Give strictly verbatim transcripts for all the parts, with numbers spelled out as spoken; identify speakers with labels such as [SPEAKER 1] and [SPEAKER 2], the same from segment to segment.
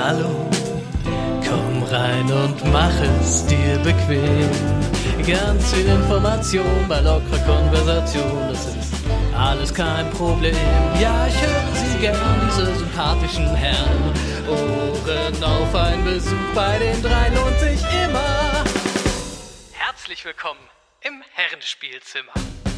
[SPEAKER 1] Hallo, komm rein und mach es dir bequem. Ganz viel Information bei lockerer Konversation, das ist alles kein Problem. Ja, ich höre Sie gern, diese sympathischen Herren. Ohren auf, ein Besuch bei den dreien lohnt sich immer. Herzlich willkommen im Herrenspielzimmer.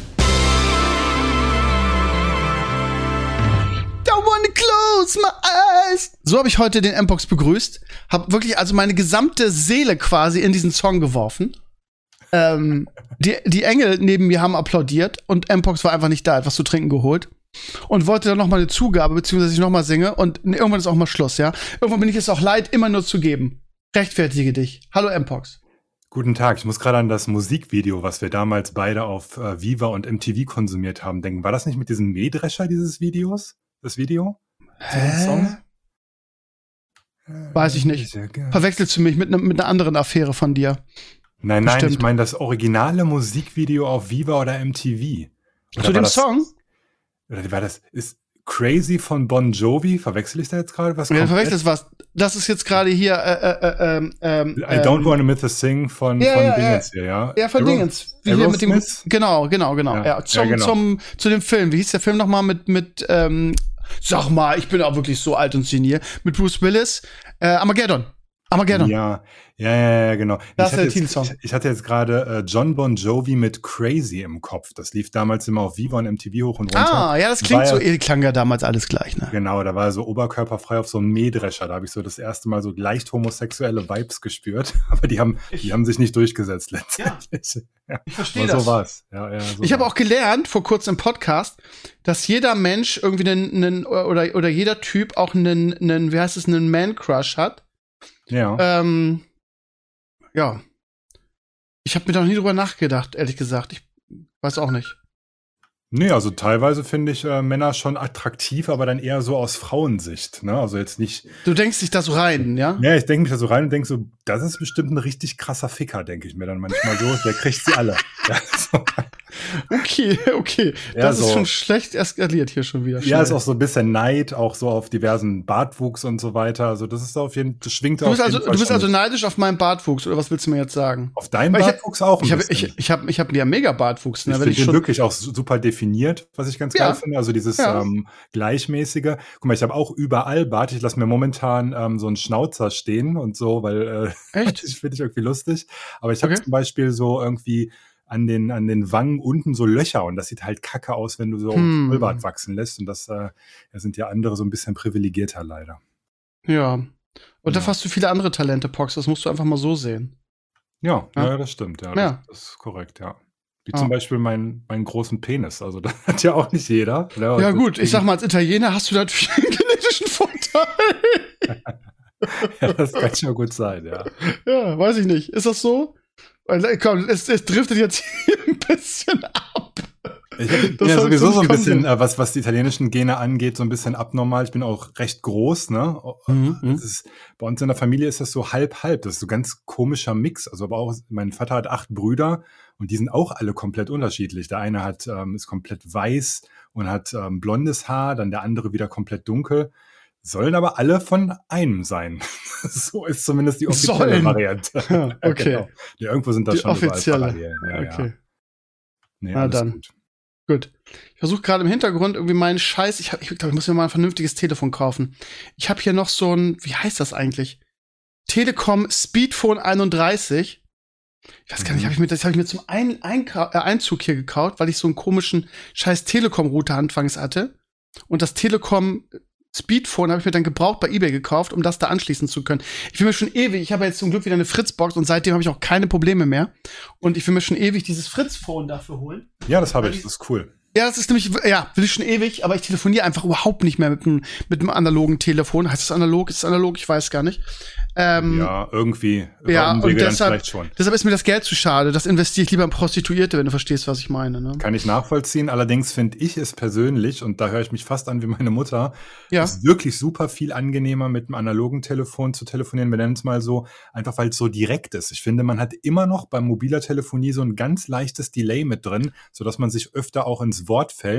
[SPEAKER 2] Don't wanna close my eyes. So habe ich heute den Mpox begrüßt. Hab wirklich also meine gesamte Seele quasi in diesen Song geworfen. Ähm, die, die Engel neben mir haben applaudiert und Mpox war einfach nicht da, hat was zu trinken geholt und wollte dann noch mal eine Zugabe, beziehungsweise ich noch mal singe und irgendwann ist auch mal Schluss, ja. Irgendwann bin ich es auch leid, immer nur zu geben. Rechtfertige dich. Hallo Mpox.
[SPEAKER 3] Guten Tag, ich muss gerade an das Musikvideo, was wir damals beide auf äh, Viva und M T V konsumiert haben, denken. War das nicht mit diesem Mähdrescher dieses Videos? Das Video?
[SPEAKER 2] Hä? Song? Weiß ich nicht. Verwechselst du mich mit, ne, mit einer anderen Affäre von dir?
[SPEAKER 3] Nein, nein, Bestimmt. Ich meine das originale Musikvideo auf Viva oder M T V. Oder
[SPEAKER 2] Zu dem
[SPEAKER 3] das,
[SPEAKER 2] Song?
[SPEAKER 3] Oder war das, ist Crazy von Bon Jovi? Verwechsel ich da jetzt gerade was?
[SPEAKER 2] Ja, verwechselst was. Das ist jetzt gerade hier, äh, äh, äh, äh,
[SPEAKER 3] I Don't Wanna Miss a Thing von,
[SPEAKER 2] ja,
[SPEAKER 3] von
[SPEAKER 2] ja,
[SPEAKER 3] Dingens
[SPEAKER 2] ja.
[SPEAKER 3] hier, ja?
[SPEAKER 2] Ja, von Dingens. Wie hier mit dem, genau, genau, genau. Ja, ja, zum, ja genau. Zum, zu dem Film. Wie hieß der Film nochmal mit, mit, ähm, sag mal, ich bin auch wirklich so alt und senil. Mit Bruce Willis. Äh, Armageddon. Armageddon.
[SPEAKER 3] Ja, ja, ja, ja, genau.
[SPEAKER 2] Das
[SPEAKER 3] ich,
[SPEAKER 2] ist der
[SPEAKER 3] hatte
[SPEAKER 2] Titelsong.
[SPEAKER 3] jetzt, ich, ich hatte jetzt gerade äh, John Bon Jovi mit Crazy im Kopf. Das lief damals immer auf Viva und M T V hoch und runter.
[SPEAKER 2] Ah, ja, das klingt so, ja, klang ja damals alles gleich, ne?
[SPEAKER 3] Genau, da war er so oberkörperfrei auf so einem Mähdrescher. Da habe ich so das erste Mal so leicht homosexuelle Vibes gespürt. Aber die haben, ich, die haben sich nicht durchgesetzt letztendlich. Ja,
[SPEAKER 2] ja, ich verstehe
[SPEAKER 3] das.
[SPEAKER 2] das.
[SPEAKER 3] So war's. Ja, ja, so
[SPEAKER 2] ich habe auch gelernt, vor kurzem im Podcast, dass jeder Mensch irgendwie einen, einen oder, oder jeder Typ auch einen, einen, wie heißt es, einen Man-Crush hat.
[SPEAKER 3] Ja.
[SPEAKER 2] Ähm, ja. Ich habe mir da noch nie drüber nachgedacht, ehrlich gesagt. Ich weiß auch nicht.
[SPEAKER 3] Nee, also teilweise finde ich äh, Männer schon attraktiv, aber dann eher so aus Frauensicht, ne? Also jetzt nicht.
[SPEAKER 2] Du denkst dich da so rein, ja?
[SPEAKER 3] Ja, ich denke mich da so rein und denke so, das ist bestimmt ein richtig krasser Ficker, denke ich mir dann manchmal so. Der kriegt sie alle. Ja, so.
[SPEAKER 2] Okay, okay.
[SPEAKER 3] Ja,
[SPEAKER 2] das
[SPEAKER 3] so.
[SPEAKER 2] ist schon schlecht eskaliert hier schon wieder.
[SPEAKER 3] Schnell. Ja, ist auch so ein bisschen Neid, auch so auf diversen Bartwuchs und so weiter. Also das ist auf jeden Fall, das schwingt
[SPEAKER 2] du bist
[SPEAKER 3] auf
[SPEAKER 2] also,
[SPEAKER 3] jeden Fall.
[SPEAKER 2] Du bist
[SPEAKER 3] schon
[SPEAKER 2] also
[SPEAKER 3] mit.
[SPEAKER 2] neidisch auf meinen Bartwuchs, oder was willst du mir jetzt sagen?
[SPEAKER 3] Auf deinen
[SPEAKER 2] Weil
[SPEAKER 3] Bartwuchs ich, auch ein
[SPEAKER 2] ich hab,
[SPEAKER 3] bisschen.
[SPEAKER 2] Ich, ich habe ich hab ja mega Bartwuchs. Ne,
[SPEAKER 3] ich
[SPEAKER 2] finde
[SPEAKER 3] den schon wirklich auch super definiert, was ich ganz
[SPEAKER 2] ja.
[SPEAKER 3] geil finde. Also dieses
[SPEAKER 2] ja.
[SPEAKER 3] ähm, gleichmäßige. Guck mal, ich habe auch überall Bart. Ich lasse mir momentan ähm, so einen Schnauzer stehen und so, weil äh,
[SPEAKER 2] Echt?
[SPEAKER 3] ich finde ich irgendwie lustig. Aber ich habe
[SPEAKER 2] Okay.
[SPEAKER 3] zum Beispiel so irgendwie an den, an den Wangen unten so Löcher und das sieht halt kacke aus, wenn du so
[SPEAKER 2] hm.
[SPEAKER 3] Vollbart wachsen lässt und das äh, da sind ja andere so ein bisschen privilegierter leider.
[SPEAKER 2] Ja. Und ja. da hast du viele andere Talente, Pox, das musst du einfach mal so sehen.
[SPEAKER 3] Ja,
[SPEAKER 2] ja,
[SPEAKER 3] ja das stimmt, ja,
[SPEAKER 2] ja.
[SPEAKER 3] Das, das ist korrekt, ja. Wie
[SPEAKER 2] ah.
[SPEAKER 3] zum Beispiel meinen meinen großen Penis, also das hat ja auch nicht jeder. Ne?
[SPEAKER 2] Ja gut, ich sag mal, als Italiener hast du da einen genetischen Vorteil.
[SPEAKER 3] Ja, das kann schon gut sein, ja.
[SPEAKER 2] Ja, weiß ich nicht. Ist das so? Komm, es, es driftet jetzt hier ein bisschen ab.
[SPEAKER 3] Ich bin ja sowieso so ein bisschen, äh, was, was die italienischen Gene angeht, so ein bisschen abnormal. Ich bin auch recht groß, ne?
[SPEAKER 2] Mhm.
[SPEAKER 3] Das ist, bei uns in der Familie ist das so halb-halb. Das ist so ein ganz komischer Mix. Also aber auch, mein Vater hat acht Brüder und die sind auch alle komplett unterschiedlich. Der eine hat, ähm, ist komplett weiß und hat ähm, blondes Haar, dann der andere wieder komplett dunkel. Sollen aber alle von einem sein. So ist zumindest die offizielle
[SPEAKER 2] Sollen.
[SPEAKER 3] Variante.
[SPEAKER 2] Ja, okay.
[SPEAKER 3] Genau. Ja, irgendwo sind das
[SPEAKER 2] die
[SPEAKER 3] schon
[SPEAKER 2] offizielle.
[SPEAKER 3] Parallelen. Ja,
[SPEAKER 2] okay.
[SPEAKER 3] Ja. Nee,
[SPEAKER 2] Na
[SPEAKER 3] alles
[SPEAKER 2] dann.
[SPEAKER 3] gut.
[SPEAKER 2] Gut. Ich versuche gerade im Hintergrund irgendwie meinen Scheiß. Ich, hab, ich glaube, ich muss mir mal ein vernünftiges Telefon kaufen. Ich habe hier noch so ein, wie heißt das eigentlich? Telekom Speedphone einunddreißig. Ich weiß gar nicht,
[SPEAKER 3] Mhm.
[SPEAKER 2] hab ich mir, das habe ich mir zum ein, Einkau- äh, Einzug hier gekauft, weil ich so einen komischen scheiß Telekom-Router anfangs hatte. Und das Telekom Speedphone habe ich mir dann gebraucht bei eBay gekauft, um das da anschließen zu können. Ich will mir schon ewig, ich habe jetzt zum Glück wieder eine Fritzbox und seitdem habe ich auch keine Probleme mehr. Und ich will mir schon ewig dieses Fritz-Phone dafür holen.
[SPEAKER 3] Ja, das habe ich, das ist cool.
[SPEAKER 2] Ja, das ist nämlich, ja, will ich schon ewig, aber ich telefoniere einfach überhaupt nicht mehr mit einem mit einem analogen Telefon. Heißt das analog? Ist es analog? Ich weiß gar nicht. Ähm,
[SPEAKER 3] Ja, irgendwie.
[SPEAKER 2] ja,
[SPEAKER 3] Umwege
[SPEAKER 2] und
[SPEAKER 3] dann
[SPEAKER 2] deshalb,
[SPEAKER 3] vielleicht schon.
[SPEAKER 2] deshalb ist mir das Geld zu schade. Das investiere ich lieber in Prostituierte, wenn du verstehst, was ich meine. Ne?
[SPEAKER 3] Kann ich nachvollziehen. Allerdings finde ich es persönlich, und da höre ich mich fast an wie meine Mutter,
[SPEAKER 2] Ja.
[SPEAKER 3] ist wirklich super viel angenehmer, mit einem analogen Telefon zu telefonieren. Wir nennen es mal so, einfach weil es so direkt ist. Ich finde, man hat immer noch bei mobiler Telefonie so ein ganz leichtes Delay mit drin, sodass man sich öfter auch ins Wort fällt.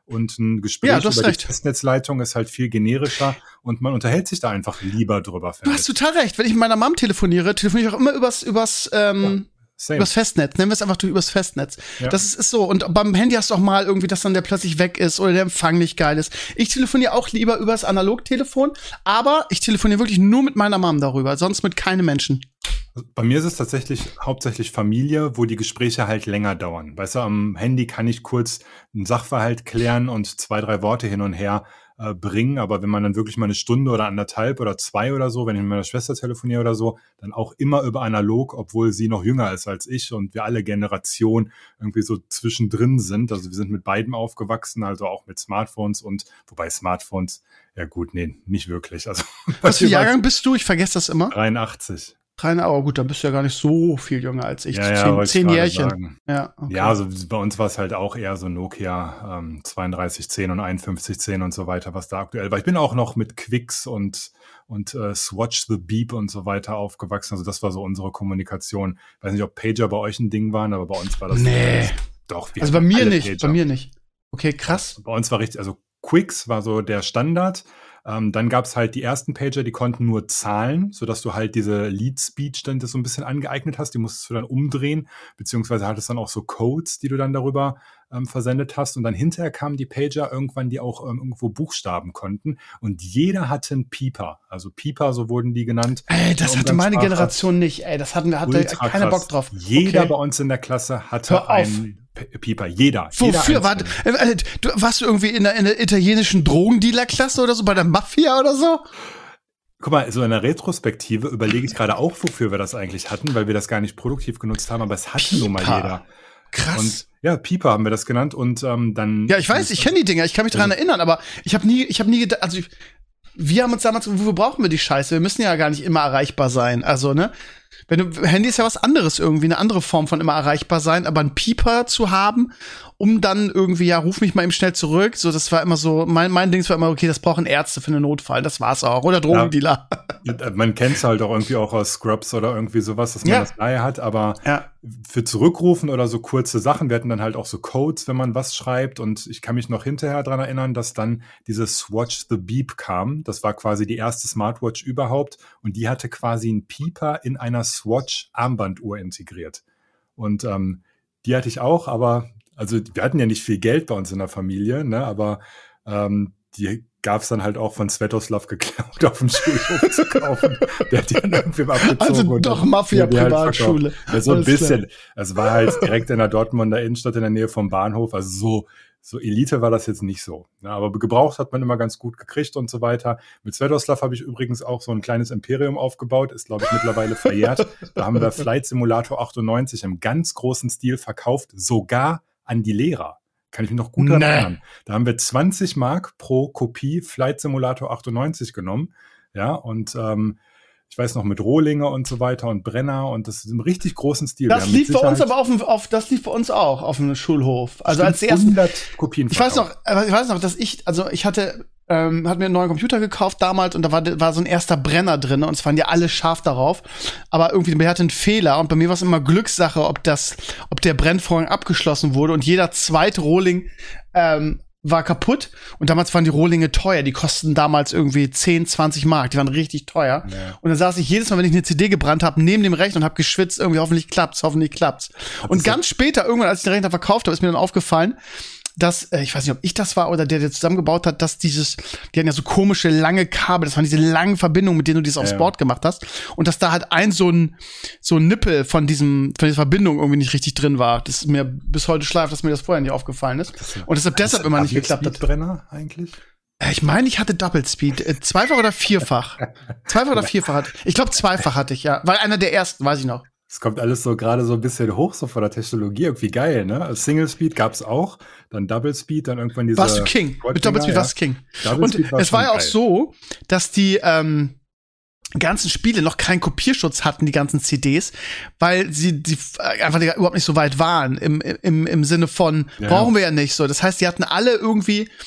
[SPEAKER 3] und ein Gespräch
[SPEAKER 2] Ja, du hast
[SPEAKER 3] über
[SPEAKER 2] recht.
[SPEAKER 3] die Festnetzleitung ist halt viel generischer und man unterhält sich da einfach lieber drüber.
[SPEAKER 2] Du hast total recht. Wenn ich mit meiner Mom telefoniere, telefoniere ich auch immer übers, übers, ähm,
[SPEAKER 3] Same.
[SPEAKER 2] übers Festnetz. Nennen wir es einfach durch übers Festnetz.
[SPEAKER 3] Ja.
[SPEAKER 2] Das ist, ist so. Und beim Handy hast du auch mal irgendwie, dass dann der plötzlich weg ist oder der Empfang nicht geil ist. Ich telefoniere auch lieber übers Analogtelefon, aber ich telefoniere wirklich nur mit meiner Mom darüber, sonst mit keinem Menschen.
[SPEAKER 3] Bei mir ist es tatsächlich hauptsächlich Familie, wo die Gespräche halt länger dauern. Weißt du, am Handy kann ich kurz einen Sachverhalt klären und zwei, drei Worte hin und her äh, bringen. Aber wenn man dann wirklich mal eine Stunde oder anderthalb oder zwei oder so, wenn ich mit meiner Schwester telefoniere oder so, dann auch immer über analog, obwohl sie noch jünger ist als ich und wir alle Generationen irgendwie so zwischendrin sind. Also wir sind mit beiden aufgewachsen, also auch mit Smartphones und, wobei Smartphones, ja gut, nee, nicht wirklich. Also,
[SPEAKER 2] Was für Jahrgang bist du? Ich vergesse das immer.
[SPEAKER 3] dreiundachtzig.
[SPEAKER 2] Reine, aber gut, dann bist du ja gar nicht so viel jünger als ich.
[SPEAKER 3] Ja, ja,
[SPEAKER 2] zehn
[SPEAKER 3] wollte ich
[SPEAKER 2] zehn
[SPEAKER 3] gerade
[SPEAKER 2] Jährchen.
[SPEAKER 3] sagen.
[SPEAKER 2] Ja, okay.
[SPEAKER 3] Ja, also bei uns war es halt auch eher so Nokia ähm, zweiunddreißig zehn und einundfünfzig zehn und so weiter, was da aktuell war. Ich bin auch noch mit Quicks und und äh, Swatch the Beep und so weiter aufgewachsen. Also das war so unsere Kommunikation. Ich weiß nicht, ob Pager bei euch ein Ding waren, aber bei uns war das
[SPEAKER 2] Nee.
[SPEAKER 3] doch. Wir
[SPEAKER 2] Also bei
[SPEAKER 3] hatten
[SPEAKER 2] mir
[SPEAKER 3] alle
[SPEAKER 2] nicht,
[SPEAKER 3] Pager.
[SPEAKER 2] bei mir nicht. Okay, krass.
[SPEAKER 3] Bei uns war richtig, also Quicks war so der Standard. Ähm, dann gab es halt die ersten Pager, die konnten nur Zahlen, sodass du halt diese Lead-Speech dann das so ein bisschen angeeignet hast. Die musstest du dann umdrehen, beziehungsweise hattest dann auch so Codes, die du dann darüber ähm, versendet hast. Und dann hinterher kamen die Pager irgendwann, die auch ähm, irgendwo Buchstaben konnten. Und jeder hatte einen Pieper. Also Pieper, so wurden die genannt.
[SPEAKER 2] Ey, das
[SPEAKER 3] In
[SPEAKER 2] hatte meine
[SPEAKER 3] Umgangssprache.
[SPEAKER 2] Generation nicht. Ey, das hatten wir, hatte
[SPEAKER 3] Ultra
[SPEAKER 2] keiner
[SPEAKER 3] krass.
[SPEAKER 2] Bock drauf.
[SPEAKER 3] Jeder
[SPEAKER 2] Okay.
[SPEAKER 3] bei uns in der Klasse hatte
[SPEAKER 2] Hör auf.
[SPEAKER 3] einen P- Pieper. Jeder.
[SPEAKER 2] Wofür?
[SPEAKER 3] Jeder
[SPEAKER 2] Warte,
[SPEAKER 3] einzelne.
[SPEAKER 2] äh, du, warst du irgendwie in der, in der italienischen Drogendealer-Klasse oder so, bei der Mafia oder so?
[SPEAKER 3] Guck mal, so in der Retrospektive überlege ich gerade auch, wofür wir das eigentlich hatten, weil wir das gar nicht produktiv genutzt haben, aber es hatte nun mal
[SPEAKER 2] Pieper.
[SPEAKER 3] jeder.
[SPEAKER 2] Krass.
[SPEAKER 3] Und ja, Pieper haben wir das genannt und ähm, dann.
[SPEAKER 2] Ja, ich weiß, ich kenne die Dinger, ich kann mich daran
[SPEAKER 3] Also-
[SPEAKER 2] erinnern, aber ich habe nie, ich habe nie gedacht, also ich, wir haben uns damals, wofür brauchen wir die Scheiße? Wir müssen ja gar nicht immer erreichbar sein. Also, ne? Wenn du, Handy ist ja was anderes irgendwie, eine andere Form von immer erreichbar sein, aber ein Pieper zu haben, um dann irgendwie, ja, ruf mich mal eben schnell zurück. So, das war immer so, mein, mein Ding war immer, okay, das brauchen Ärzte für einen Notfall, das war's auch. Oder Drogendealer.
[SPEAKER 3] Man kennt es halt auch irgendwie auch aus Scrubs oder irgendwie sowas, dass man
[SPEAKER 2] Ja.
[SPEAKER 3] das daher hat, aber
[SPEAKER 2] Ja.
[SPEAKER 3] für Zurückrufen oder so kurze Sachen, wir hatten dann halt auch so Codes, wenn man was schreibt und ich kann mich noch hinterher dran erinnern, dass dann dieses Swatch the Beep kam. Das war quasi die erste Smartwatch überhaupt und die hatte quasi einen Pieper in einer Swatch-Armbanduhr integriert. Und ähm, die hatte ich auch, aber also wir hatten ja nicht viel Geld bei uns in der Familie, ne, aber ähm, die gab es dann halt auch von Svetoslav geklaut auf dem Schulhof zu kaufen. Der hat die dann irgendwie abgezogen.
[SPEAKER 2] Also
[SPEAKER 3] und
[SPEAKER 2] doch
[SPEAKER 3] dann-
[SPEAKER 2] Mafia-Privatschule.
[SPEAKER 3] ja, so ein
[SPEAKER 2] Alles klar.
[SPEAKER 3] bisschen. Es war halt direkt in der Dortmunder Innenstadt in der Nähe vom Bahnhof. Also so, so Elite war das jetzt nicht so. Ja, aber gebraucht hat man immer ganz gut gekriegt und so weiter. Mit Svetoslav habe ich übrigens auch so ein kleines Imperium aufgebaut. Ist, glaube ich, mittlerweile verjährt. Da haben wir Flight Simulator achtundneunzig im ganz großen Stil verkauft, sogar an die Lehrer. Kann ich mich noch gut daran
[SPEAKER 2] Nee.
[SPEAKER 3] erinnern. Da haben wir zwanzig Mark pro Kopie Flight Simulator achtundneunzig genommen. Ja, und ähm, ich weiß noch mit Rohlinge und so weiter und Brenner und das ist im richtig großen Stil. Wir
[SPEAKER 2] Das
[SPEAKER 3] haben mit
[SPEAKER 2] lief bei uns
[SPEAKER 3] Sicherheit
[SPEAKER 2] aber auf dem, auf, das lief bei uns auch auf dem Schulhof. Also als die ersten,
[SPEAKER 3] hundert Kopien
[SPEAKER 2] ich weiß
[SPEAKER 3] verkauft.
[SPEAKER 2] noch, aber ich weiß noch, dass ich, also ich hatte, ähm, hatte mir einen neuen Computer gekauft damals und da war, war so ein erster Brenner drin und es waren ja alle scharf darauf. Aber irgendwie, mir hatte einen Fehler und bei mir war es immer Glückssache, ob das, ob der Brennvorgang abgeschlossen wurde und jeder zweite Rohling, ähm, war kaputt und damals waren die Rohlinge teuer. Die kosten damals irgendwie zehn, zwanzig Mark. Die waren richtig teuer.
[SPEAKER 3] Ja.
[SPEAKER 2] Und dann saß ich jedes Mal, wenn ich eine C D gebrannt habe, neben dem Rechner und habe geschwitzt, irgendwie hoffentlich klappt's, hoffentlich klappt's. Und ganz später, irgendwann, als ich den Rechner verkauft habe, ist mir dann aufgefallen, dass, äh, ich weiß nicht, ob ich das war oder der, der zusammengebaut hat, dass dieses, die hatten ja so komische, lange Kabel, das waren diese langen Verbindungen, mit denen du dieses aufs
[SPEAKER 3] Ja.
[SPEAKER 2] Board gemacht hast. Und dass da halt ein so ein, so ein Nippel von diesem, von dieser Verbindung irgendwie nicht richtig drin war. Das ist mir bis heute schleift, dass mir das vorher nicht aufgefallen ist. Und deshalb deshalb immer nicht geklappt hat.
[SPEAKER 3] Brenner eigentlich?
[SPEAKER 2] Äh, Ich meine, ich hatte Double Speed. Äh, zweifach oder vierfach? Zweifach oder vierfach hatte ich. Ich glaube, zweifach hatte ich, ja. War einer der ersten, weiß ich noch.
[SPEAKER 3] Es kommt alles so gerade so ein bisschen hoch, so von der Technologie. Irgendwie geil, ne? Also Single Speed gab's auch, dann Double Speed, dann irgendwann diese.
[SPEAKER 2] Warst du King? Mit Double Speed
[SPEAKER 3] ja.
[SPEAKER 2] warst du King.
[SPEAKER 3] Double
[SPEAKER 2] Und
[SPEAKER 3] Speed war
[SPEAKER 2] es war
[SPEAKER 3] schon
[SPEAKER 2] ja auch
[SPEAKER 3] geil.
[SPEAKER 2] so, dass die ähm, ganzen Spiele noch keinen Kopierschutz hatten, die ganzen C Ds, weil sie die äh, einfach die überhaupt nicht so weit waren im, im, im Sinne von,
[SPEAKER 3] Ja.
[SPEAKER 2] brauchen wir ja nicht so. Das heißt, die hatten alle irgendwie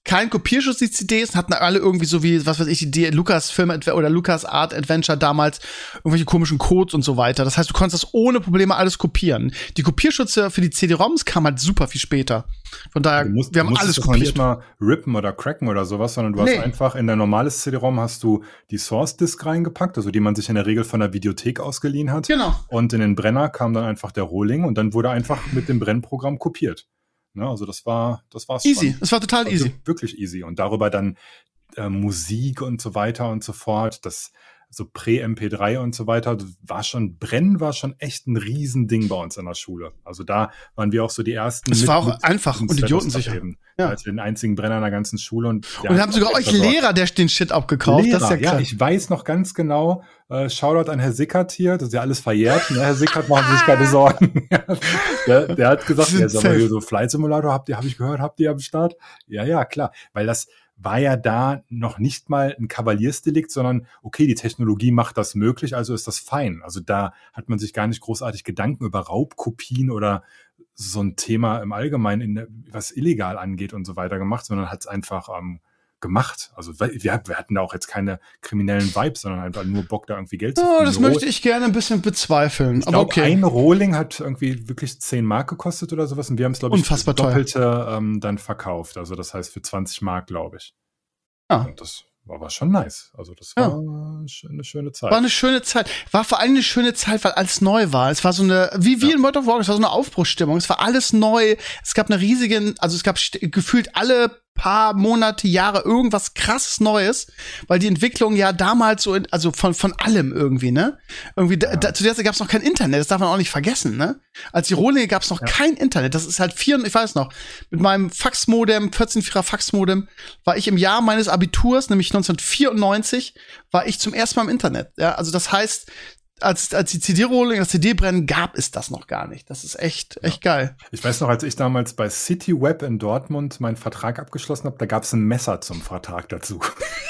[SPEAKER 2] kein Kopierschutz, die C Ds, hatten alle irgendwie so wie, was weiß ich, die Lucas Film oder Lucas Art Adventure damals irgendwelche komischen Codes und so weiter. Das heißt, du konntest das ohne Probleme alles kopieren. Die Kopierschütze für die C D-ROMs kam halt super viel später. Von daher,
[SPEAKER 3] du musst,
[SPEAKER 2] wir haben
[SPEAKER 3] du
[SPEAKER 2] alles
[SPEAKER 3] das
[SPEAKER 2] kopiert.
[SPEAKER 3] Nicht mal rippen oder cracken oder sowas, sondern du hast
[SPEAKER 2] Nee.
[SPEAKER 3] einfach in dein normales C D-ROM hast du die Source-Disk reingepackt, also die man sich in der Regel von der Videothek ausgeliehen hat.
[SPEAKER 2] Genau.
[SPEAKER 3] Und in den Brenner kam dann einfach der Rohling und dann wurde einfach mit dem Brennprogramm kopiert. Ne, also das war, das war's
[SPEAKER 2] Easy.
[SPEAKER 3] schon.
[SPEAKER 2] Es war total
[SPEAKER 3] Also
[SPEAKER 2] easy.
[SPEAKER 3] wirklich easy. Und darüber dann äh, Musik und so weiter und so fort, das so Prä-M P drei und so weiter, das war schon, Brennen war schon echt ein Riesending bei uns in der Schule. Also da waren wir auch so die ersten.
[SPEAKER 2] Es
[SPEAKER 3] mit-
[SPEAKER 2] war auch
[SPEAKER 3] mit
[SPEAKER 2] einfach
[SPEAKER 3] uns
[SPEAKER 2] und
[SPEAKER 3] Setups
[SPEAKER 2] idiotensicher.
[SPEAKER 3] eben.
[SPEAKER 2] Ja.
[SPEAKER 3] Als den einzigen Brenner in der ganzen Schule. Und, der
[SPEAKER 2] Und wir
[SPEAKER 3] hat
[SPEAKER 2] haben sogar
[SPEAKER 3] auch
[SPEAKER 2] euch
[SPEAKER 3] versorgt.
[SPEAKER 2] Lehrer, der den Shit abgekauft.
[SPEAKER 3] Lehrer,
[SPEAKER 2] Das ist ja
[SPEAKER 3] ja,
[SPEAKER 2] krass.
[SPEAKER 3] ich weiß noch ganz genau, äh, Shoutout an Herr Sickert hier, das ist ja alles verjährt, ne? Herr Sickert, machen Sie sich keine Sorgen. der, der hat gesagt,
[SPEAKER 2] Sind
[SPEAKER 3] ja, sag mal,
[SPEAKER 2] safe.
[SPEAKER 3] hier so Flight Simulator, habt ihr, habe ich gehört, habt ihr am Start? Ja, ja, klar, weil das war ja da noch nicht mal ein Kavaliersdelikt, sondern okay, die Technologie macht das möglich, also ist das fein. Also da hat man sich gar nicht großartig Gedanken über Raubkopien oder so ein Thema im Allgemeinen, in der, was illegal angeht und so weiter gemacht, sondern hat es einfach ähm, gemacht. Also wir, wir hatten da auch jetzt keine kriminellen Vibes, sondern einfach nur Bock, da irgendwie Geld zu
[SPEAKER 2] Oh,
[SPEAKER 3] verdienen.
[SPEAKER 2] das möchte ich gerne ein bisschen bezweifeln.
[SPEAKER 3] Ich
[SPEAKER 2] Aber
[SPEAKER 3] glaube,
[SPEAKER 2] okay.
[SPEAKER 3] ein Rohling hat irgendwie wirklich zehn Mark gekostet oder sowas und wir haben es, glaube ich,
[SPEAKER 2] Unfassbar
[SPEAKER 3] für das
[SPEAKER 2] teuer.
[SPEAKER 3] Doppelte ähm, dann verkauft. Also das heißt für zwanzig Mark, glaube ich.
[SPEAKER 2] Ja.
[SPEAKER 3] Und das war, war schon nice. Also das
[SPEAKER 2] Ja.
[SPEAKER 3] war sch- eine schöne Zeit.
[SPEAKER 2] War eine schöne Zeit. War vor allem eine schöne Zeit, weil alles neu war. Es war so eine, wie, wie
[SPEAKER 3] Ja.
[SPEAKER 2] in World of Warcraft, es war so eine Aufbruchsstimmung. Es war alles neu. Es gab eine riesige, also es gab st- gefühlt alle paar Monate, Jahre irgendwas krasses Neues, weil die Entwicklung ja damals so, in, also von, von allem irgendwie, ne? Irgendwie, da, da, zu der Zeit gab es noch kein Internet, das darf man auch nicht vergessen, ne? Als die Rohlinge gab es noch
[SPEAKER 3] Ja.
[SPEAKER 2] kein Internet. Das ist halt vier, ich weiß noch, mit meinem Faxmodem, vierzehn Vierer Faxmodem, war ich im Jahr meines Abiturs, nämlich neunzehnhundertvierundneunzig, war ich zum ersten Mal im Internet. Ja, also das heißt, als, als die C D-Rohlinge, das C D-Brennen gab es das noch gar nicht. Das ist echt, echt geil.
[SPEAKER 3] Ich weiß noch, als ich damals bei CityWeb in Dortmund meinen Vertrag abgeschlossen habe, da gab es ein Messer zum Vertrag dazu.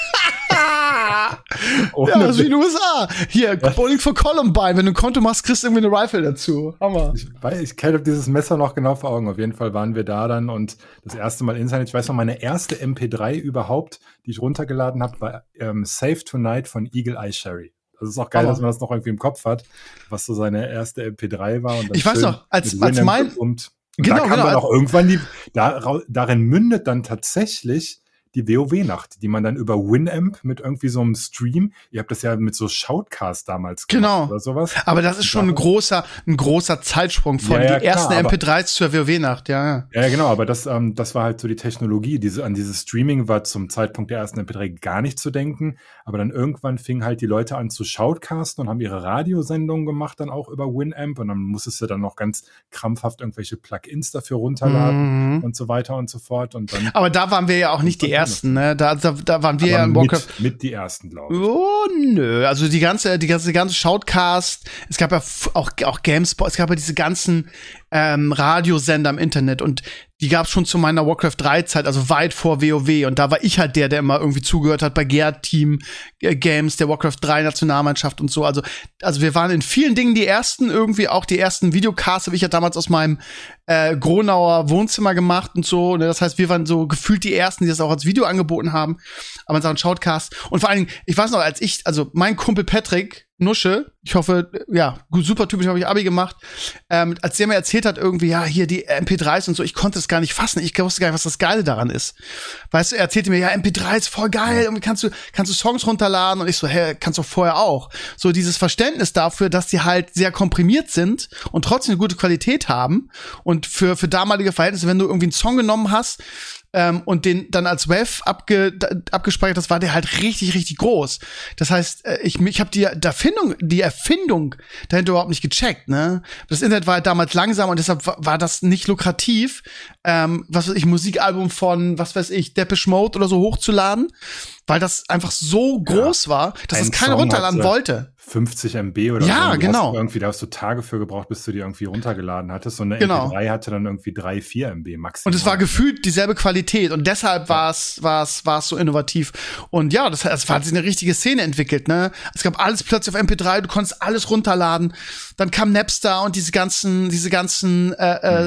[SPEAKER 3] Ohne
[SPEAKER 2] Ja, das ist wie in
[SPEAKER 3] Witz.
[SPEAKER 2] den U S A. Hier, Bowling for Columbine. Wenn du ein Konto machst, kriegst du irgendwie eine Rifle dazu. Hammer.
[SPEAKER 3] Ich, weiß, ich kenne dieses Messer noch genau vor Augen. Auf jeden Fall waren wir da dann und das erste Mal Internet. Ich weiß noch, meine erste M P drei überhaupt, die ich runtergeladen habe, war ähm, Save Tonight von Eagle Eye Sherry. Das ist auch geil,
[SPEAKER 2] Hammer.
[SPEAKER 3] dass man das noch irgendwie im Kopf hat, was so seine erste M P drei war. Und dann
[SPEAKER 2] Ich weiß
[SPEAKER 3] schön
[SPEAKER 2] noch, als-
[SPEAKER 3] mit
[SPEAKER 2] als
[SPEAKER 3] Winamp
[SPEAKER 2] mein-
[SPEAKER 3] und, und
[SPEAKER 2] Genau,
[SPEAKER 3] da kam
[SPEAKER 2] genau,
[SPEAKER 3] dann
[SPEAKER 2] als-
[SPEAKER 3] auch irgendwann die, da, darin mündet dann tatsächlich die WoW-Nacht, die man dann über Winamp mit irgendwie so einem Stream, ihr habt das ja mit so Shoutcast damals gemacht
[SPEAKER 2] Genau.
[SPEAKER 3] oder sowas.
[SPEAKER 2] Aber das ist schon ein großer, ein großer Zeitsprung von
[SPEAKER 3] Ja, ja,
[SPEAKER 2] die ersten
[SPEAKER 3] klar, aber-
[SPEAKER 2] M P dreis zur WoW-Nacht, ja, ja.
[SPEAKER 3] Ja, ja, genau, aber das, ähm, das war halt so die Technologie. Diese, an dieses Streaming war zum Zeitpunkt der ersten M P drei gar nicht zu denken. Aber dann irgendwann fingen halt die Leute an zu shoutcasten und haben ihre Radiosendungen gemacht, dann auch über Winamp. Und dann musstest du dann noch ganz krampfhaft irgendwelche Plugins dafür runterladen
[SPEAKER 2] Mhm.
[SPEAKER 3] und so weiter und so fort. Und dann
[SPEAKER 2] Aber da waren wir ja auch nicht die Ersten, ne? Da, da, da waren wir ja in
[SPEAKER 3] mit,
[SPEAKER 2] Warcraft.
[SPEAKER 3] mit die ersten, glaube ich.
[SPEAKER 2] Oh, nö. Also die ganze, die ganze, die ganze Shoutcast, es gab ja f- auch, auch GameSpot, es gab ja diese ganzen ähm, Radiosender im Internet und die gab es schon zu meiner Warcraft drei Zeit, also weit vor WoW. Und da war ich halt der, der immer irgendwie zugehört hat bei Gerd Team äh, Games, der Warcraft drei Nationalmannschaft und so. Also, also wir waren in vielen Dingen die Ersten, irgendwie auch die ersten Videocasts habe ich ja damals aus meinem äh, Gronauer Wohnzimmer gemacht und so. Ne? Das heißt, wir waren so gefühlt die Ersten, die das auch als Video angeboten haben. Aber in Sachen Shoutcast. Und vor allen Dingen, ich weiß noch, als ich, also mein Kumpel Patrick Nusche, ich hoffe, ja, gut, super typisch, habe ich Abi gemacht, ähm, als der mir erzählt hat, irgendwie, ja, hier die M P dreis und so, ich konnte das gar nicht fassen, ich wusste gar nicht, was das Geile daran ist. Weißt du, er erzählte mir, ja, M P drei ist voll geil, und kannst du, kannst du Songs runterladen, und ich so, hä, kannst du vorher auch. So dieses Verständnis dafür, dass die halt sehr komprimiert sind und trotzdem eine gute Qualität haben und für, für damalige Verhältnisse, wenn du irgendwie einen Song genommen hast, Ähm, und den dann als W A V abge, da, abgespeichert, das war der halt richtig, richtig groß. Das heißt, äh, ich, ich habe die Erfindung, die Erfindung dahinter überhaupt nicht gecheckt, ne? Das Internet war halt damals langsam und deshalb war, war das nicht lukrativ, ähm, was weiß ich, Musikalbum von, was weiß ich, Depeche Mode oder so hochzuladen, weil das einfach so groß ja, war, dass es keiner runterladen wollte.
[SPEAKER 3] fünfzig Megabyte oder
[SPEAKER 2] ja,
[SPEAKER 3] so. Du
[SPEAKER 2] genau.
[SPEAKER 3] Hast irgendwie, da hast du Tage für gebraucht, bis du die irgendwie runtergeladen hattest. Und eine
[SPEAKER 2] genau.
[SPEAKER 3] M P drei hatte dann irgendwie drei, vier Megabyte maximal.
[SPEAKER 2] Und es war gefühlt dieselbe Qualität. Und deshalb war es, war es, war es so innovativ. Und ja, das, das hat sich eine richtige Szene entwickelt, ne? Es gab alles plötzlich auf M P drei, du konntest alles runterladen. Dann kam Napster und diese ganzen, diese ganzen, äh, mhm. äh,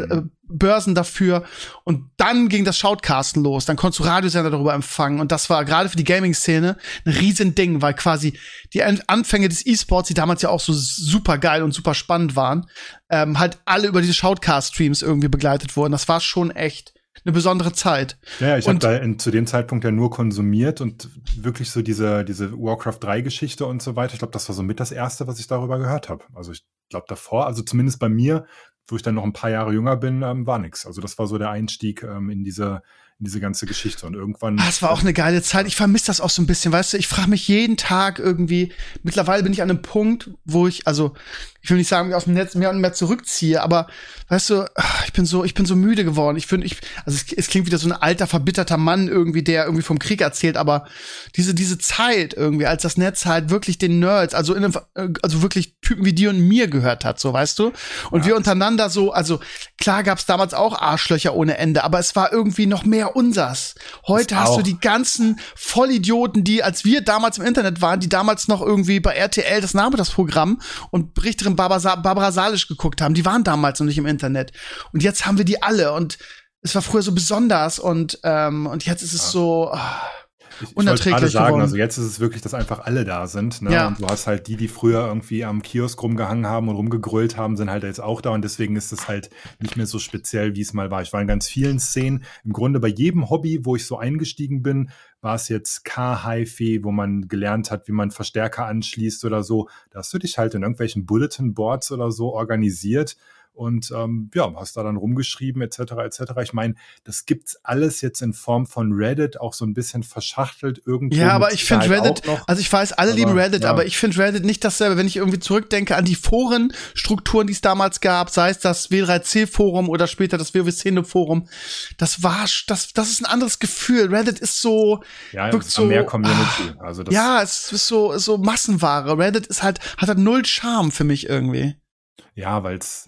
[SPEAKER 2] Börsen dafür. Und dann ging das Shoutcasten los. Dann konntest du Radiosender darüber empfangen. Und das war gerade für die Gaming-Szene ein riesen Ding, weil quasi die Anfänge des E-Sports, die damals ja auch so super geil und super spannend waren, ähm, halt alle über diese Shoutcast-Streams irgendwie begleitet wurden. Das war schon echt eine besondere Zeit.
[SPEAKER 3] Ja, ich habe da in, zu dem Zeitpunkt ja nur konsumiert und wirklich so diese, diese Warcraft drei Geschichte und so weiter. Ich glaube, das war so mit das Erste, was ich darüber gehört habe. Also ich glaube davor, also zumindest bei mir, wo ich dann noch ein paar Jahre jünger bin, ähm, war nix. Also das war so der Einstieg ähm, in diese in diese ganze Geschichte. Und irgendwann.
[SPEAKER 2] Ah, es war auch eine geile Zeit. Ich vermisse das auch so ein bisschen, weißt du, ich frage mich jeden Tag irgendwie, mittlerweile bin ich an einem Punkt, wo ich, also, ich will nicht sagen, mich aus dem Netz mehr und mehr zurückziehe, aber weißt du, ich bin so, ich bin so müde geworden. Ich finde, ich, also es, es klingt wieder so ein alter, verbitterter Mann irgendwie, der irgendwie vom Krieg erzählt, aber diese, diese Zeit irgendwie, als das Netz halt wirklich den Nerds, also in einem, also wirklich Typen wie dir und mir gehört hat, so, weißt du? Und ja. wir untereinander so, also klar gab's damals auch Arschlöcher ohne Ende, aber es war irgendwie noch mehr unsers. Heute hast du die ganzen Vollidioten, die, als wir damals im Internet waren, die damals noch irgendwie bei R T L das Nachmittagsprogramm und Richterin Barbara, Sa- Barbara Salisch geguckt haben, die waren damals noch nicht im Internet. Und jetzt haben wir die alle und es war früher so besonders und, ähm, und jetzt ist es ja. so ah,
[SPEAKER 3] ich, ich
[SPEAKER 2] unerträglich
[SPEAKER 3] wollte gerade sagen,
[SPEAKER 2] geworden.
[SPEAKER 3] also jetzt ist es wirklich, dass einfach alle da sind. Ne?
[SPEAKER 2] Ja.
[SPEAKER 3] Und du hast halt die, die früher irgendwie am Kiosk rumgehangen haben und rumgegrölt haben, sind halt jetzt auch da und deswegen ist es halt nicht mehr so speziell, wie es mal war. Ich war in ganz vielen Szenen, im Grunde bei jedem Hobby, wo ich so eingestiegen bin, war es jetzt K-Hi-Fi, wo man gelernt hat, wie man Verstärker anschließt oder so. Da hast du dich halt in irgendwelchen Bulletin-Boards oder so organisiert und ähm, ja, hast da dann rumgeschrieben et cetera et cetera. Ich meine, das gibt's alles jetzt in Form von Reddit, auch so ein bisschen verschachtelt irgendwo.
[SPEAKER 2] Ja, aber ich finde Reddit, also ich weiß, alle
[SPEAKER 3] aber,
[SPEAKER 2] lieben Reddit,
[SPEAKER 3] ja.
[SPEAKER 2] aber ich finde Reddit nicht dasselbe, wenn ich irgendwie zurückdenke an die Forenstrukturen, die es damals gab, sei es das W drei C-Forum oder später das WoW-Szene-Forum. Das war, das, das ist ein anderes Gefühl. Reddit ist so,
[SPEAKER 3] ja,
[SPEAKER 2] wirkt
[SPEAKER 3] es
[SPEAKER 2] so,
[SPEAKER 3] mehr Community.
[SPEAKER 2] Ah,
[SPEAKER 3] also das
[SPEAKER 2] ja, es ist so, so Massenware. Reddit ist halt, hat halt null Charme für mich irgendwie.
[SPEAKER 3] Ja, weil es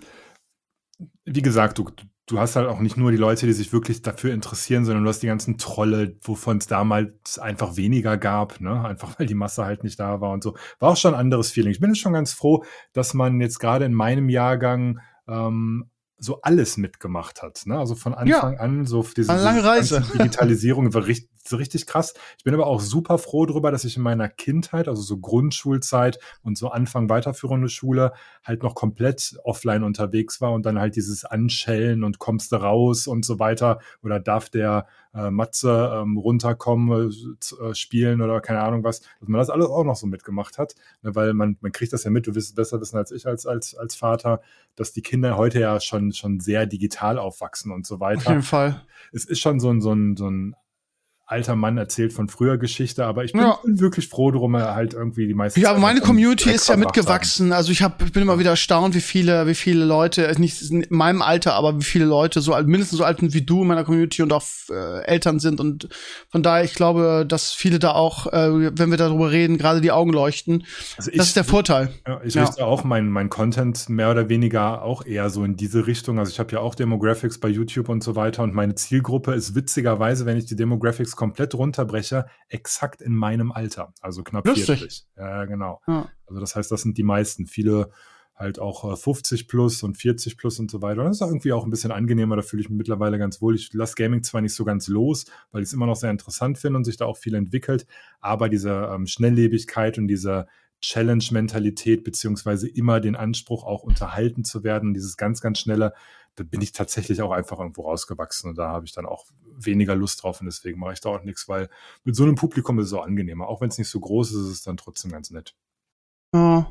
[SPEAKER 3] wie gesagt, du, du hast halt auch nicht nur die Leute, die sich wirklich dafür interessieren, sondern du hast die ganzen Trolle, wovon es damals einfach weniger gab, ne? Einfach weil die Masse halt nicht da war und so. War auch schon ein anderes Feeling. Ich bin jetzt schon ganz froh, dass man jetzt gerade in meinem Jahrgang ähm, so alles mitgemacht hat. Ne? Also von Anfang ja. an so diese,
[SPEAKER 2] eine lange
[SPEAKER 3] diese
[SPEAKER 2] Reise.
[SPEAKER 3] Digitalisierung war richtig, so richtig krass. Ich bin aber auch super froh darüber, dass ich in meiner Kindheit, also so Grundschulzeit und so Anfang weiterführende Schule, halt noch komplett offline unterwegs war und dann halt dieses Anschellen und kommst du raus und so weiter oder darf der äh, Matze ähm, runterkommen, äh, spielen oder keine Ahnung was, dass man das alles auch noch so mitgemacht hat, ne? Weil man, man kriegt das ja mit, du wirst es besser wissen als ich als, als, als Vater, dass die Kinder heute ja schon, schon sehr digital aufwachsen und so weiter.
[SPEAKER 2] Auf jeden Fall.
[SPEAKER 3] Es ist schon so ein, so ein, so ein alter Mann erzählt von früher Geschichte, aber ich bin,
[SPEAKER 2] ja.
[SPEAKER 3] bin wirklich froh drum, er halt irgendwie die meisten.
[SPEAKER 2] Ja, aber meine Community ist ja mitgewachsen. Haben. Also ich hab, ich bin immer wieder erstaunt, wie viele, wie viele Leute, nicht in meinem Alter, aber wie viele Leute so mindestens so alt sind wie du in meiner Community und auch äh, Eltern sind. Und von daher, ich glaube, dass viele da auch, äh, wenn wir darüber reden, gerade die Augen leuchten. Also ich, das ist der Vorteil.
[SPEAKER 3] Ja, ich
[SPEAKER 2] ja.
[SPEAKER 3] richte auch mein, mein Content mehr oder weniger auch eher so in diese Richtung. Also ich habe ja auch Demographics bei YouTube und so weiter und meine Zielgruppe ist witzigerweise, wenn ich die Demographics komplett runterbreche, exakt in meinem Alter, also knapp
[SPEAKER 2] Lustig.
[SPEAKER 3] vierzig. Ja, genau.
[SPEAKER 2] Ja.
[SPEAKER 3] Also das heißt, das sind die meisten. Viele halt auch fünfzig plus und vierzig plus und so weiter. Und das ist irgendwie auch ein bisschen angenehmer, da fühle ich mich mittlerweile ganz wohl. Ich lasse Gaming zwar nicht so ganz los, weil ich es immer noch sehr interessant finde und sich da auch viel entwickelt, aber diese ähm, Schnelllebigkeit und diese Challenge-Mentalität beziehungsweise immer den Anspruch auch unterhalten zu werden, dieses ganz, ganz schnelle, da bin ich tatsächlich auch einfach irgendwo rausgewachsen und da habe ich dann auch weniger Lust drauf und deswegen mache ich da auch nichts, weil mit so einem Publikum ist es auch angenehmer. Auch wenn es nicht so groß ist, ist es dann trotzdem ganz nett.
[SPEAKER 2] Ja.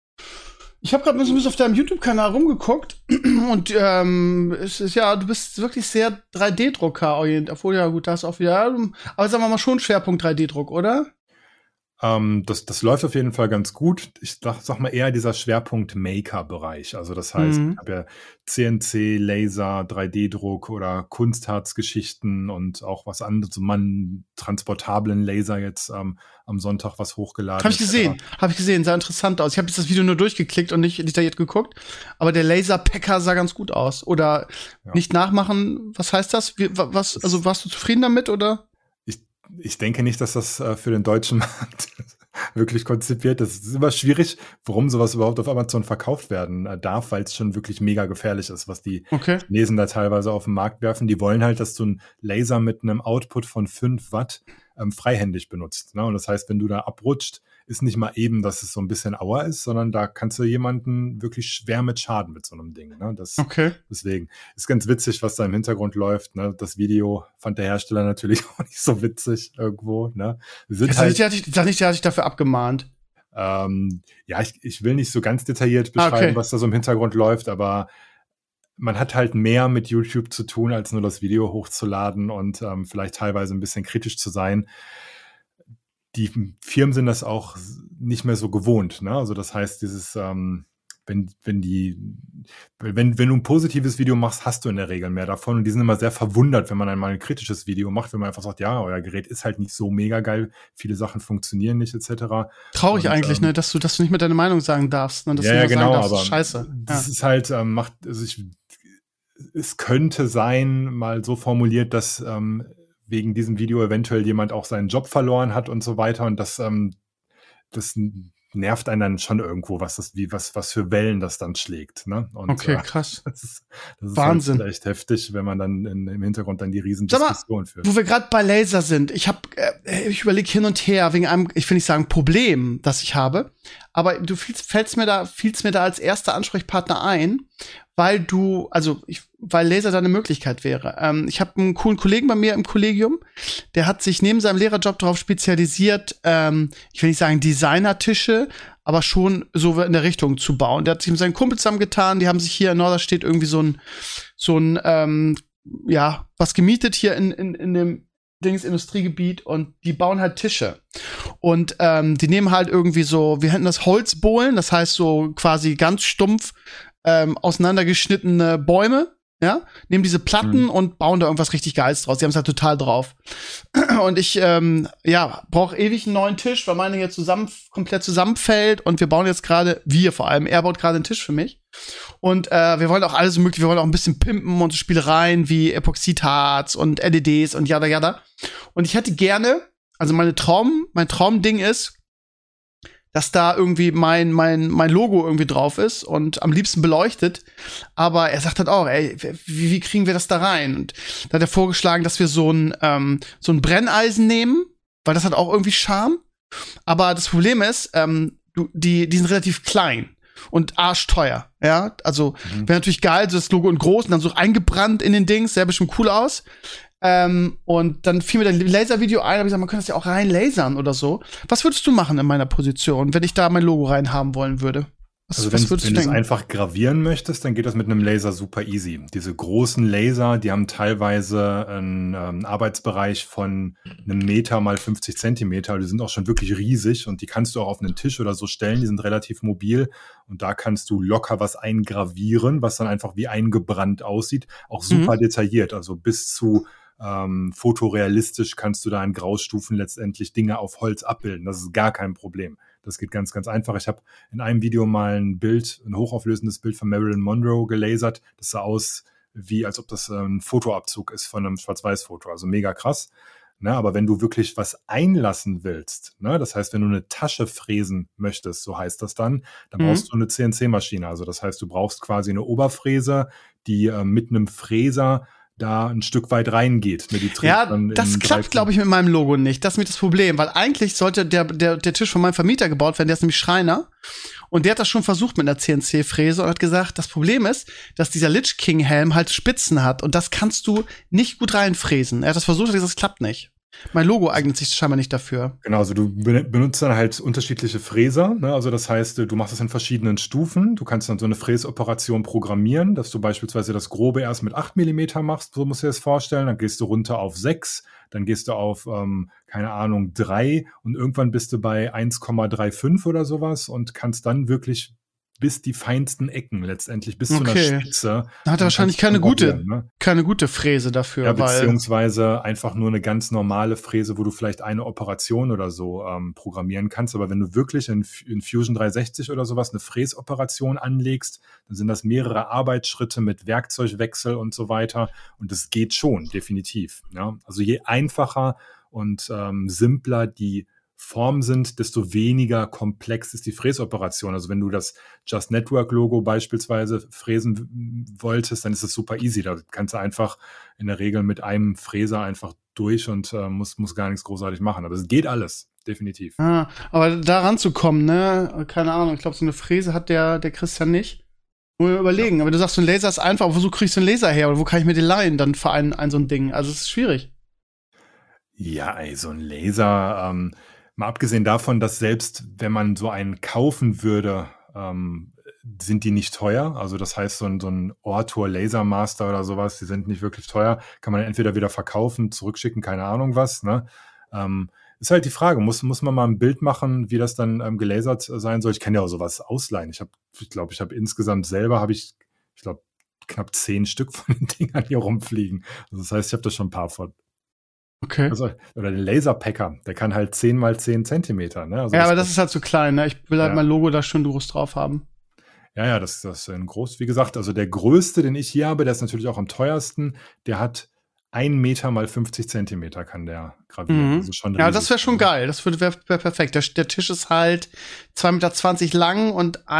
[SPEAKER 2] Ich habe gerade ein bisschen auf deinem YouTube-Kanal rumgeguckt und ähm, es ist ja, du bist wirklich sehr drei D-Drucker orientiert. Obwohl, ja gut, da ist auch wieder, aber sagen wir mal schon Schwerpunkt drei D-Druck, oder?
[SPEAKER 3] Ähm, das, das läuft auf jeden Fall ganz gut. Ich sag, sag mal eher dieser Schwerpunkt Maker-Bereich. Also das heißt, mhm. ich habe ja C N C, Laser, drei D-Druck oder Kunstharzgeschichten und auch was anderes, so man transportablen Laser jetzt ähm, am Sonntag was hochgeladen.
[SPEAKER 2] Habe ich gesehen, habe ich gesehen, sah interessant aus. Ich habe jetzt das Video nur durchgeklickt und nicht detailliert geguckt, aber der Laser-Packer sah ganz gut aus. Oder ja. nicht nachmachen, was heißt das? Wie, was, also warst du zufrieden damit oder?
[SPEAKER 3] Ich denke nicht, dass das äh, für den deutschen Markt wirklich konzipiert. Das ist immer schwierig, warum sowas überhaupt auf Amazon verkauft werden äh, darf, weil es schon wirklich mega gefährlich ist, was die
[SPEAKER 2] Okay.
[SPEAKER 3] Chinesen da teilweise auf den Markt werfen. Die wollen halt, dass du einen Laser mit einem Output von fünf Watt ähm, freihändig benutzt. Ne? Und das heißt, wenn du da abrutscht, ist nicht mal eben, dass es so ein bisschen Aua ist, sondern da kannst du jemanden wirklich schwer mit schaden mit so einem Ding. Ne? Das,
[SPEAKER 2] Okay.
[SPEAKER 3] Deswegen ist ganz witzig, was da im Hintergrund läuft. Ne? Das Video fand der Hersteller natürlich auch nicht so witzig irgendwo. Ne? Wir sind
[SPEAKER 2] Jetzt
[SPEAKER 3] halt,
[SPEAKER 2] der hat dich, sag nicht, der hat dich dafür abgemahnt.
[SPEAKER 3] ähm, ja, ich, ich will nicht so ganz detailliert beschreiben,
[SPEAKER 2] Ah, okay.
[SPEAKER 3] was da so im Hintergrund läuft, aber man hat halt mehr mit YouTube zu tun, als nur das Video hochzuladen und ähm, vielleicht teilweise ein bisschen kritisch zu sein. Die Firmen sind das auch nicht mehr so gewohnt. Ne? Also das heißt, dieses, ähm, wenn, wenn die, wenn, wenn du ein positives Video machst, hast du in der Regel mehr davon. Und die sind immer sehr verwundert, wenn man einmal ein kritisches Video macht, wenn man einfach sagt, ja, euer Gerät ist halt nicht so mega geil, viele Sachen funktionieren nicht, et cetera.
[SPEAKER 2] Traurig
[SPEAKER 3] Und,
[SPEAKER 2] eigentlich,
[SPEAKER 3] ähm,
[SPEAKER 2] ne, dass du, dass du nicht mehr deine Meinung sagen darfst, ne, dass
[SPEAKER 3] ja,
[SPEAKER 2] du
[SPEAKER 3] ja,
[SPEAKER 2] nur
[SPEAKER 3] genau,
[SPEAKER 2] sagen darfst,
[SPEAKER 3] aber
[SPEAKER 2] scheiße.
[SPEAKER 3] das
[SPEAKER 2] Ja.
[SPEAKER 3] ist halt, ähm, macht, also ich, es könnte sein, mal so formuliert, dass ähm, wegen diesem Video eventuell jemand auch seinen Job verloren hat und so weiter und das, ähm, das nervt einen dann schon irgendwo, was das, wie, was, was für Wellen das dann schlägt, ne? Und,
[SPEAKER 2] Okay,
[SPEAKER 3] äh,
[SPEAKER 2] krass.
[SPEAKER 3] das ist, das ist
[SPEAKER 2] Wahnsinn.
[SPEAKER 3] halt echt heftig, wenn man dann in, im Hintergrund dann die riesen
[SPEAKER 2] Sag mal,
[SPEAKER 3] Diskussion führt.
[SPEAKER 2] Wo wir gerade bei Laser sind, ich habe, äh, ich überlege hin und her wegen einem, ich will nicht sagen Problem, das ich habe, aber du fielst, fällst mir da, fielst mir da als erster Ansprechpartner ein, weil du, also ich, weil Laser da eine Möglichkeit wäre. Ähm, ich habe einen coolen Kollegen bei mir im Kollegium, der hat sich neben seinem Lehrerjob darauf spezialisiert, ähm, ich will nicht sagen Designertische, aber schon so in der Richtung zu bauen. Der hat sich mit seinen Kumpel zusammengetan, die haben sich hier in Norderstedt irgendwie so ein, so ein, ähm, ja, was gemietet hier in, in, in dem Dings Industriegebiet und die bauen halt Tische. Und ähm, die nehmen halt irgendwie so, wir hätten das Holzbohlen, das heißt so quasi ganz stumpf ähm, auseinandergeschnittene Bäume, ja, nehmen diese Platten mhm. und bauen da irgendwas richtig Geiles draus. Die haben es halt total drauf. Und ich, ähm, ja, brauche ewig einen neuen Tisch, weil meine hier zusammen, komplett zusammenfällt und wir bauen jetzt gerade, wir vor allem, er baut gerade einen Tisch für mich. Und äh, wir wollen auch alles mögliche, wir wollen auch ein bisschen pimpen und so Spielereien wie Epoxidharz und L E Ds und jada jada. Und ich hätte gerne, also meine Traum, mein Traumding ist, dass da irgendwie mein, mein, mein Logo irgendwie drauf ist und am liebsten beleuchtet. Aber er sagt halt auch, ey, wie, wie kriegen wir das da rein? Und da hat er vorgeschlagen, dass wir so ein, ähm, so ein Brenneisen nehmen, weil das hat auch irgendwie Charme. Aber das Problem ist, ähm, du, die, die sind relativ klein und arschteuer, ja. Also, mhm. wäre natürlich geil, so das Logo in groß und dann so eingebrannt in den Dings, sähe bestimmt cool aus. Ähm, und dann fiel mir das Laservideo ein, aber ich gesagt, man könnte das ja auch rein lasern oder so. Was würdest du machen in meiner Position, wenn ich da mein Logo rein haben wollen würde? Was,
[SPEAKER 3] also
[SPEAKER 2] was
[SPEAKER 3] wenn,
[SPEAKER 2] würdest
[SPEAKER 3] wenn
[SPEAKER 2] du
[SPEAKER 3] du es
[SPEAKER 2] denken?
[SPEAKER 3] einfach gravieren möchtest, dann geht das mit einem Laser super easy. Diese großen Laser, die haben teilweise einen ähm, Arbeitsbereich von einem Meter mal fünfzig Zentimeter. Die sind auch schon wirklich riesig und die kannst du auch auf einen Tisch oder so stellen. Die sind relativ mobil und da kannst du locker was eingravieren, was dann einfach wie eingebrannt aussieht. Auch super mhm. detailliert, also bis zu Ähm, fotorealistisch kannst du da in Graustufen letztendlich Dinge auf Holz abbilden. Das ist gar kein Problem. Das geht ganz, ganz einfach. Ich habe in einem Video mal ein Bild, ein hochauflösendes Bild von Marilyn Monroe gelasert. Das sah aus wie, als ob das ein Fotoabzug ist von einem Schwarz-Weiß-Foto. Also mega krass. Ne, aber wenn du wirklich was einlassen willst, ne, das heißt, wenn du eine Tasche fräsen möchtest, so heißt das dann, dann mhm. brauchst du eine C N C-Maschine. Also das heißt, du brauchst quasi eine Oberfräse, die äh, mit einem Fräser da ein Stück weit reingeht. Ne, die
[SPEAKER 2] ja, das klappt, glaube ich, mit meinem Logo nicht. Das ist nämlich das Problem, weil eigentlich sollte der, der, der Tisch von meinem Vermieter gebaut werden, der ist nämlich Schreiner. Und der hat das schon versucht mit einer C N C-Fräse und hat gesagt, das Problem ist, dass dieser Lich King-Helm halt Spitzen hat und das kannst du nicht gut reinfräsen. Er hat das versucht, hat gesagt, das klappt nicht. Mein Logo eignet sich scheinbar nicht dafür.
[SPEAKER 3] Genau, also du benutzt dann halt unterschiedliche Fräser, ne? Also das heißt, du machst das in verschiedenen Stufen. Du kannst dann so eine Fräsoperation programmieren, dass du beispielsweise das Grobe erst mit acht Millimeter machst, so musst du dir das vorstellen. Dann gehst du runter auf sechs, dann gehst du auf, ähm, keine Ahnung, drei und irgendwann bist du bei eins Komma fünfunddreißig oder sowas und kannst dann wirklich bis die feinsten Ecken letztendlich, bis
[SPEAKER 2] okay.
[SPEAKER 3] zu einer Spitze.
[SPEAKER 2] Da hat er wahrscheinlich keine gute,
[SPEAKER 3] ne?
[SPEAKER 2] keine gute Fräse dafür.
[SPEAKER 3] Ja,
[SPEAKER 2] weil
[SPEAKER 3] beziehungsweise einfach nur eine ganz normale Fräse, wo du vielleicht eine Operation oder so ähm, programmieren kannst. Aber wenn du wirklich in, in Fusion dreihundertsechzig oder sowas eine Fräsoperation anlegst, dann sind das mehrere Arbeitsschritte mit Werkzeugwechsel und so weiter. Und das geht schon, definitiv. Ja? Also je einfacher und ähm, simpler die Form sind, desto weniger komplex ist die Fräsoperation. Also wenn du das Just Network Logo beispielsweise fräsen wolltest, dann ist es super easy. Da kannst du einfach in der Regel mit einem Fräser einfach durch und äh, muss, muss gar nichts großartig machen. Aber es geht alles, definitiv.
[SPEAKER 2] Ah, aber da ranzukommen, ne, keine Ahnung, ich glaube, so eine Fräse hat der, der Christian nicht. Muss mir überlegen, ja. Aber du sagst, so ein Laser ist einfach, aber wo kriegst du einen Laser her? Oder wo kann ich mir den leihen dann für ein, ein so ein Ding? Also es ist schwierig.
[SPEAKER 3] Ja, ey, so ein Laser, ähm, mal abgesehen davon, dass selbst wenn man so einen kaufen würde, ähm, sind die nicht teuer. Also das heißt, so ein, so ein Ortur Lasermaster oder sowas, die sind nicht wirklich teuer. Kann man entweder wieder verkaufen, zurückschicken, keine Ahnung was. Ne? Ähm, ist halt die Frage, muss, muss man mal ein Bild machen, wie das dann ähm, gelasert sein soll. Ich kann ja auch sowas ausleihen. Ich habe, ich glaube, ich habe insgesamt selber, habe ich, ich glaube, knapp zehn Stück von den Dingern hier rumfliegen. Also das heißt, ich habe da schon ein paar von.
[SPEAKER 2] Okay.
[SPEAKER 3] Also, oder den Laserpacker, der kann halt zehn mal zehn Zentimeter. Ne? Also
[SPEAKER 2] ja,
[SPEAKER 3] das
[SPEAKER 2] aber das ist halt zu klein, ne? Ich will halt
[SPEAKER 3] ja.
[SPEAKER 2] mein Logo da schön groß drauf haben.
[SPEAKER 3] Ja, ja, das, das ist ein groß. Wie gesagt, also der größte, den ich hier habe, der ist natürlich auch am teuersten, der hat ein Meter mal fünfzig Zentimeter kann der gravieren.
[SPEAKER 2] Mhm.
[SPEAKER 3] Also schon
[SPEAKER 2] ja,
[SPEAKER 3] riesig.
[SPEAKER 2] das wäre schon geil. Das wäre wär perfekt. Der, der Tisch ist halt zwei Meter zwanzig lang und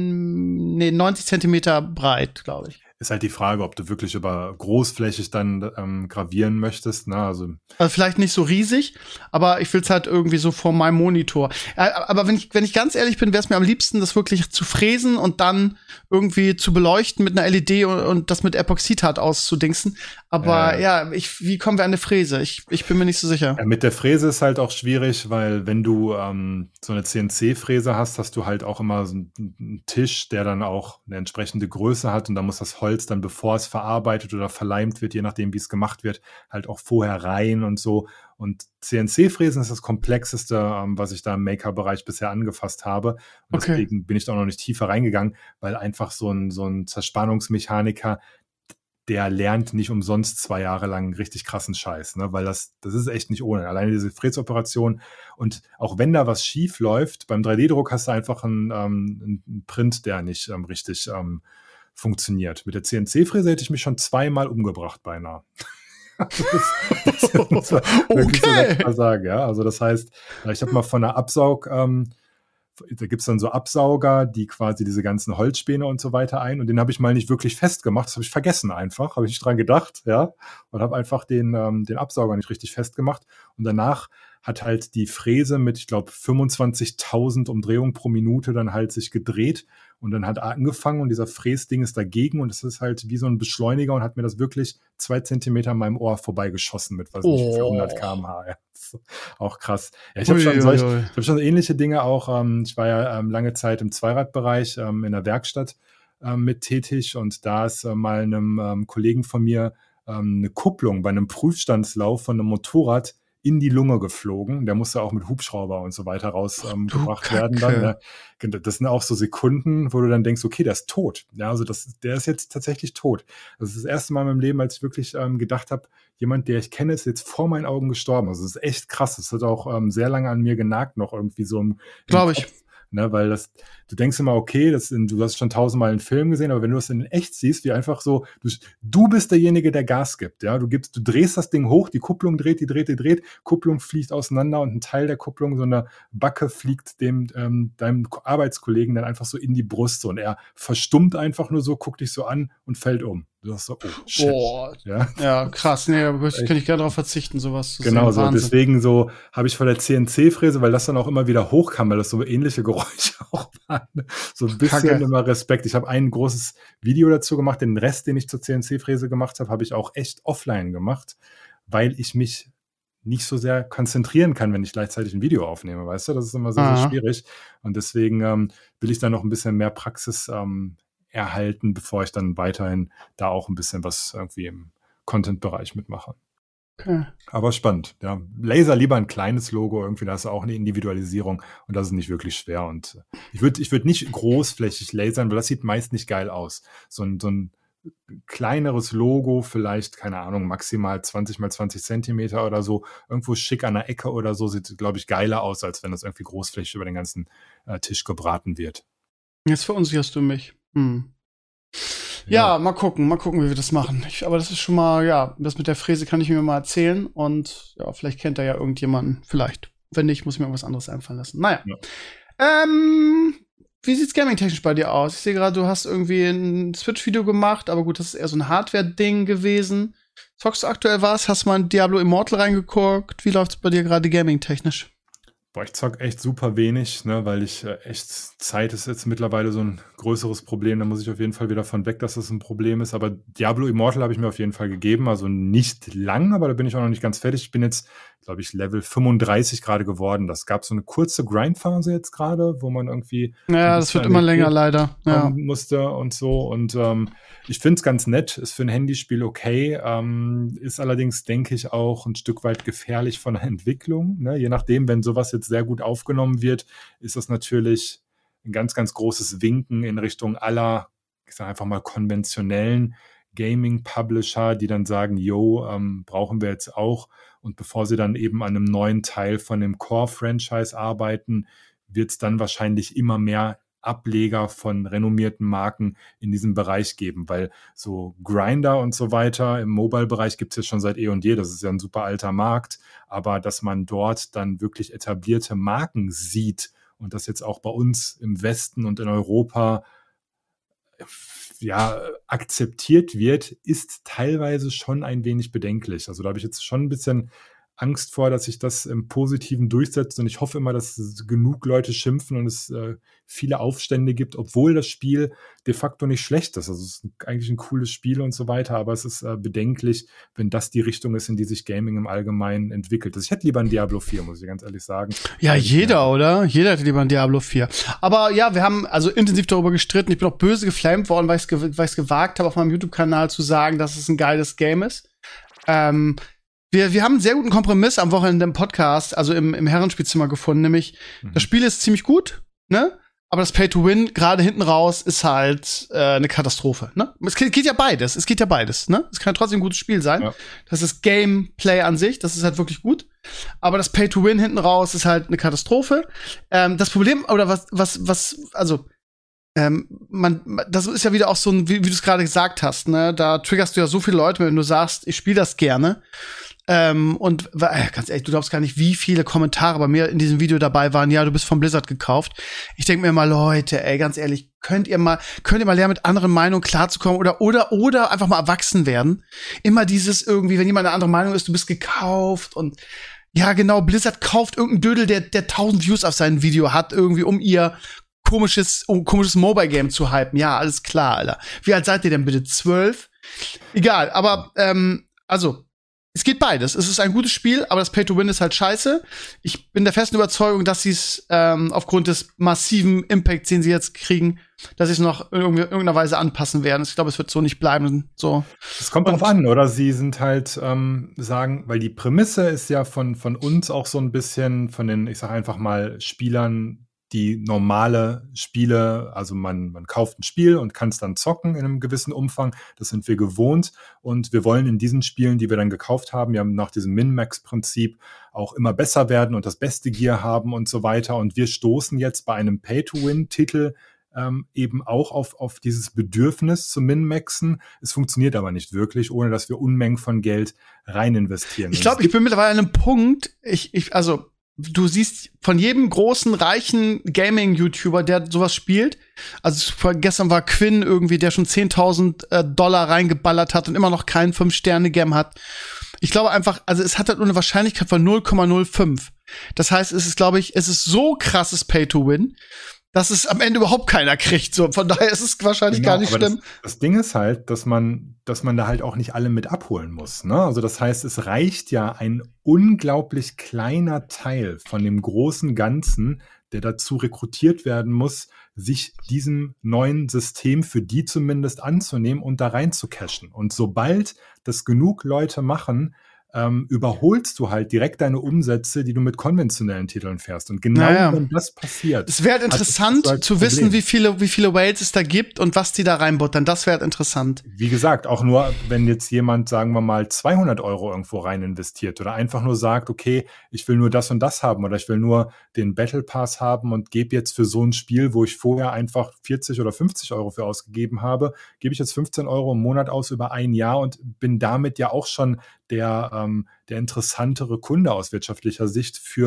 [SPEAKER 2] ein, nee, neunzig Zentimeter breit, glaube ich.
[SPEAKER 3] Ist halt die Frage, ob du wirklich über großflächig dann ähm, gravieren möchtest. Ne? Also,
[SPEAKER 2] also vielleicht nicht so riesig, aber ich will es halt irgendwie so vor meinem Monitor. Äh, aber wenn ich, wenn ich ganz ehrlich bin, wäre es mir am liebsten, das wirklich zu fräsen und dann irgendwie zu beleuchten mit einer L E D und, und das mit Epoxidhardt auszudingsen. Aber äh, ja, ich, wie kommen wir an eine Fräse? Ich, ich bin mir nicht so sicher.
[SPEAKER 3] Ja, mit der Fräse ist halt auch schwierig, weil wenn du ähm, so eine C N C-Fräse hast, hast du halt auch immer so einen, einen Tisch, der dann auch eine entsprechende Größe hat und da muss das Holz dann, bevor es verarbeitet oder verleimt wird, je nachdem, wie es gemacht wird, halt auch vorher rein und so. Und C N C-Fräsen ist das Komplexeste, ähm, was ich da im Maker-Bereich bisher angefasst habe. Und
[SPEAKER 2] Okay.
[SPEAKER 3] deswegen bin ich da auch noch nicht tiefer reingegangen, weil einfach so ein, so ein Zerspannungsmechaniker, der lernt nicht umsonst zwei Jahre lang richtig krassen Scheiß, ne? Weil das, das ist echt nicht ohne. Alleine diese Fräsoperation und auch wenn da was schief läuft, beim drei D-Druck hast du einfach einen, ähm, einen Print, der nicht ähm, richtig ähm, funktioniert. Mit der C N C-Fräse hätte ich mich schon zweimal umgebracht beinahe. das, das muss man wirklich
[SPEAKER 2] Okay.
[SPEAKER 3] so mal sagen, ja. Also das heißt, ich habe mal von einer Absaug, ähm, da gibt es dann so Absauger, die quasi diese ganzen Holzspäne und so weiter ein. Und den habe ich mal nicht wirklich festgemacht. Das habe ich vergessen einfach. Habe ich nicht dran gedacht, ja. Und habe einfach den, ähm, den Absauger nicht richtig festgemacht. Und danach hat halt die Fräse mit, ich glaube, fünfundzwanzigtausend Umdrehungen pro Minute dann halt sich gedreht und dann hat angefangen und dieser Fräsding ist dagegen und es ist halt wie so ein Beschleuniger und hat mir das wirklich zwei Zentimeter an meinem Ohr vorbeigeschossen mit, weiß nicht,
[SPEAKER 2] Oh.
[SPEAKER 3] vierhundert Kilometer pro Stunde. Ja, das ist auch krass. Ja, ich habe schon, solch, ich hab schon ähnliche Dinge auch. Ähm, ich war ja ähm, lange Zeit im Zweiradbereich ähm, in der Werkstatt ähm, mit tätig und da ist äh, mal einem ähm, Kollegen von mir ähm, eine Kupplung bei einem Prüfstandslauf von einem Motorrad in die Lunge geflogen. Der musste auch mit Hubschrauber und so weiter rausgebracht ähm, werden dann. Ja. Das sind auch so Sekunden, wo du dann denkst, okay, der ist tot. Ja, also das, der ist jetzt tatsächlich tot. Das ist das erste Mal in meinem Leben, als ich wirklich ähm, gedacht habe, jemand, der ich kenne, ist jetzt vor meinen Augen gestorben. Also das ist echt krass. Das hat auch ähm, sehr lange an mir genagt, noch irgendwie so im,
[SPEAKER 2] Glaube ich.
[SPEAKER 3] Ne, weil das, du denkst immer, okay, das in, du hast schon tausendmal einen Film gesehen, aber wenn du es in echt siehst, wie einfach so, du, du bist derjenige, der Gas gibt, ja, du gibst, du drehst das Ding hoch, die Kupplung dreht, die dreht, die dreht, Kupplung fliegt auseinander und ein Teil der Kupplung, so eine Backe fliegt dem, ähm, deinem Arbeitskollegen dann einfach so in die Brust und er verstummt einfach nur so, guckt dich so an und fällt um. Du sagst so, oh, shit.
[SPEAKER 2] Oh,
[SPEAKER 3] ja?
[SPEAKER 2] ja, krass, nee, da könnte ich gerne darauf verzichten, sowas zu
[SPEAKER 3] genau
[SPEAKER 2] sehen.
[SPEAKER 3] so,
[SPEAKER 2] Wahnsinn.
[SPEAKER 3] deswegen so habe ich von der C N C-Fräse, weil das dann auch immer wieder hochkam, weil das so ähnliche Geräusche auch waren, so ein bisschen
[SPEAKER 2] Kacke.
[SPEAKER 3] immer Respekt. Ich habe ein großes Video dazu gemacht, den Rest, den ich zur C N C-Fräse gemacht habe, habe ich auch echt offline gemacht, weil ich mich nicht so sehr konzentrieren kann, wenn ich gleichzeitig ein Video aufnehme, weißt du? Das ist immer sehr,
[SPEAKER 2] Aha.
[SPEAKER 3] sehr schwierig und deswegen ähm, will ich da noch ein bisschen mehr Praxis ähm, erhalten, bevor ich dann weiterhin da auch ein bisschen was irgendwie im Content-Bereich mitmache.
[SPEAKER 2] Okay.
[SPEAKER 3] Aber spannend, ja. Laser lieber ein kleines Logo, irgendwie, da hast du auch eine Individualisierung und das ist nicht wirklich schwer. Und ich würde ich würd nicht großflächig lasern, weil das sieht meist nicht geil aus. So ein, so ein kleineres Logo, vielleicht, keine Ahnung, maximal zwanzig mal zwanzig Zentimeter oder so, irgendwo schick an der Ecke oder so, sieht, glaube ich, geiler aus, als wenn das irgendwie großflächig über den ganzen äh, Tisch gebraten wird.
[SPEAKER 2] Jetzt verunsicherst du mich. Hm. Ja, ja, mal gucken, mal gucken, wie wir das machen. Ich, aber das ist schon mal, ja, das mit der Fräse kann ich mir mal erzählen und ja, vielleicht kennt er ja irgendjemanden, vielleicht. Wenn nicht, muss ich mir was anderes einfallen lassen. Naja.
[SPEAKER 3] Ja.
[SPEAKER 2] Ähm, wie sieht's gaming-technisch bei dir aus? Ich sehe gerade, du hast irgendwie ein Switch-Video gemacht, aber gut, das ist eher so ein Hardware-Ding gewesen. Zockst du aktuell was? Hast du mal in Diablo Immortal reingeguckt? Wie läuft's bei dir gerade gaming-technisch?
[SPEAKER 3] Boah, ich zock echt super wenig, ne, weil ich äh, echt, Zeit ist jetzt mittlerweile so ein größeres Problem. Da muss ich auf jeden Fall wieder von weg, dass das ein Problem ist. Aber Diablo Immortal habe ich mir auf jeden Fall gegeben. Also nicht lang, aber da bin ich auch noch nicht ganz fertig. Ich bin jetzt, glaube ich, Level fünfunddreißig gerade geworden. Das gab so eine kurze Grindphase jetzt gerade, wo man irgendwie
[SPEAKER 2] Ja, das wird immer länger, leider. Ja.
[SPEAKER 3] musste und so. Und ähm, ich finde es ganz nett. Ist für ein Handyspiel okay. Ähm, ist allerdings, denke ich, auch ein Stück weit gefährlich von der Entwicklung. Ne? Je nachdem, wenn sowas jetzt sehr gut aufgenommen wird, ist das natürlich ein ganz, ganz großes Winken in Richtung aller, ich sage einfach mal, konventionellen Gaming-Publisher, die dann sagen, yo, ähm, brauchen wir jetzt auch. Und bevor sie dann eben an einem neuen Teil von dem Core-Franchise arbeiten, wird es dann wahrscheinlich immer mehr Ableger von renommierten Marken in diesem Bereich geben, weil so Grindr und so weiter im Mobile-Bereich gibt es ja schon seit eh und je, das ist ja ein super alter Markt, aber dass man dort dann wirklich etablierte Marken sieht und das jetzt auch bei uns im Westen und in Europa ja, akzeptiert wird, ist teilweise schon ein wenig bedenklich. Also da habe ich jetzt schon ein bisschen Angst vor, dass sich das im Positiven durchsetzt und ich hoffe immer, dass es genug Leute schimpfen und es äh, viele Aufstände gibt, obwohl das Spiel de facto nicht schlecht ist. Also es ist eigentlich ein cooles Spiel und so weiter, aber es ist äh, bedenklich, wenn das die Richtung ist, in die sich Gaming im Allgemeinen entwickelt. Also ich hätte lieber ein Diablo vier, muss ich ganz ehrlich sagen.
[SPEAKER 2] Ja, jeder, oder? Jeder hätte lieber ein Diablo vier. Aber ja, wir haben also intensiv darüber gestritten. Ich bin auch böse geflamed worden, weil ich es ge- gewagt habe, auf meinem YouTube-Kanal zu sagen, dass es ein geiles Game ist. Ähm, Wir, wir haben einen sehr guten Kompromiss am Wochenende im Podcast, also im, im Herrenspielzimmer gefunden, nämlich mhm. das Spiel ist ziemlich gut, ne? Aber das Pay-to-Win, gerade hinten raus, ist halt äh, eine Katastrophe, ne? Es geht, geht ja beides, es geht ja beides, ne? Es kann trotzdem ein gutes Spiel sein. Ja. Das ist Gameplay an sich, das ist halt wirklich gut. Aber das Pay-to-Win hinten raus ist halt eine Katastrophe. Ähm, das Problem, oder was, was, was, also Ähm, man, das ist ja wieder auch so ein, wie, wie du es gerade gesagt hast, ne? Da triggerst du ja so viele Leute, wenn du sagst, ich spiele das gerne. Ähm, und äh, ganz ehrlich, du glaubst gar nicht, wie viele Kommentare bei mir in diesem Video dabei waren, ja, du bist von Blizzard gekauft. Ich denke mir mal, Leute, ey, ganz ehrlich, könnt ihr mal, könnt ihr mal lernen, mit anderen Meinungen klarzukommen oder, oder, oder einfach mal erwachsen werden. Immer dieses irgendwie, wenn jemand eine andere Meinung ist, du bist gekauft und ja, genau, Blizzard kauft irgendeinen Dödel, der, der tausend Views auf sein Video hat, irgendwie, um ihr komisches, um komisches Mobile-Game zu hypen. Ja, alles klar, Alter. Wie alt seid ihr denn bitte? Zwölf? Egal, aber, ähm, also, es geht beides. Es ist ein gutes Spiel, aber das Pay-to-Win ist halt scheiße. Ich bin der festen Überzeugung, dass sie es ähm, aufgrund des massiven Impacts, den sie jetzt kriegen, dass sie es noch in irgendeiner Weise anpassen werden. Ich glaube, es wird so nicht bleiben. So.
[SPEAKER 3] Es kommt drauf an, oder? Sie sind halt, ähm, sagen, weil die Prämisse ist ja von, von uns auch so ein bisschen, von den, ich sag einfach mal, Spielern, die normale Spiele, also man, man kauft ein Spiel und kann es dann zocken in einem gewissen Umfang. Das sind wir gewohnt und wir wollen in diesen Spielen, die wir dann gekauft haben, ja nach diesem Min-Max-Prinzip auch immer besser werden und das beste Gear haben und so weiter. Und wir stoßen jetzt bei einem Pay-to-Win-Titel ähm, eben auch auf, auf dieses Bedürfnis zu Min-Maxen. Es funktioniert aber nicht wirklich, ohne dass wir Unmengen von Geld rein investieren.
[SPEAKER 2] Ich glaube, ich bin mittlerweile an einem Punkt, ich, ich, also du siehst von jedem großen, reichen Gaming-YouTuber, der sowas spielt, also gestern war Quinn irgendwie, der schon zehntausend äh, Dollar reingeballert hat und immer noch kein fünf-Sterne-Game hat. Ich glaube einfach, also es hat halt nur eine Wahrscheinlichkeit von null Komma null fünf. Das heißt, es ist, glaube ich, es ist so krasses Pay-to-Win, dass es am Ende überhaupt keiner kriegt. So, von daher ist es wahrscheinlich genau, gar nicht schlimm.
[SPEAKER 3] Das, das Ding ist halt, dass man, dass man da halt auch nicht alle mit abholen muss. Ne? Also das heißt, es reicht ja ein unglaublich kleiner Teil von dem großen Ganzen, der dazu rekrutiert werden muss, sich diesem neuen System für die zumindest anzunehmen und da rein zu cashen. Und sobald das genug Leute machen, Ähm, überholst du halt direkt deine Umsätze, die du mit konventionellen Titeln fährst. Und genau naja. wenn das passiert.
[SPEAKER 2] Es wäre halt interessant halt zu wissen, wie viele, wie viele Whales es da gibt und was die da reinbuttern. Das wäre halt interessant.
[SPEAKER 3] Wie gesagt, auch nur, wenn jetzt jemand, sagen wir mal, zweihundert Euro irgendwo rein investiert oder einfach nur sagt, okay, ich will nur das und das haben oder ich will nur den Battle Pass haben und gebe jetzt für so ein Spiel, wo ich vorher einfach vierzig oder fünfzig Euro für ausgegeben habe, gebe ich jetzt fünfzehn Euro im Monat aus über ein Jahr und bin damit ja auch schon der, ähm, der interessantere Kunde aus wirtschaftlicher Sicht für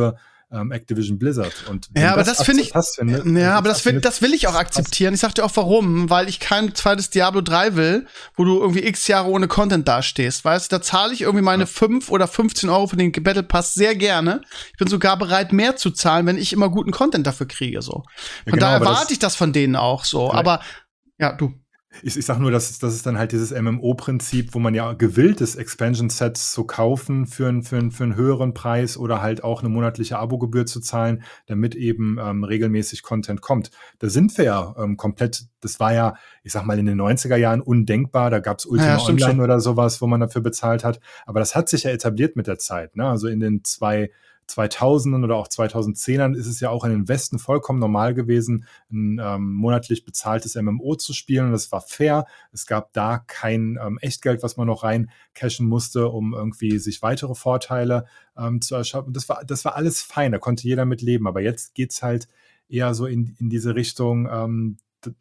[SPEAKER 3] ähm, Activision Blizzard. Und
[SPEAKER 2] ja, aber das, das finde ich,
[SPEAKER 3] findet,
[SPEAKER 2] ja, aber das, find, das will ich auch akzeptieren. Ich sag dir auch warum, weil ich kein zweites Diablo drei will, wo du irgendwie x Jahre ohne Content dastehst, weißt du, da zahle ich irgendwie meine ja. fünf oder fünfzehn Euro für den Battle Pass sehr gerne. Ich bin sogar bereit, mehr zu zahlen, wenn ich immer guten Content dafür kriege, so. Von ja, genau, daher erwarte ich das von denen auch so, ja. aber, ja, du.
[SPEAKER 3] Ich, ich sag nur, dass das ist dann halt dieses M M O-Prinzip, wo man ja gewillt ist, Expansion-Sets zu kaufen für, ein, für, ein, für einen höheren Preis oder halt auch eine monatliche Abogebühr zu zahlen, damit eben ähm, regelmäßig Content kommt. Da sind wir ja ähm, komplett, das war ja, ich sag mal, in den neunziger Jahren undenkbar, da gab's Ultima ja, Online schon. Oder sowas, wo man dafür bezahlt hat, aber das hat sich ja etabliert mit der Zeit, ne? Also in den zwei zweitausendern oder auch zweitausendzehnern ist es ja auch in den Westen vollkommen normal gewesen, ein ähm, monatlich bezahltes M M O zu spielen und das war fair. Es gab da kein ähm, Echtgeld, was man noch rein cashen musste, um irgendwie sich weitere Vorteile ähm, zu erschaffen. Das war, das war alles fein, da konnte jeder mit leben, aber jetzt geht's halt eher so in, in diese Richtung, ähm,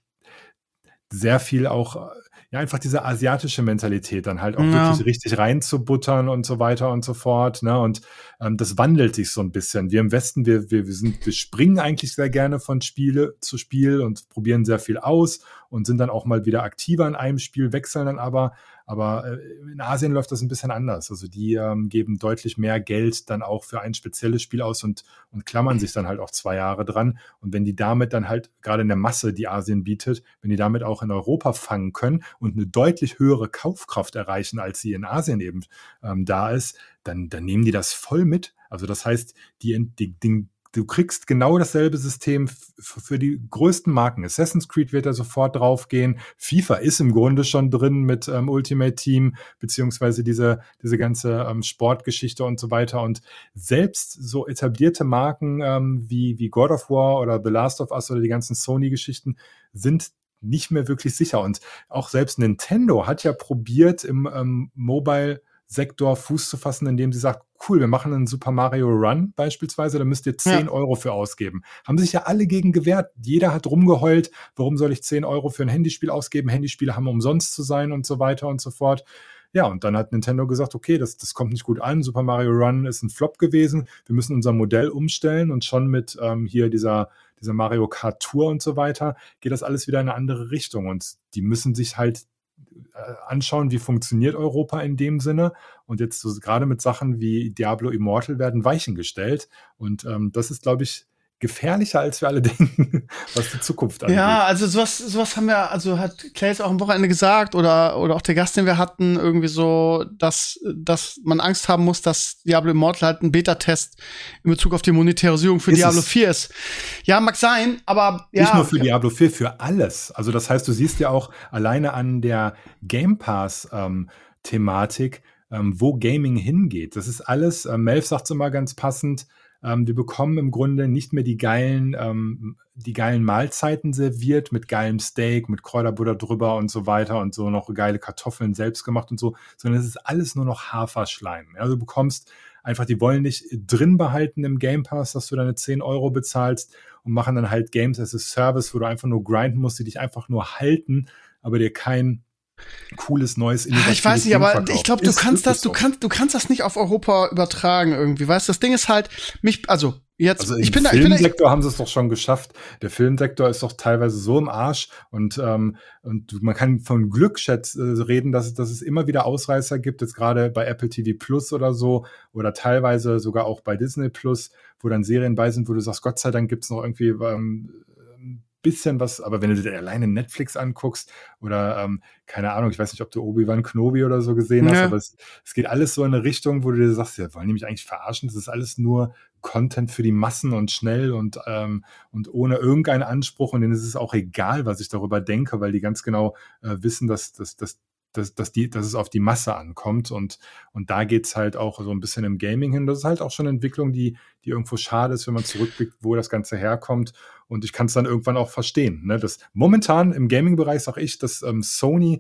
[SPEAKER 3] sehr viel auch, ja, einfach diese asiatische Mentalität dann halt auch ja. wirklich richtig reinzubuttern und so weiter und so fort, ne, und ähm, das wandelt sich so ein bisschen. Wir im Westen, wir, wir, wir sind, wir springen eigentlich sehr gerne von Spiele zu Spiel und probieren sehr viel aus und sind dann auch mal wieder aktiver in einem Spiel, wechseln dann aber, aber äh, in Asien läuft das ein bisschen anders. Also die ähm, geben deutlich mehr Geld dann auch für ein spezielles Spiel aus und, und klammern sich dann halt auch zwei Jahre dran. Und wenn die damit dann halt, gerade in der Masse, die Asien bietet, wenn die damit auch in Europa fangen können und eine deutlich höhere Kaufkraft erreichen, als sie in Asien eben ähm, da ist, dann, dann nehmen die das voll mit. Also das heißt, die, die, die du kriegst genau dasselbe System f- für die größten Marken. Assassin's Creed wird da sofort draufgehen. FIFA ist im Grunde schon drin mit ähm, Ultimate Team, beziehungsweise diese, diese ganze ähm, Sportgeschichte und so weiter. Und selbst so etablierte Marken ähm, wie, wie God of War oder The Last of Us oder die ganzen Sony-Geschichten sind nicht mehr wirklich sicher. Und auch selbst Nintendo hat ja probiert, im ähm, Mobile Sektor Fuß zu fassen, indem sie sagt, cool, wir machen einen Super Mario Run beispielsweise, da müsst ihr zehn ja. Euro für ausgeben. Haben sich ja alle gegen gewehrt. Jeder hat rumgeheult, warum soll ich zehn Euro für ein Handyspiel ausgeben? Handyspiele haben umsonst zu sein und so weiter und so fort. Ja, und dann hat Nintendo gesagt, okay, das, das kommt nicht gut an. Super Mario Run ist ein Flop gewesen. Wir müssen unser Modell umstellen und schon mit ähm, hier dieser, dieser Mario Kart Tour und so weiter geht das alles wieder in eine andere Richtung. Und die müssen sich halt anschauen, wie funktioniert Europa in dem Sinne. Und jetzt so gerade mit Sachen wie Diablo Immortal werden Weichen gestellt. Und ähm, das ist, glaube ich, gefährlicher, als wir alle denken, was die Zukunft angeht.
[SPEAKER 2] Ja, also sowas, sowas haben wir, also hat Claes auch am Wochenende gesagt oder, oder auch der Gast, den wir hatten, irgendwie so, dass, dass man Angst haben muss, dass Diablo Immortal halt ein Beta-Test in Bezug auf die Monetarisierung für ist Diablo es? vier ist. Ja, mag sein, aber ja.
[SPEAKER 3] Nicht nur für Diablo vier, für alles. Also das heißt, du siehst ja auch alleine an der Game Pass ähm, Thematik, ähm, wo Gaming hingeht. Das ist alles, äh, Melf sagt es immer ganz passend, Ähm, wir bekommen im Grunde nicht mehr die geilen, ähm, die geilen Mahlzeiten serviert mit geilem Steak, mit Kräuterbutter drüber und so weiter und so noch geile Kartoffeln selbst gemacht und so, sondern es ist alles nur noch Haferschleim. Also du bekommst einfach, die wollen dich drin behalten im Game Pass, dass du deine zehn Euro bezahlst und machen dann halt Games as a Service, wo du einfach nur grinden musst, die dich einfach nur halten, aber dir kein cooles neues innovatives
[SPEAKER 2] Ich weiß nicht, aber ich glaube, du kannst das, du kannst, du kannst das nicht auf Europa übertragen irgendwie. Weißt du, das Ding ist halt mich, also jetzt,
[SPEAKER 3] also
[SPEAKER 2] ich
[SPEAKER 3] im
[SPEAKER 2] bin da,
[SPEAKER 3] Filmsektor
[SPEAKER 2] ich bin da,
[SPEAKER 3] haben sie es doch schon geschafft. Der Filmsektor ist doch teilweise so im Arsch und ähm, und man kann von Glück schätz, äh, reden, dass, dass es immer wieder Ausreißer gibt, jetzt gerade bei Apple T V Plus oder so oder teilweise sogar auch bei Disney Plus, wo dann Serien bei sind, wo du sagst, Gott sei Dank gibt's noch irgendwie ähm, bisschen was, aber wenn du dir alleine Netflix anguckst oder, ähm, keine Ahnung, ich weiß nicht, ob du Obi-Wan Kenobi oder so gesehen hast,
[SPEAKER 2] Ja.
[SPEAKER 3] aber es, es geht alles so in eine Richtung, wo du dir sagst, ja, wollen die mich eigentlich verarschen? Das ist alles nur Content für die Massen und schnell und, ähm, und ohne irgendeinen Anspruch und denen ist es auch egal, was ich darüber denke, weil die ganz genau äh, wissen, dass, dass, dass Dass, dass, die, dass es auf die Masse ankommt und, und da geht's halt auch so ein bisschen im Gaming hin. Das ist halt auch schon eine Entwicklung, die, die irgendwo schade ist, wenn man zurückblickt, wo das Ganze herkommt. Und ich kann es dann irgendwann auch verstehen. Ne? Das, momentan im Gaming-Bereich sage ich, dass ähm, Sony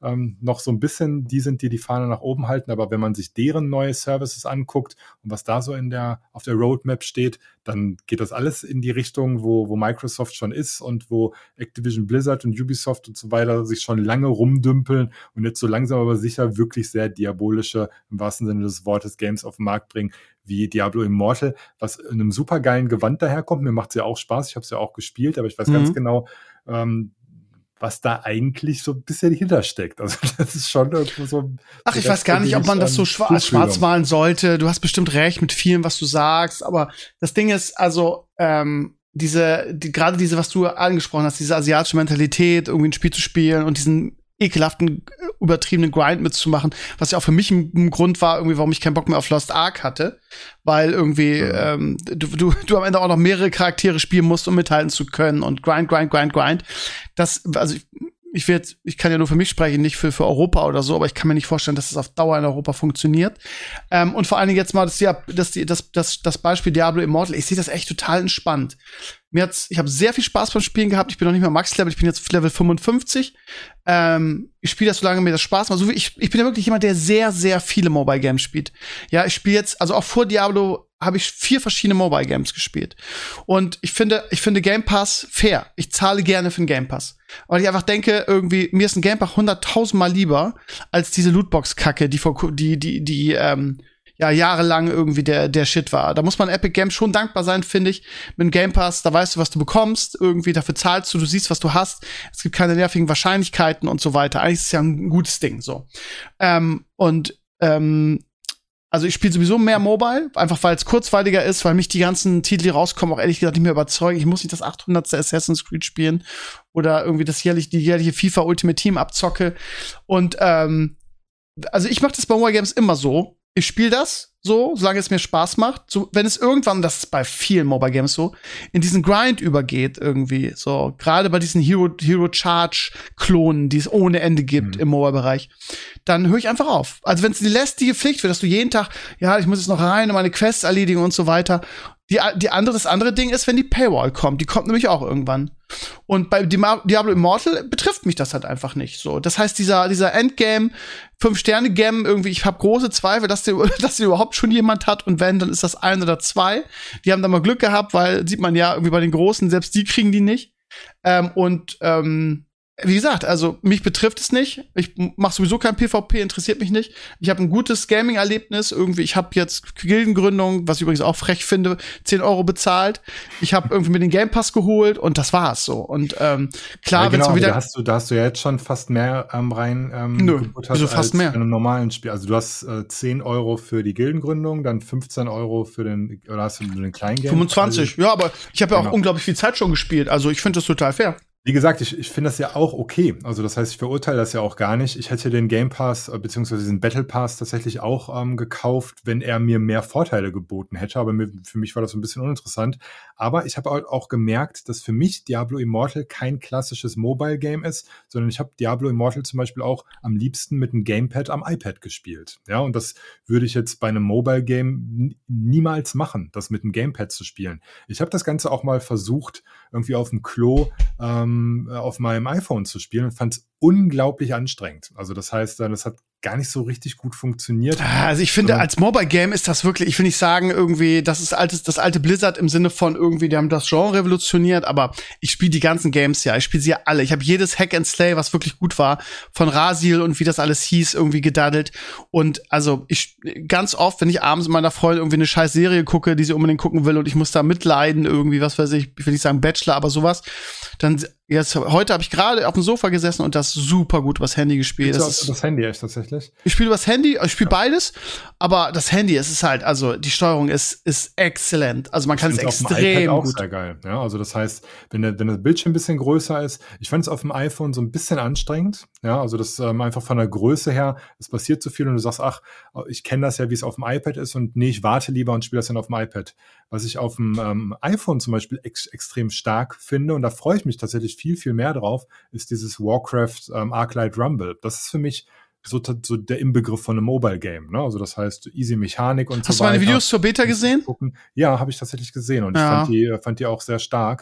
[SPEAKER 3] ähm, noch so ein bisschen, die sind, die die Fahne nach oben halten. Aber wenn man sich deren neue Services anguckt und was da so in der, auf der Roadmap steht, dann geht das alles in die Richtung, wo, wo Microsoft schon ist und wo Activision Blizzard und Ubisoft und so weiter sich schon lange rumdümpeln und jetzt so langsam aber sicher wirklich sehr diabolische, im wahrsten Sinne des Wortes, Games auf den Markt bringen, wie Diablo Immortal, was in einem supergeilen Gewand daherkommt. Mir macht es ja auch Spaß, ich habe es ja auch gespielt, aber ich weiß mhm. ganz genau, ähm, was da eigentlich so ein bisschen hintersteckt. Also das ist schon irgendwo so.
[SPEAKER 2] Ach, ich weiß gar nicht, ob man das so schwarz, schwarz malen sollte. Du hast bestimmt recht mit vielem, was du sagst, aber das Ding ist, also ähm, diese, die, gerade diese, was du angesprochen hast, diese asiatische Mentalität, irgendwie ein Spiel zu spielen und diesen ekelhaften, übertriebenen Grind mitzumachen, was ja auch für mich ein, ein Grund war, irgendwie, warum ich keinen Bock mehr auf Lost Ark hatte, weil irgendwie mhm. ähm, du, du, du am Ende auch noch mehrere Charaktere spielen musst, um mithalten zu können und Grind, Grind, Grind, Grind. Das, also ich, ich will jetzt, ich kann ja nur für mich sprechen, nicht für, für Europa oder so, aber ich kann mir nicht vorstellen, dass es auf Dauer in Europa funktioniert. Ähm, und vor allen Dingen jetzt mal das, das, das, das, das Beispiel Diablo Immortal, ich sehe das echt total entspannt. Mir hat's, ich habe sehr viel Spaß beim Spielen gehabt. Ich bin noch nicht mehr Max-Level, ich bin jetzt Level fünfundfünfzig. Ähm, ich spiele das, solange mir das Spaß macht. Also ich, ich bin ja wirklich jemand, der sehr, sehr viele Mobile Games spielt. Ja, ich spiele jetzt, also auch vor Diablo habe ich vier verschiedene Mobile Games gespielt. Und ich finde, ich finde Game Pass fair. Ich zahle gerne für den Game Pass. Weil ich einfach denke, irgendwie, mir ist ein Game Pass hunderttausendmal lieber als diese Lootbox-Kacke, die vor, die, die, die, ähm, ja, jahrelang irgendwie der, der Shit war. Da muss man Epic Games schon dankbar sein, finde ich. Mit dem Game Pass, da weißt du, was du bekommst. Irgendwie, dafür zahlst du, du siehst, was du hast. Es gibt keine nervigen Wahrscheinlichkeiten und so weiter. Eigentlich ist es ja ein gutes Ding, so. Ähm, und, ähm, also ich spiele sowieso mehr Mobile, einfach weil es kurzweiliger ist, weil mich die ganzen Titel, die rauskommen, auch ehrlich gesagt nicht mehr überzeugen. Ich muss nicht das achthundertste Assassin's Creed spielen oder irgendwie das jährlich, die jährliche FIFA Ultimate Team abzocke. Und, ähm, also ich mache das bei Mobile Games immer so. Ich spiele das so, solange es mir Spaß macht. So, wenn es irgendwann, das ist bei vielen Mobile Games so, in diesen Grind übergeht irgendwie. So, gerade bei diesen Hero, Hero Charge Klonen, die es ohne Ende gibt mhm. im Mobile-Bereich, dann höre ich einfach auf. Also wenn es die lästige Pflicht wird, dass du jeden Tag, ja, ich muss jetzt noch rein und meine Quests erledigen und so weiter. Die, die andere, das andere Ding ist, wenn die Paywall kommt. Die kommt nämlich auch irgendwann. Und bei Diablo Immortal betrifft mich das halt einfach nicht. So, das heißt, dieser, dieser Endgame, Fünf-Sterne-Game, irgendwie, ich habe große Zweifel, dass der, dass der überhaupt schon jemand hat. Und wenn, dann ist das ein oder zwei. Die haben da mal Glück gehabt, weil, sieht man ja irgendwie bei den Großen, selbst die kriegen die nicht. Ähm, und, ähm, wie gesagt, also mich betrifft es nicht. Ich mache sowieso kein PvP, interessiert mich nicht. Ich habe ein gutes Gaming-Erlebnis. Irgendwie, ich habe jetzt Gildengründung, was ich übrigens auch frech finde, zehn Euro bezahlt. Ich habe irgendwie mir den Game Pass geholt und das war's so. Und ähm, klar,
[SPEAKER 3] ja, genau,
[SPEAKER 2] wenn's wieder
[SPEAKER 3] da hast du, da hast du ja jetzt schon fast mehr ähm, rein ähm,
[SPEAKER 2] Nö, wieso fast
[SPEAKER 3] als
[SPEAKER 2] mehr?
[SPEAKER 3] in einem normalen Spiel. Also du hast äh, zehn Euro für die Gildengründung, dann fünfzehn Euro für den, oder hast du den kleinen Game?
[SPEAKER 2] fünfundzwanzig, also, ja, aber ich habe ja
[SPEAKER 3] genau.
[SPEAKER 2] auch unglaublich viel Zeit schon gespielt. Also ich finde das total fair.
[SPEAKER 3] Wie gesagt, ich, ich finde das ja auch okay. Also das heißt, ich verurteile das ja auch gar nicht. Ich hätte den Game Pass äh, beziehungsweise diesen Battle Pass tatsächlich auch ähm, gekauft, wenn er mir mehr Vorteile geboten hätte. Aber mir, für mich war das so ein bisschen uninteressant. Aber ich habe auch gemerkt, dass für mich Diablo Immortal kein klassisches Mobile-Game ist, sondern ich habe Diablo Immortal zum Beispiel auch am liebsten mit einem Gamepad am iPad gespielt. Ja, und das würde ich jetzt bei einem Mobile-Game niemals machen, das mit einem Gamepad zu spielen. Ich habe das Ganze auch mal versucht, irgendwie auf dem Klo ähm, auf meinem iPhone zu spielen und fand es unglaublich anstrengend. Also das heißt, das hat gar nicht so richtig gut funktioniert.
[SPEAKER 2] Also ich finde, als Mobile Game ist das wirklich, ich will nicht sagen, irgendwie, das ist altes, das alte Blizzard im Sinne von irgendwie, die haben das Genre revolutioniert, aber ich spiele die ganzen Games ja, ich spiele sie ja alle. Ich habe jedes Hack and Slay, was wirklich gut war, von Rasil und wie das alles hieß, irgendwie gedaddelt. Und also ich ganz oft, wenn ich abends mit meiner Freundin irgendwie eine scheiß Serie gucke, die sie unbedingt gucken will und ich muss da mitleiden, irgendwie, was weiß ich, ich will nicht sagen Bachelor, aber sowas, dann jetzt heute habe ich gerade auf dem Sofa gesessen und das super gut übers Handy gespielt.
[SPEAKER 3] Das, ist, das Handy echt tatsächlich?
[SPEAKER 2] Ich spiele übers Handy, ich spiele ja. beides, aber das Handy, es ist halt, also die Steuerung ist ist exzellent. Also man kann es extrem
[SPEAKER 3] auch
[SPEAKER 2] gut.
[SPEAKER 3] Sehr geil. Ja, also das heißt, wenn der wenn das Bildschirm ein bisschen größer ist, ich fand es auf dem iPhone so ein bisschen anstrengend. Ja, also das ähm, einfach von der Größe her, es passiert so viel und du sagst, ach, ich kenne das ja, wie es auf dem iPad ist und nee, ich warte lieber und spiele das dann auf dem iPad. Was ich auf dem ähm, iPhone zum Beispiel ex- extrem stark finde und da freue ich mich tatsächlich viel, viel mehr drauf, ist dieses Warcraft ähm, Arclight Rumble. Das ist für mich so, so der Inbegriff von einem Mobile-Game. Ne? Also das heißt, easy Mechanik und so weiter.
[SPEAKER 2] Hast du meine Videos zur Beta gesehen?
[SPEAKER 3] Ja, habe ich tatsächlich gesehen und ja. ich fand die, fand die auch sehr stark.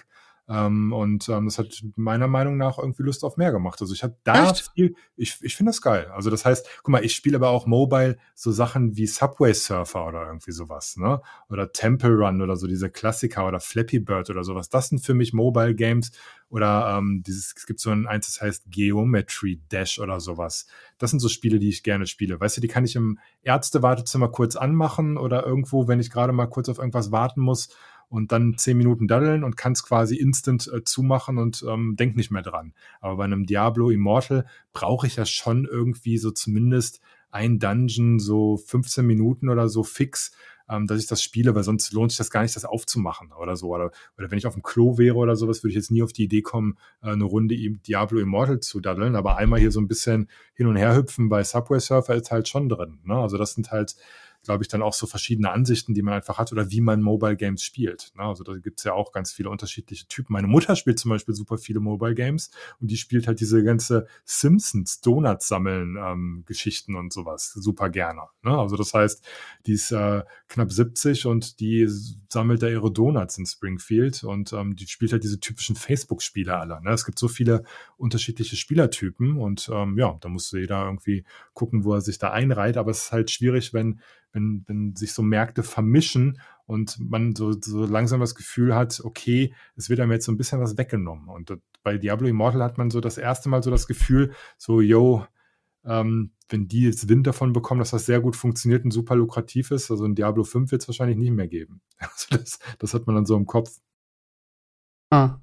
[SPEAKER 3] Ähm, und ähm, das hat meiner Meinung nach irgendwie Lust auf mehr gemacht. Also ich habe da
[SPEAKER 2] Echt?
[SPEAKER 3] viel, ich, ich finde das geil. Also das heißt, guck mal, ich spiele aber auch Mobile so Sachen wie Subway Surfer oder irgendwie sowas, ne? Oder Temple Run oder so, diese Klassiker oder Flappy Bird oder sowas. Das sind für mich Mobile Games. Oder ähm, dieses, es gibt so ein eins, das heißt Geometry Dash oder sowas. Das sind so Spiele, die ich gerne spiele. Weißt du, die kann ich im Ärztewartezimmer kurz anmachen oder irgendwo, wenn ich gerade mal kurz auf irgendwas warten muss, und dann zehn Minuten daddeln und kann es quasi instant äh, zumachen und ähm, denk nicht mehr dran. Aber bei einem Diablo Immortal brauche ich ja schon irgendwie so zumindest ein Dungeon, so fünfzehn Minuten oder so fix, ähm, dass ich das spiele, weil sonst lohnt sich das gar nicht, das aufzumachen oder so. Oder, oder wenn ich auf dem Klo wäre oder sowas, würde ich jetzt nie auf die Idee kommen, äh, eine Runde Diablo Immortal zu daddeln. Aber einmal hier so ein bisschen hin und her hüpfen bei Subway Surfer ist halt schon drin. Ne? Also das sind halt, glaube ich, dann auch so verschiedene Ansichten, die man einfach hat oder wie man Mobile Games spielt. Ne? Also da gibt es ja auch ganz viele unterschiedliche Typen. Meine Mutter spielt zum Beispiel super viele Mobile Games und die spielt halt diese ganze Simpsons Donuts sammeln ähm, Geschichten und sowas super gerne. Ne? Also das heißt, die ist äh, knapp siebzig und die sammelt da ihre Donuts in Springfield und ähm, die spielt halt diese typischen Facebook-Spiele alle. Ne? Es gibt so viele unterschiedliche Spielertypen und ähm, ja, da muss jeder irgendwie gucken, wo er sich da einreiht, aber es ist halt schwierig, wenn Wenn, wenn sich so Märkte vermischen und man so, so langsam das Gefühl hat, okay, es wird einem jetzt so ein bisschen was weggenommen. Und das, bei Diablo Immortal hat man so das erste Mal so das Gefühl, so, yo, ähm, wenn die jetzt Wind davon bekommen, dass das sehr gut funktioniert und super lukrativ ist, also ein Diablo fünf wird es wahrscheinlich nicht mehr geben. Also das, das hat man dann so im Kopf.
[SPEAKER 2] Ah.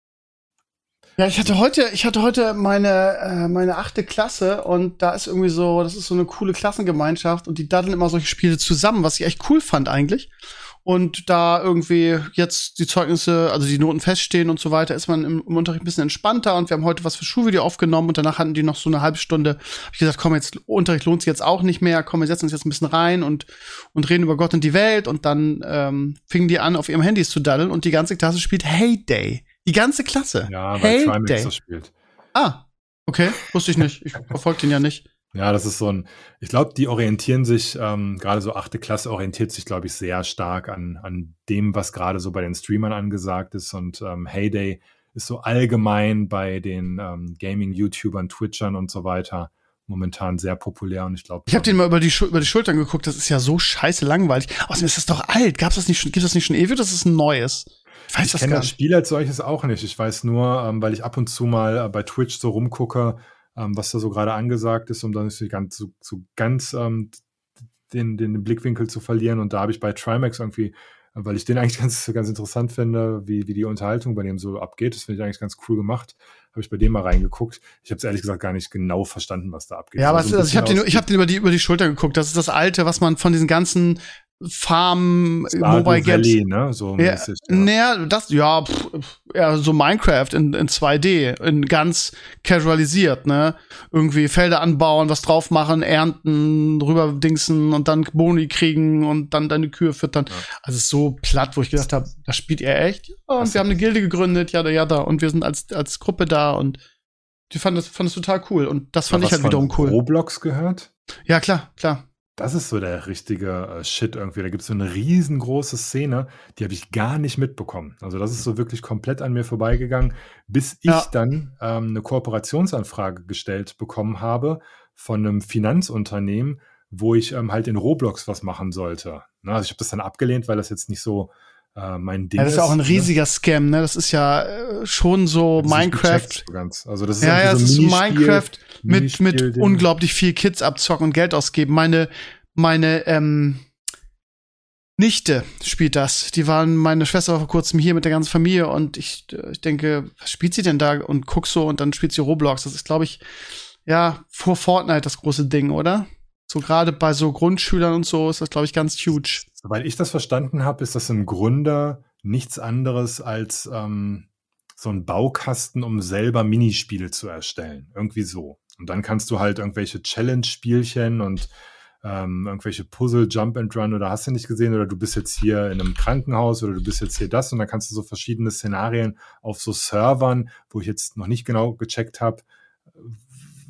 [SPEAKER 2] Ja, ich hatte heute, ich hatte heute meine, äh, meine achte Klasse und da ist irgendwie so, das ist so eine coole Klassengemeinschaft und die daddeln immer solche Spiele zusammen, was ich echt cool fand eigentlich. Und da irgendwie jetzt die Zeugnisse, also die Noten feststehen und so weiter, ist man im, im Unterricht ein bisschen entspannter und wir haben heute was für Schulvideo aufgenommen und danach hatten die noch so eine halbe Stunde. Hab ich gesagt, komm, jetzt Unterricht lohnt sich jetzt auch nicht mehr, komm, wir setzen uns jetzt ein bisschen rein und und reden über Gott und die Welt und dann ähm, fingen die an, auf ihrem Handys zu daddeln und die ganze Klasse spielt Heyday. Die ganze Klasse.
[SPEAKER 3] Ja, weil Trimax
[SPEAKER 2] Heyday.
[SPEAKER 3] das spielt.
[SPEAKER 2] Ah, okay, wusste ich nicht. Ich verfolge den ja nicht.
[SPEAKER 3] Ja, das ist so ein, ich glaube, die orientieren sich, ähm, gerade so achte Klasse orientiert sich, glaube ich, sehr stark an, an dem, was gerade so bei den Streamern angesagt ist. Und ähm, Heyday ist so allgemein bei den ähm, Gaming-YouTubern, Twitchern und so weiter momentan sehr populär. Und ich glaube,
[SPEAKER 2] Ich habe den mal über die, über die Schultern geguckt, das ist ja so scheiße langweilig. Außerdem ist das doch alt. Gab's das nicht schon, gibt das nicht schon ewig? Das ist ein neues.
[SPEAKER 3] Ich weiß ich das kenne das Spiel als solches auch nicht. Ich weiß nur, ähm, weil ich ab und zu mal äh, bei Twitch so rumgucke, ähm, was da so gerade angesagt ist, um dann nicht ganz, so, so ganz ähm, den, den Blickwinkel zu verlieren. Und da habe ich bei Trimax irgendwie, weil ich den eigentlich ganz, ganz interessant finde, wie, wie die Unterhaltung bei dem so abgeht. Das finde ich eigentlich ganz cool gemacht. Habe ich bei dem mal reingeguckt. Ich habe es ehrlich gesagt gar nicht genau verstanden, was da abgeht.
[SPEAKER 2] Ja, aber
[SPEAKER 3] also
[SPEAKER 2] also ich habe den, ich hab den über die, über die Schulter geguckt. Das ist das Alte, was man von diesen ganzen Farm Mobile Games,
[SPEAKER 3] Valley, ne? So
[SPEAKER 2] ja,
[SPEAKER 3] mäßig, ja.
[SPEAKER 2] Naja, das, ja, pff, ja, so Minecraft in, in zwei D, in ganz casualisiert, ne? Irgendwie Felder anbauen, was drauf machen, ernten, rüber dingsen und dann Boni kriegen und dann deine Kühe füttern. Ja. Also so platt, wo ich gedacht habe, das spielt ihr echt? Ja, und was wir haben eine Gilde gegründet, ja, ja, da, und wir sind als, als Gruppe da und die fanden das, fanden das total cool. Und das fand ich halt wiederum cool.
[SPEAKER 3] Roblox gehört?
[SPEAKER 2] Ja, klar, klar.
[SPEAKER 3] Das ist so der richtige äh, Shit irgendwie. Da gibt es so eine riesengroße Szene, die habe ich gar nicht mitbekommen. Also das ist so wirklich komplett an mir vorbeigegangen, bis ich
[SPEAKER 2] Ja.
[SPEAKER 3] dann ähm, eine Kooperationsanfrage gestellt bekommen habe von einem Finanzunternehmen, wo ich ähm, halt in Roblox was machen sollte. Na, also ich habe das dann abgelehnt, weil das jetzt nicht so äh, mein Ding
[SPEAKER 2] Ja, das ist ja auch ein
[SPEAKER 3] ist,
[SPEAKER 2] riesiger Scam, ne? Das ist ja äh, schon so
[SPEAKER 3] ne?
[SPEAKER 2] Minecraft.
[SPEAKER 3] So ganz. Also das ist
[SPEAKER 2] Ja, ja,
[SPEAKER 3] irgendwie
[SPEAKER 2] es
[SPEAKER 3] so
[SPEAKER 2] ist
[SPEAKER 3] ein
[SPEAKER 2] so
[SPEAKER 3] Minispiel,
[SPEAKER 2] Minecraft mit, mit
[SPEAKER 3] Minispiel-Ding.
[SPEAKER 2] unglaublich viel Kids abzocken und Geld ausgeben. Meine, meine, ähm, Nichte spielt das. Die waren, meine Schwester war vor kurzem hier mit der ganzen Familie und ich, äh, ich denke, was spielt sie denn da? Und guck so und dann spielt sie Roblox. Das ist, glaube ich, ja, vor Fortnite das große Ding, oder? So gerade bei so Grundschülern und so ist das, glaube ich, ganz huge.
[SPEAKER 3] Soweit ich das verstanden habe, ist das im Grunde nichts anderes als ähm, so ein Baukasten, um selber Minispiele zu erstellen. Irgendwie so. Und dann kannst du halt irgendwelche Challenge-Spielchen und ähm, irgendwelche Puzzle, Jump and Run oder hast du nicht gesehen oder du bist jetzt hier in einem Krankenhaus oder du bist jetzt hier das und dann kannst du so verschiedene Szenarien auf so Servern, wo ich jetzt noch nicht genau gecheckt habe,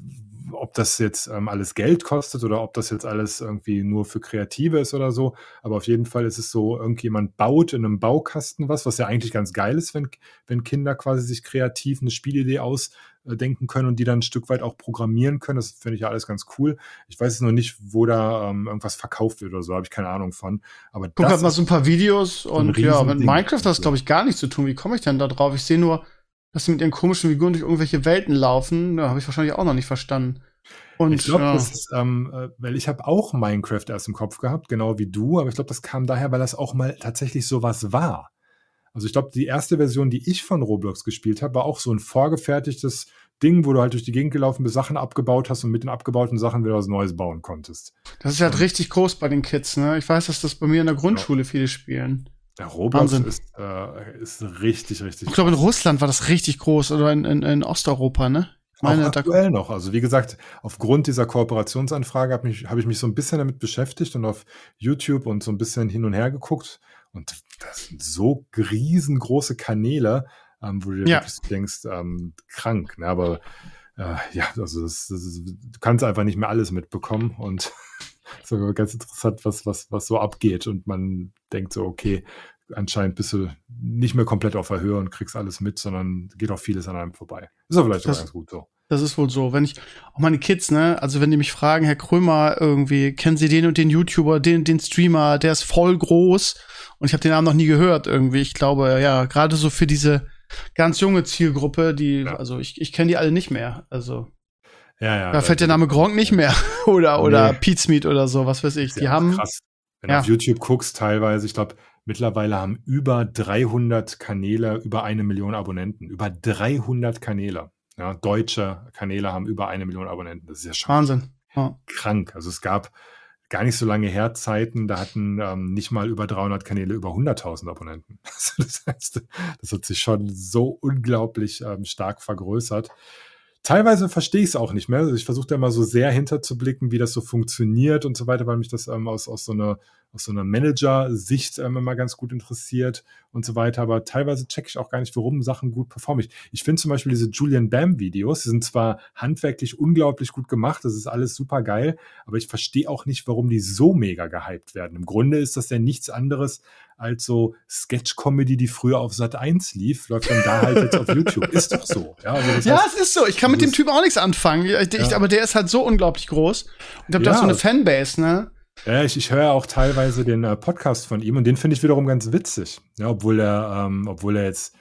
[SPEAKER 3] ob das jetzt ähm, alles Geld kostet oder ob das jetzt alles irgendwie nur für Kreative ist oder so. Aber auf jeden Fall ist es so, irgendjemand baut in einem Baukasten was, was ja eigentlich ganz geil ist, wenn, wenn Kinder quasi sich kreativ eine Spielidee ausdenken können und die dann ein Stück weit auch programmieren können. Das finde ich ja alles ganz cool. Ich weiß jetzt noch nicht, wo da ähm, irgendwas verkauft wird oder so, habe ich keine Ahnung von. Aber
[SPEAKER 2] Guck
[SPEAKER 3] das
[SPEAKER 2] halt mal so ein paar Videos und
[SPEAKER 3] ein
[SPEAKER 2] ja, mit
[SPEAKER 3] Riesending.
[SPEAKER 2] Minecraft hat das, glaube ich, gar nichts zu tun. Wie komme ich denn da drauf? Ich sehe nur, dass sie mit ihren komischen Figuren durch irgendwelche Welten laufen. Da habe ich wahrscheinlich auch noch nicht verstanden. Und
[SPEAKER 3] Ich glaube,
[SPEAKER 2] ja.
[SPEAKER 3] das ist, ähm, äh, weil ich habe auch Minecraft erst im Kopf gehabt, genau wie du, aber ich glaube, das kam daher, weil das auch mal tatsächlich sowas war. Also ich glaube, die erste Version, die ich von Roblox gespielt habe, war auch so ein vorgefertigtes Ding, wo du halt durch die Gegend gelaufen bist, Sachen abgebaut hast und mit den abgebauten Sachen wieder was Neues bauen konntest.
[SPEAKER 2] Das ist halt
[SPEAKER 3] Und
[SPEAKER 2] richtig groß bei den Kids, ne? Ich weiß, dass das bei mir in der Grundschule viele spielen.
[SPEAKER 3] der Roblox
[SPEAKER 2] Wahnsinn.
[SPEAKER 3] ist, äh, ist richtig, richtig
[SPEAKER 2] Ich glaube, in
[SPEAKER 3] krass.
[SPEAKER 2] Russland war das richtig groß oder in, in, in Osteuropa, ne? Ich
[SPEAKER 3] Auch
[SPEAKER 2] meine, da,
[SPEAKER 3] aktuell noch. Also wie gesagt, aufgrund dieser Kooperationsanfrage habe mich, hab ich mich so ein bisschen damit beschäftigt und auf YouTube und so ein bisschen hin und her geguckt. Und das sind so riesengroße Kanäle, ähm, wo du dir
[SPEAKER 2] Ja.
[SPEAKER 3] wirklich denkst, ähm, krank. Ne? Aber äh, ja, also das, das ist, du kannst einfach nicht mehr alles mitbekommen. Und es ist aber ganz interessant, was, was, was so abgeht. Und man denkt so, okay, anscheinend bist du nicht mehr komplett auf der Höhe und kriegst alles mit, sondern geht auch vieles an einem vorbei. Ist aber vielleicht
[SPEAKER 2] Das-
[SPEAKER 3] auch ganz gut so.
[SPEAKER 2] das ist wohl so. Wenn ich, auch meine Kids, ne? Also wenn die mich fragen, Herr Krömer, irgendwie, kennen Sie den und den YouTuber, den, den Streamer, der ist voll groß und ich habe den Namen noch nie gehört irgendwie. Ich glaube, ja, gerade so für diese ganz junge Zielgruppe, die,
[SPEAKER 3] Ja.
[SPEAKER 2] also ich, ich kenne die alle nicht mehr. Also
[SPEAKER 3] Ja, ja.
[SPEAKER 2] da fällt der Name Gronk nicht mehr. oder, oder
[SPEAKER 3] Nee.
[SPEAKER 2] Pete Smith oder so, was weiß ich.
[SPEAKER 3] Ist
[SPEAKER 2] Die
[SPEAKER 3] ja
[SPEAKER 2] haben,
[SPEAKER 3] krass. Wenn
[SPEAKER 2] ja.
[SPEAKER 3] du auf YouTube guckst, teilweise, ich glaube, mittlerweile haben über dreihundert Kanäle über eine Million Abonnenten. Über dreihundert Kanäle. Ja, deutsche Kanäle haben über eine Million Abonnenten. Das ist ja schon
[SPEAKER 2] Wahnsinn. Ja.
[SPEAKER 3] krank. Also es gab gar nicht so lange her Zeiten, da hatten ähm, nicht mal über dreihundert Kanäle über hunderttausend Abonnenten. Also das heißt, das hat sich schon so unglaublich ähm, stark vergrößert. Teilweise verstehe ich es auch nicht mehr. Also ich versuche da mal so sehr hinterzublicken, wie das so funktioniert und so weiter, weil mich das ähm, aus, aus so einer, aus so einer Manager-Sicht ähm, immer ganz gut interessiert und so weiter. Aber teilweise checke ich auch gar nicht, warum Sachen gut performen. Ich, ich finde zum Beispiel diese Julian Bam-Videos, die sind zwar handwerklich unglaublich gut gemacht, das ist alles super geil, aber ich verstehe auch nicht, warum die so mega gehypt werden. Im Grunde ist das ja nichts anderes als so Sketch-Comedy, die früher auf Sat eins lief, läuft dann da halt jetzt auf YouTube. Ist doch so. Ja, also das
[SPEAKER 2] Ja,
[SPEAKER 3] heißt,
[SPEAKER 2] es ist so. Ich kann mit
[SPEAKER 3] das
[SPEAKER 2] dem Typen auch nichts anfangen. Ich, ich,
[SPEAKER 3] Ja.
[SPEAKER 2] aber der ist halt so unglaublich groß. Und ich habe da
[SPEAKER 3] Ja.
[SPEAKER 2] so eine Fanbase, ne?
[SPEAKER 3] Ja, ich, ich höre auch teilweise den äh, Podcast von ihm und den finde ich wiederum ganz witzig. Ja, obwohl er, ähm, obwohl er jetzt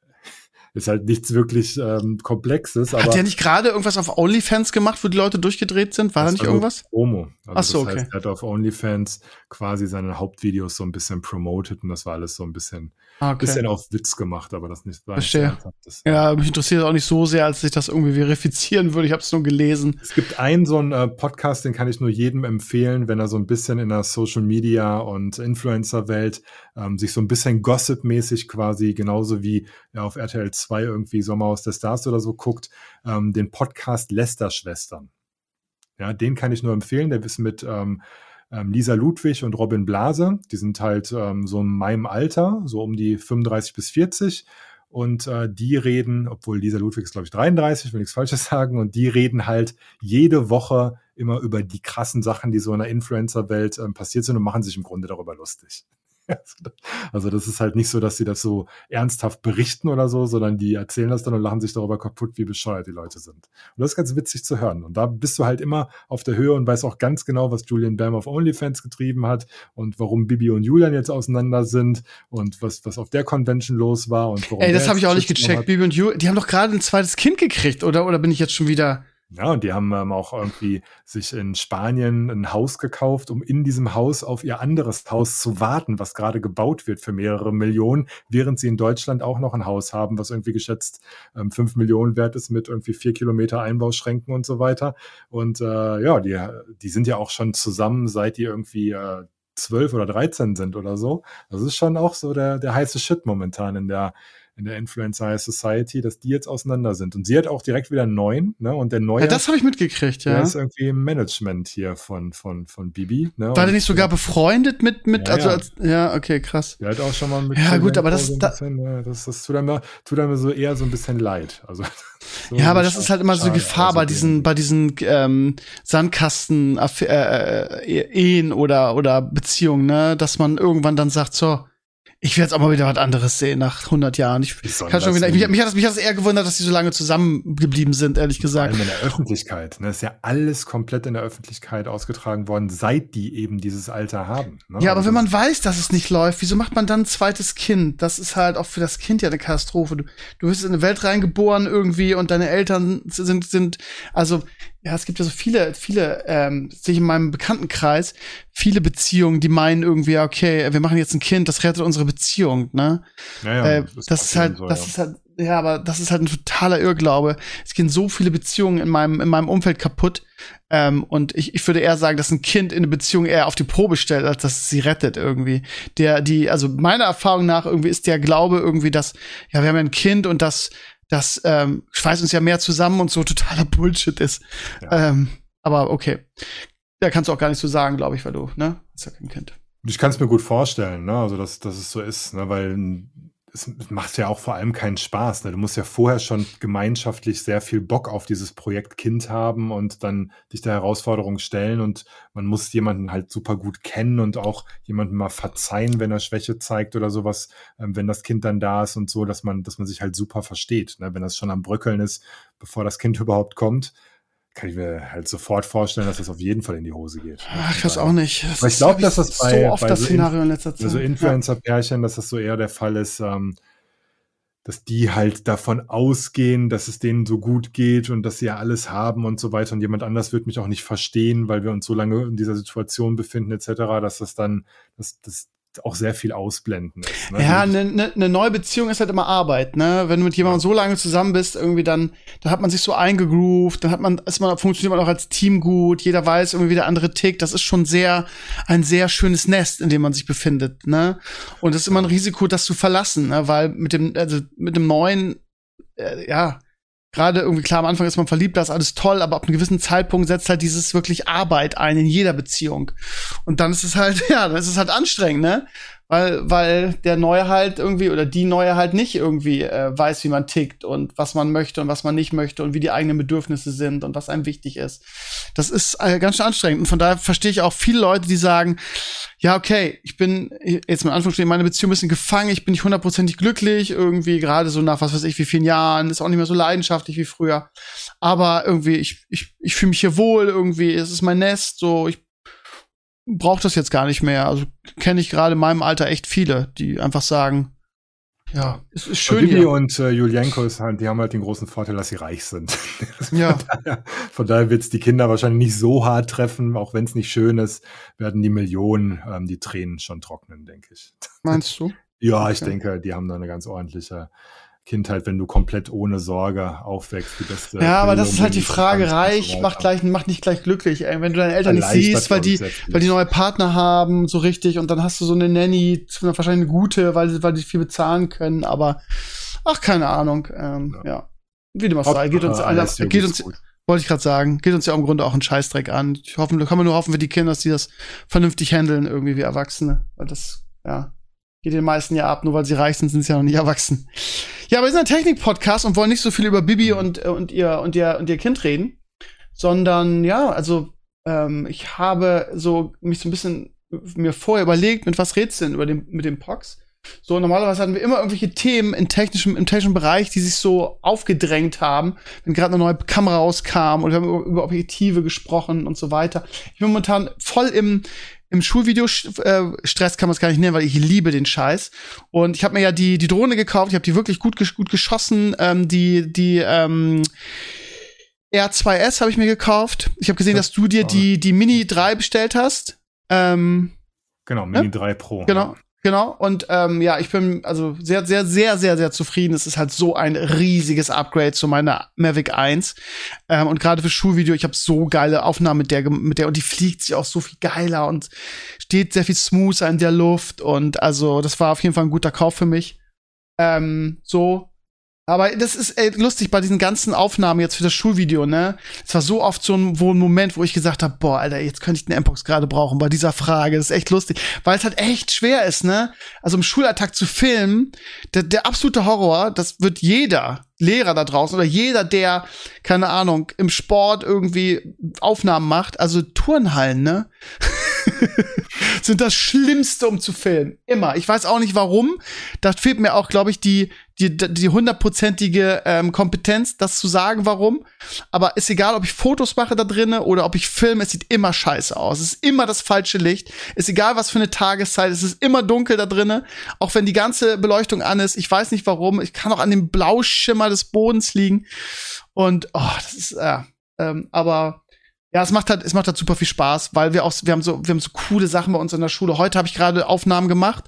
[SPEAKER 3] ist halt nichts wirklich ähm, Komplexes, aber
[SPEAKER 2] Hat der nicht gerade irgendwas auf OnlyFans gemacht, wo die Leute durchgedreht sind? War da
[SPEAKER 3] das
[SPEAKER 2] nicht
[SPEAKER 3] war so
[SPEAKER 2] irgendwas?
[SPEAKER 3] Promo. Also
[SPEAKER 2] Ach so,
[SPEAKER 3] das heißt,
[SPEAKER 2] okay.
[SPEAKER 3] er hat auf OnlyFans quasi seine Hauptvideos so ein bisschen promoted und das war alles so ein bisschen,
[SPEAKER 2] Ah, okay.
[SPEAKER 3] bisschen auf Witz gemacht, aber das nicht war nicht
[SPEAKER 2] Verstehe.
[SPEAKER 3] so ernsthaftes.
[SPEAKER 2] Ja, mich interessiert auch nicht so sehr, als ich das irgendwie verifizieren würde. Ich habe es nur gelesen.
[SPEAKER 3] Es gibt einen so einen äh, Podcast, den kann ich nur jedem empfehlen, wenn er so ein bisschen in der Social Media und Influencer-Welt ähm, sich so ein bisschen Gossip-mäßig quasi, genauso wie ja, auf R T L zwei irgendwie Sommerhaus der Stars oder so guckt, ähm, den Podcast Lester-Schwestern. Ja, den kann ich nur empfehlen. Der ist mit ähm, ähm, Lisa Ludwig und Robin Blase. Die sind halt ähm, so in meinem Alter, so um die fünfunddreißig bis vierzig. Und äh, die reden, obwohl Lisa Ludwig ist, glaube ich, dreiunddreißig, will nichts Falsches sagen, und die reden halt jede Woche immer über die krassen Sachen, die so in der Influencer-Welt ähm, passiert sind und machen sich im Grunde darüber lustig. Also das ist halt nicht so, dass sie das so ernsthaft berichten oder so, sondern die erzählen das dann und lachen sich darüber kaputt, wie bescheuert die Leute sind. Und das ist ganz witzig zu hören. Und da bist du halt immer auf der Höhe und weißt auch ganz genau, was Julian Bam auf OnlyFans getrieben hat und warum Bibi und Julian jetzt auseinander sind und was, was auf der Convention los war und warum.
[SPEAKER 2] Ey,
[SPEAKER 3] der
[SPEAKER 2] das habe ich
[SPEAKER 3] jetzt
[SPEAKER 2] auch nicht
[SPEAKER 3] Shitstorm
[SPEAKER 2] gecheckt.
[SPEAKER 3] hat.
[SPEAKER 2] Bibi und Ju, die haben doch gerade ein zweites Kind gekriegt, oder? Oder bin ich jetzt schon wieder.
[SPEAKER 3] Ja, und die haben ähm, auch irgendwie sich in Spanien ein Haus gekauft, um in diesem Haus auf ihr anderes Haus zu warten, was gerade gebaut wird für mehrere Millionen, während sie in Deutschland auch noch ein Haus haben, was irgendwie geschätzt ähm, fünf Millionen wert ist mit irgendwie vier Kilometer Einbauschränken und so weiter. Und äh, ja, die, die sind ja auch schon zusammen, seit die irgendwie äh, zwölf oder dreizehn sind oder so. Das ist schon auch so der, der heiße Shit momentan in der in der Influencer High Society, dass die jetzt auseinander sind. Und sie hat auch direkt wieder einen neuen, ne? Und der neue,
[SPEAKER 2] Ja, das habe ich mitgekriegt,
[SPEAKER 3] der
[SPEAKER 2] ja.
[SPEAKER 3] ist irgendwie im Management hier von, von, von Bibi. Ne?
[SPEAKER 2] War der
[SPEAKER 3] Und
[SPEAKER 2] nicht sogar befreundet mit, mit,
[SPEAKER 3] Ja,
[SPEAKER 2] also
[SPEAKER 3] ja.
[SPEAKER 2] als, ja, okay, krass.
[SPEAKER 3] der hat auch schon mal mit
[SPEAKER 2] Ja, gut,
[SPEAKER 3] Zelenko
[SPEAKER 2] aber das-
[SPEAKER 3] so ein
[SPEAKER 2] da-
[SPEAKER 3] bisschen, ja, das, das tut einem, tut einem so eher so ein bisschen leid. Also
[SPEAKER 2] Ja, aber das ist halt immer so
[SPEAKER 3] Schade,
[SPEAKER 2] Gefahr
[SPEAKER 3] also
[SPEAKER 2] bei diesen,
[SPEAKER 3] den-
[SPEAKER 2] bei diesen ähm, Sandkasten äh, äh, Ehen oder oder Beziehungen, ne, dass man irgendwann dann sagt, so, ich will jetzt auch mal wieder was anderes sehen nach hundert Jahren. Ich kann schon wieder, mich, mich hat das mich hat das eher gewundert, dass die so lange zusammengeblieben sind, ehrlich
[SPEAKER 3] Vor
[SPEAKER 2] gesagt.
[SPEAKER 3] allem in der Öffentlichkeit. Ne? Ist ja alles komplett in der Öffentlichkeit ausgetragen worden, seit die eben dieses Alter haben. Ne?
[SPEAKER 2] Ja, aber
[SPEAKER 3] Also-
[SPEAKER 2] wenn man weiß, dass es nicht läuft, wieso macht man dann ein zweites Kind? Das ist halt auch für das Kind ja eine Katastrophe. Du, du bist in eine Welt reingeboren irgendwie und deine Eltern sind, sind, also, ja, es gibt ja so viele, viele, ähm, sehe ich in meinem Bekanntenkreis, viele Beziehungen, die meinen irgendwie, ja, okay, wir machen jetzt ein Kind, das rettet unsere Beziehung, ne?
[SPEAKER 3] Naja,
[SPEAKER 2] äh, das ist halt,
[SPEAKER 3] so,
[SPEAKER 2] das
[SPEAKER 3] ja.
[SPEAKER 2] ist halt, ja, aber das ist halt ein totaler Irrglaube. Es gehen so viele Beziehungen in meinem, in meinem Umfeld kaputt. Ähm, und ich, ich würde eher sagen, dass ein Kind in eine Beziehung eher auf die Probe stellt, als dass es sie rettet irgendwie. Der, die, also meiner Erfahrung nach irgendwie ist der Glaube irgendwie, dass, ja, wir haben ja ein Kind und das, das ähm, schweißt uns ja mehr zusammen und so totaler Bullshit ist.
[SPEAKER 3] Ja.
[SPEAKER 2] Ähm, aber okay. Da kannst du auch gar nicht so sagen, glaube ich, weil du, ne? Ist ja kein Kind.
[SPEAKER 3] Ich kann es mir gut vorstellen, ne? Also dass, dass es so ist, ne? Weil es macht ja auch vor allem keinen Spaß. Ne? Du musst ja vorher schon gemeinschaftlich sehr viel Bock auf dieses Projekt Kind haben und dann dich der Herausforderung stellen und man muss jemanden halt super gut kennen und auch jemanden mal verzeihen, wenn er Schwäche zeigt oder sowas, ähm, wenn das Kind dann da ist und so, dass man, dass man sich halt super versteht. Ne? Wenn das schon am Bröckeln ist, bevor das Kind überhaupt kommt, kann ich mir halt sofort vorstellen, dass das auf jeden Fall in die Hose geht.
[SPEAKER 2] Ach, ich weiß auch nicht. Das
[SPEAKER 3] Aber ich
[SPEAKER 2] ist,
[SPEAKER 3] glaube,
[SPEAKER 2] hab
[SPEAKER 3] dass das bei-
[SPEAKER 2] so oft
[SPEAKER 3] bei
[SPEAKER 2] das
[SPEAKER 3] so
[SPEAKER 2] Szenario in letzter Zeit.
[SPEAKER 3] Also Influencer-Pärchen, dass das so eher der Fall ist, ähm, dass die halt davon ausgehen, dass es denen so gut geht und dass sie ja alles haben und so weiter und jemand anders wird mich auch nicht verstehen, weil wir uns so lange in dieser Situation befinden et cetera, dass das dann, dass das auch sehr viel ausblenden ist. Ne?
[SPEAKER 2] Ja,
[SPEAKER 3] Die-
[SPEAKER 2] eine ne, ne neue Beziehung ist halt immer Arbeit, ne? Wenn du mit jemandem so lange zusammen bist, irgendwie dann, dann hat man sich so eingegroovt, dann hat man, ist man, funktioniert man auch als Team gut, jeder weiß irgendwie, wie der andere tickt. Das ist schon sehr, ein sehr schönes Nest, in dem man sich befindet, ne? Und es ist immer ein Risiko, das zu verlassen, ne? Weil mit dem, also mit dem neuen, äh, ja, gerade irgendwie klar, am Anfang ist man verliebt, da ist alles toll, aber ab einem gewissen Zeitpunkt setzt halt dieses wirklich Arbeit ein in jeder Beziehung. Und dann ist es halt, ja, dann ist es halt anstrengend, ne? Weil, weil der Neue halt irgendwie oder die Neue halt nicht irgendwie äh, weiß, wie man tickt und was man möchte und was man nicht möchte und wie die eigenen Bedürfnisse sind und was einem wichtig ist. Das ist äh, ganz schön anstrengend. Und von daher verstehe ich auch viele Leute, die sagen, ja, okay, ich bin jetzt mit Anführungsstrichen in meiner Beziehung ein bisschen gefangen, ich bin nicht hundertprozentig glücklich, irgendwie gerade so nach was weiß ich wie vielen Jahren, ist auch nicht mehr so leidenschaftlich wie früher. Aber irgendwie, ich, ich, ich fühle mich hier wohl, irgendwie, es ist mein Nest, so, ich brauche das jetzt gar nicht mehr. Also kenne ich gerade in meinem Alter echt viele, die einfach sagen, ja, es ist schön
[SPEAKER 3] und Bibi
[SPEAKER 2] hier.
[SPEAKER 3] und äh, Julienko, ist halt, die haben halt den großen Vorteil, dass sie reich sind.
[SPEAKER 2] Ja.
[SPEAKER 3] Von daher, von daher wird es die Kinder wahrscheinlich nicht so hart treffen, auch wenn es nicht schön ist, werden die Millionen ähm, die Tränen schon trocknen, denke ich.
[SPEAKER 2] Meinst du?
[SPEAKER 3] Ja, ich
[SPEAKER 2] Okay.
[SPEAKER 3] denke, die haben da eine ganz ordentliche Kindheit, wenn du komplett ohne Sorge aufwächst. Die beste
[SPEAKER 2] Ja, aber das
[SPEAKER 3] Bildung
[SPEAKER 2] ist halt die
[SPEAKER 3] genießen
[SPEAKER 2] Frage,
[SPEAKER 3] kannst und so
[SPEAKER 2] reich
[SPEAKER 3] weiter.
[SPEAKER 2] macht gleich, macht nicht gleich glücklich, ey. Wenn du deine Eltern nicht
[SPEAKER 3] Erleichtert,
[SPEAKER 2] siehst, weil
[SPEAKER 3] glaub ich,
[SPEAKER 2] die,
[SPEAKER 3] sehr viel.
[SPEAKER 2] weil die neue Partner haben, so richtig, und dann hast du so eine Nanny, wahrscheinlich eine gute, weil, weil die viel bezahlen können, aber, ach, keine Ahnung, ähm, ja.
[SPEAKER 3] Ja.
[SPEAKER 2] Wie dem auch sei, geht uns,
[SPEAKER 3] Hauptsache,
[SPEAKER 2] alle,
[SPEAKER 3] Alessio
[SPEAKER 2] geht
[SPEAKER 3] geht's
[SPEAKER 2] uns,
[SPEAKER 3] gut.
[SPEAKER 2] wollte ich gerade sagen, geht uns ja im Grunde auch einen Scheißdreck an. Ich hoffe, da kann man nur hoffen für die Kinder, dass die das vernünftig handeln, irgendwie wie Erwachsene, weil das, ja, geht den meisten ja ab, nur weil sie reich sind, sind sie ja noch nicht erwachsen. Ja, aber wir sind ein Technik-Podcast und wollen nicht so viel über Bibi und, äh, und, ihr, und, ihr, und ihr Kind reden, sondern ja, also ähm, ich habe so mich so ein bisschen mir vorher überlegt, mit was redest du denn über den, mit dem Pox? So, normalerweise hatten wir immer irgendwelche Themen in technischem, im technischen Bereich, die sich so aufgedrängt haben, wenn gerade eine neue Kamera rauskam oder wir haben über, über Objektive gesprochen und so weiter. Ich bin momentan voll im Im Schulvideo-Stress kann man es gar nicht nennen, weil ich liebe den Scheiß. Und ich habe mir ja die die Drohne gekauft, ich habe die wirklich gut gut geschossen. Ähm, die die ähm, R zwei S habe ich mir gekauft. Ich habe gesehen, dass du dir die die Mini drei bestellt hast. Ähm,
[SPEAKER 3] Genau, Mini
[SPEAKER 2] Ja?
[SPEAKER 3] drei Pro.
[SPEAKER 2] Genau, genau. Und ähm, ja, ich bin also sehr, sehr, sehr, sehr, sehr zufrieden. Es ist halt so ein riesiges Upgrade zu meiner Mavic eins. Ähm, und gerade für Schulvideo, ich habe so geile Aufnahmen mit der, mit der, und die fliegt sich auch so viel geiler und steht sehr viel smoother in der Luft. Und also, das war auf jeden Fall ein guter Kauf für mich. Ähm, so. Aber das ist ey, lustig bei diesen ganzen Aufnahmen jetzt für das Schulvideo, ne? Es war so oft so ein, wo ein Moment, wo ich gesagt habe, boah, Alter, jetzt könnte ich den M-Pox gerade brauchen bei dieser Frage. Das ist echt lustig, weil es halt echt schwer ist, ne? Also im Schulalltag zu filmen, der, der absolute Horror, das wird jeder Lehrer da draußen oder jeder, der, keine Ahnung, im Sport irgendwie Aufnahmen macht, also Turnhallen, ne? sind das Schlimmste, um zu filmen. Immer. Ich weiß auch nicht, warum. Da fehlt mir auch, glaube ich, die die die hundertprozentige ähm, Kompetenz, das zu sagen, warum. Aber ist egal, ob ich Fotos mache da drinnen oder ob ich filme, es sieht immer scheiße aus. Es ist immer das falsche Licht. Ist egal, was für eine Tageszeit. Es ist immer dunkel da drinnen. Auch wenn die ganze Beleuchtung an ist. Ich weiß nicht, warum. Ich kann auch an dem Blauschimmer des Bodens liegen. Und, oh, das ist, äh, ähm, aber ja, es macht halt, es macht halt super viel Spaß, weil wir auch, wir haben so, wir haben so coole Sachen bei uns in der Schule. Heute habe ich gerade Aufnahmen gemacht,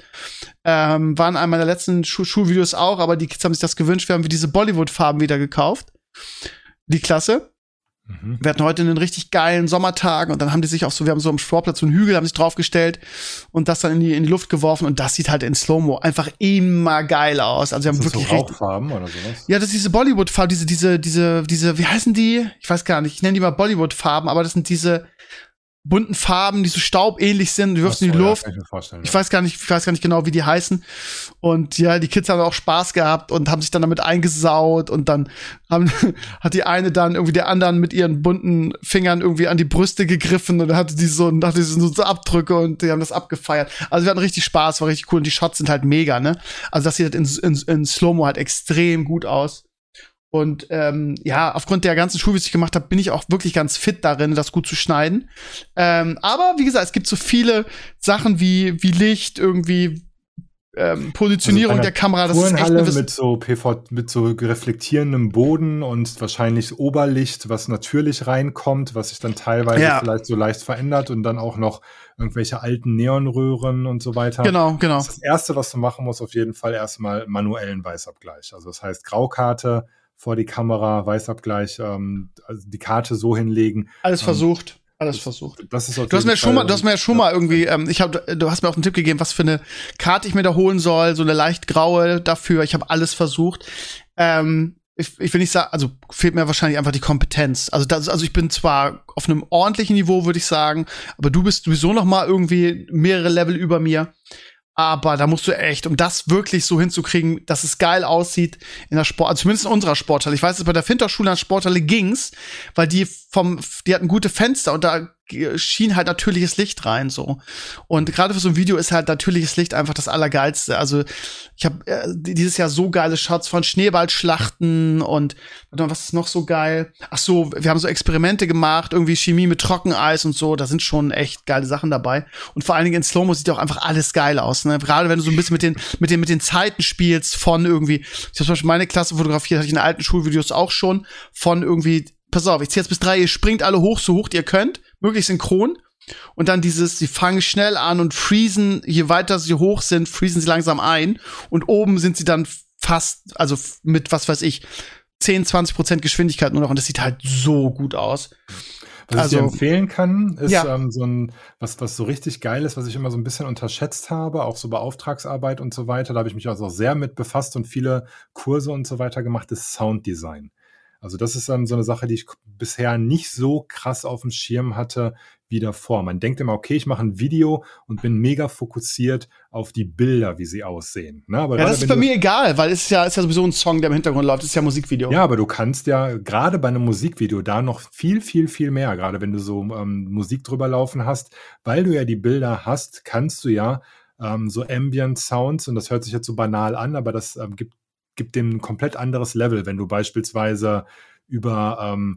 [SPEAKER 2] ähm, waren einem meiner letzten Schu- Schulvideos auch, aber die Kids haben sich das gewünscht. Wir haben diese Bollywood-Farben wieder gekauft, die Klasse. Mhm. Wir hatten heute einen richtig geilen Sommertag und dann haben die sich auch so, wir haben so am Sportplatz so einen Hügel, haben sich draufgestellt und das dann in die, in die Luft geworfen und das sieht halt in Slow-Mo einfach immer geil aus. Also wir haben
[SPEAKER 3] Ist das
[SPEAKER 2] wirklich
[SPEAKER 3] so
[SPEAKER 2] richtig,
[SPEAKER 3] Rauchfarben oder sowas?
[SPEAKER 2] ja, das ist diese Bollywood-Farben, diese, diese, diese, diese, wie heißen die? Ich weiß gar nicht, ich nenne die mal Bollywood-Farben, aber das sind diese bunten Farben, die so staubähnlich sind, du wirfst in die
[SPEAKER 3] Ja,
[SPEAKER 2] Luft.
[SPEAKER 3] kann ich mir vorstellen,
[SPEAKER 2] Ich
[SPEAKER 3] ja.
[SPEAKER 2] weiß gar nicht, ich weiß gar nicht genau, wie die heißen. Und ja, die Kids haben auch Spaß gehabt und haben sich dann damit eingesaut und dann haben, hat die eine dann irgendwie der anderen mit ihren bunten Fingern irgendwie an die Brüste gegriffen und dann hatte die so, hatte die so, so Abdrücke und die haben das abgefeiert. Also wir hatten richtig Spaß, war richtig cool und die Shots sind halt mega, ne? Also das sieht halt in, in, in Slow-Mo halt extrem gut aus. Und ähm, ja, aufgrund der ganzen Schulvideos, die ich gemacht habe, bin ich auch wirklich ganz fit darin, das gut zu schneiden. Ähm, aber wie gesagt, es gibt so viele Sachen wie wie Licht, irgendwie ähm, Positionierung
[SPEAKER 3] Also
[SPEAKER 2] der Kamera. Das ist echt
[SPEAKER 3] Turnhalle
[SPEAKER 2] eine Wiss-
[SPEAKER 3] mit so P V, mit so reflektierendem Boden und wahrscheinlich Oberlicht, was natürlich reinkommt, was sich dann teilweise
[SPEAKER 2] Ja.
[SPEAKER 3] vielleicht so leicht verändert und dann auch noch irgendwelche alten Neonröhren und so weiter.
[SPEAKER 2] Genau, genau.
[SPEAKER 3] Das ist das Erste, was du machen musst, auf jeden Fall erstmal manuellen Weißabgleich. Also das heißt Graukarte vor die Kamera, Weißabgleich, ähm, also die Karte so hinlegen.
[SPEAKER 2] Alles
[SPEAKER 3] ähm,
[SPEAKER 2] versucht. Alles versucht.
[SPEAKER 3] Das ist auf
[SPEAKER 2] Du hast
[SPEAKER 3] jeden
[SPEAKER 2] mir schon
[SPEAKER 3] Fall-
[SPEAKER 2] mal, du hast mir ja schon mal irgendwie, ähm, ich hab, du hast mir auch einen Tipp gegeben, was für eine Karte ich mir da holen soll, so eine leicht graue dafür. Ich habe alles versucht. Ähm, ich, ich will nicht sagen, also fehlt mir wahrscheinlich einfach die Kompetenz. Also das, also ich bin zwar auf einem ordentlichen Niveau, würde ich sagen, aber du bist sowieso noch mal irgendwie mehrere Level über mir. Aber da musst du echt, um das wirklich so hinzukriegen, dass es geil aussieht in der Sport, also zumindest in unserer Sporthalle. Ich weiß, dass bei der Finterschule an der Sporthalle ging's, weil die vom, die hatten gute Fenster und da schien halt natürliches Licht rein, so. Und gerade für so ein Video ist halt natürliches Licht einfach das Allergeilste. Also ich habe äh, dieses Jahr so geile Shots von Schneeballschlachten und warte mal, was ist noch so geil? Ach so, wir haben so Experimente gemacht, irgendwie Chemie mit Trockeneis und so. Da sind schon echt geile Sachen dabei. Und vor allen Dingen in Slow-Mo sieht auch einfach alles geil aus, ne? Gerade wenn du so ein bisschen mit den mit den mit den Zeiten spielst von irgendwie. Ich habe zum Beispiel meine Klasse fotografiert, hatte ich in alten Schulvideos auch schon von irgendwie. Pass auf, ich zähl jetzt bis drei, ihr springt alle hoch, so hoch ihr könnt, möglichst synchron. Und dann dieses, sie fangen schnell an und freezen, je weiter sie hoch sind, freezen sie langsam ein. Und oben sind sie dann fast, also mit, was weiß ich, zehn, zwanzig Prozent Geschwindigkeit nur noch. Und das sieht halt so gut aus.
[SPEAKER 3] Was
[SPEAKER 2] Also-
[SPEAKER 3] ich dir empfehlen kann, ist
[SPEAKER 2] Ja.
[SPEAKER 3] ähm, so ein, was, was so richtig geil ist, was ich immer so ein bisschen unterschätzt habe, auch so bei Auftragsarbeit und so weiter. Da habe ich mich also auch sehr mit befasst und viele Kurse und so weiter gemacht, ist Sounddesign. Also das ist ähm, so eine Sache, die ich k- bisher nicht so krass auf dem Schirm hatte wie davor. Man denkt immer, okay, ich mache ein Video und bin mega fokussiert auf die Bilder, wie sie aussehen. Ne? Aber
[SPEAKER 2] Ja,
[SPEAKER 3] gerade
[SPEAKER 2] das ist
[SPEAKER 3] wenn
[SPEAKER 2] bei
[SPEAKER 3] du-
[SPEAKER 2] mir egal, weil es ist ja, ist ja sowieso ein Song, der im Hintergrund läuft, das ist ja Musikvideo.
[SPEAKER 3] Ja, aber du kannst ja gerade bei einem Musikvideo da noch viel, viel, viel mehr, gerade wenn du so ähm, Musik drüber laufen hast, weil du ja die Bilder hast, kannst du ja ähm, so Ambient Sounds, und das hört sich jetzt so banal an, aber das ähm, gibt, gibt dem ein komplett anderes Level, wenn du beispielsweise über ähm,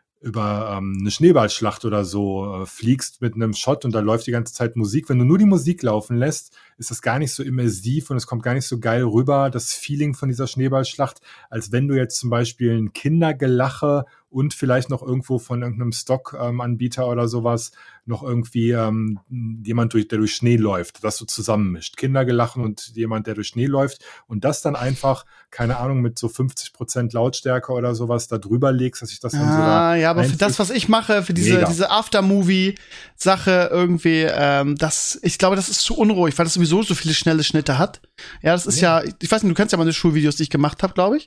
[SPEAKER 3] über ähm, eine Schneeballschlacht oder so äh, fliegst mit einem Shot und da läuft die ganze Zeit Musik. Wenn du nur die Musik laufen lässt, ist das gar nicht so immersiv und es kommt gar nicht so geil rüber, das Feeling von dieser Schneeballschlacht, als wenn du jetzt zum Beispiel ein Kindergelache und vielleicht noch irgendwo von irgendeinem Stock-Anbieter oder sowas noch irgendwie ähm, jemand, durch, der durch Schnee läuft, das so zusammenmischt. Kindergelachen und jemand, der durch Schnee läuft und das dann einfach, keine Ahnung, mit so fünfzig Prozent Lautstärke oder sowas da drüber legst, dass ich das dann so da
[SPEAKER 2] Ah, ja, aber für
[SPEAKER 3] einfüge.
[SPEAKER 2] das, was ich mache, für diese,
[SPEAKER 3] Mega.
[SPEAKER 2] diese Aftermovie-Sache irgendwie, ähm, das, ich glaube, das ist zu unruhig, weil das sowieso so viele schnelle Schnitte hat. Ja, das ist ja, ich weiß nicht, du kennst ja meine Schulvideos, die ich gemacht habe, glaube ich.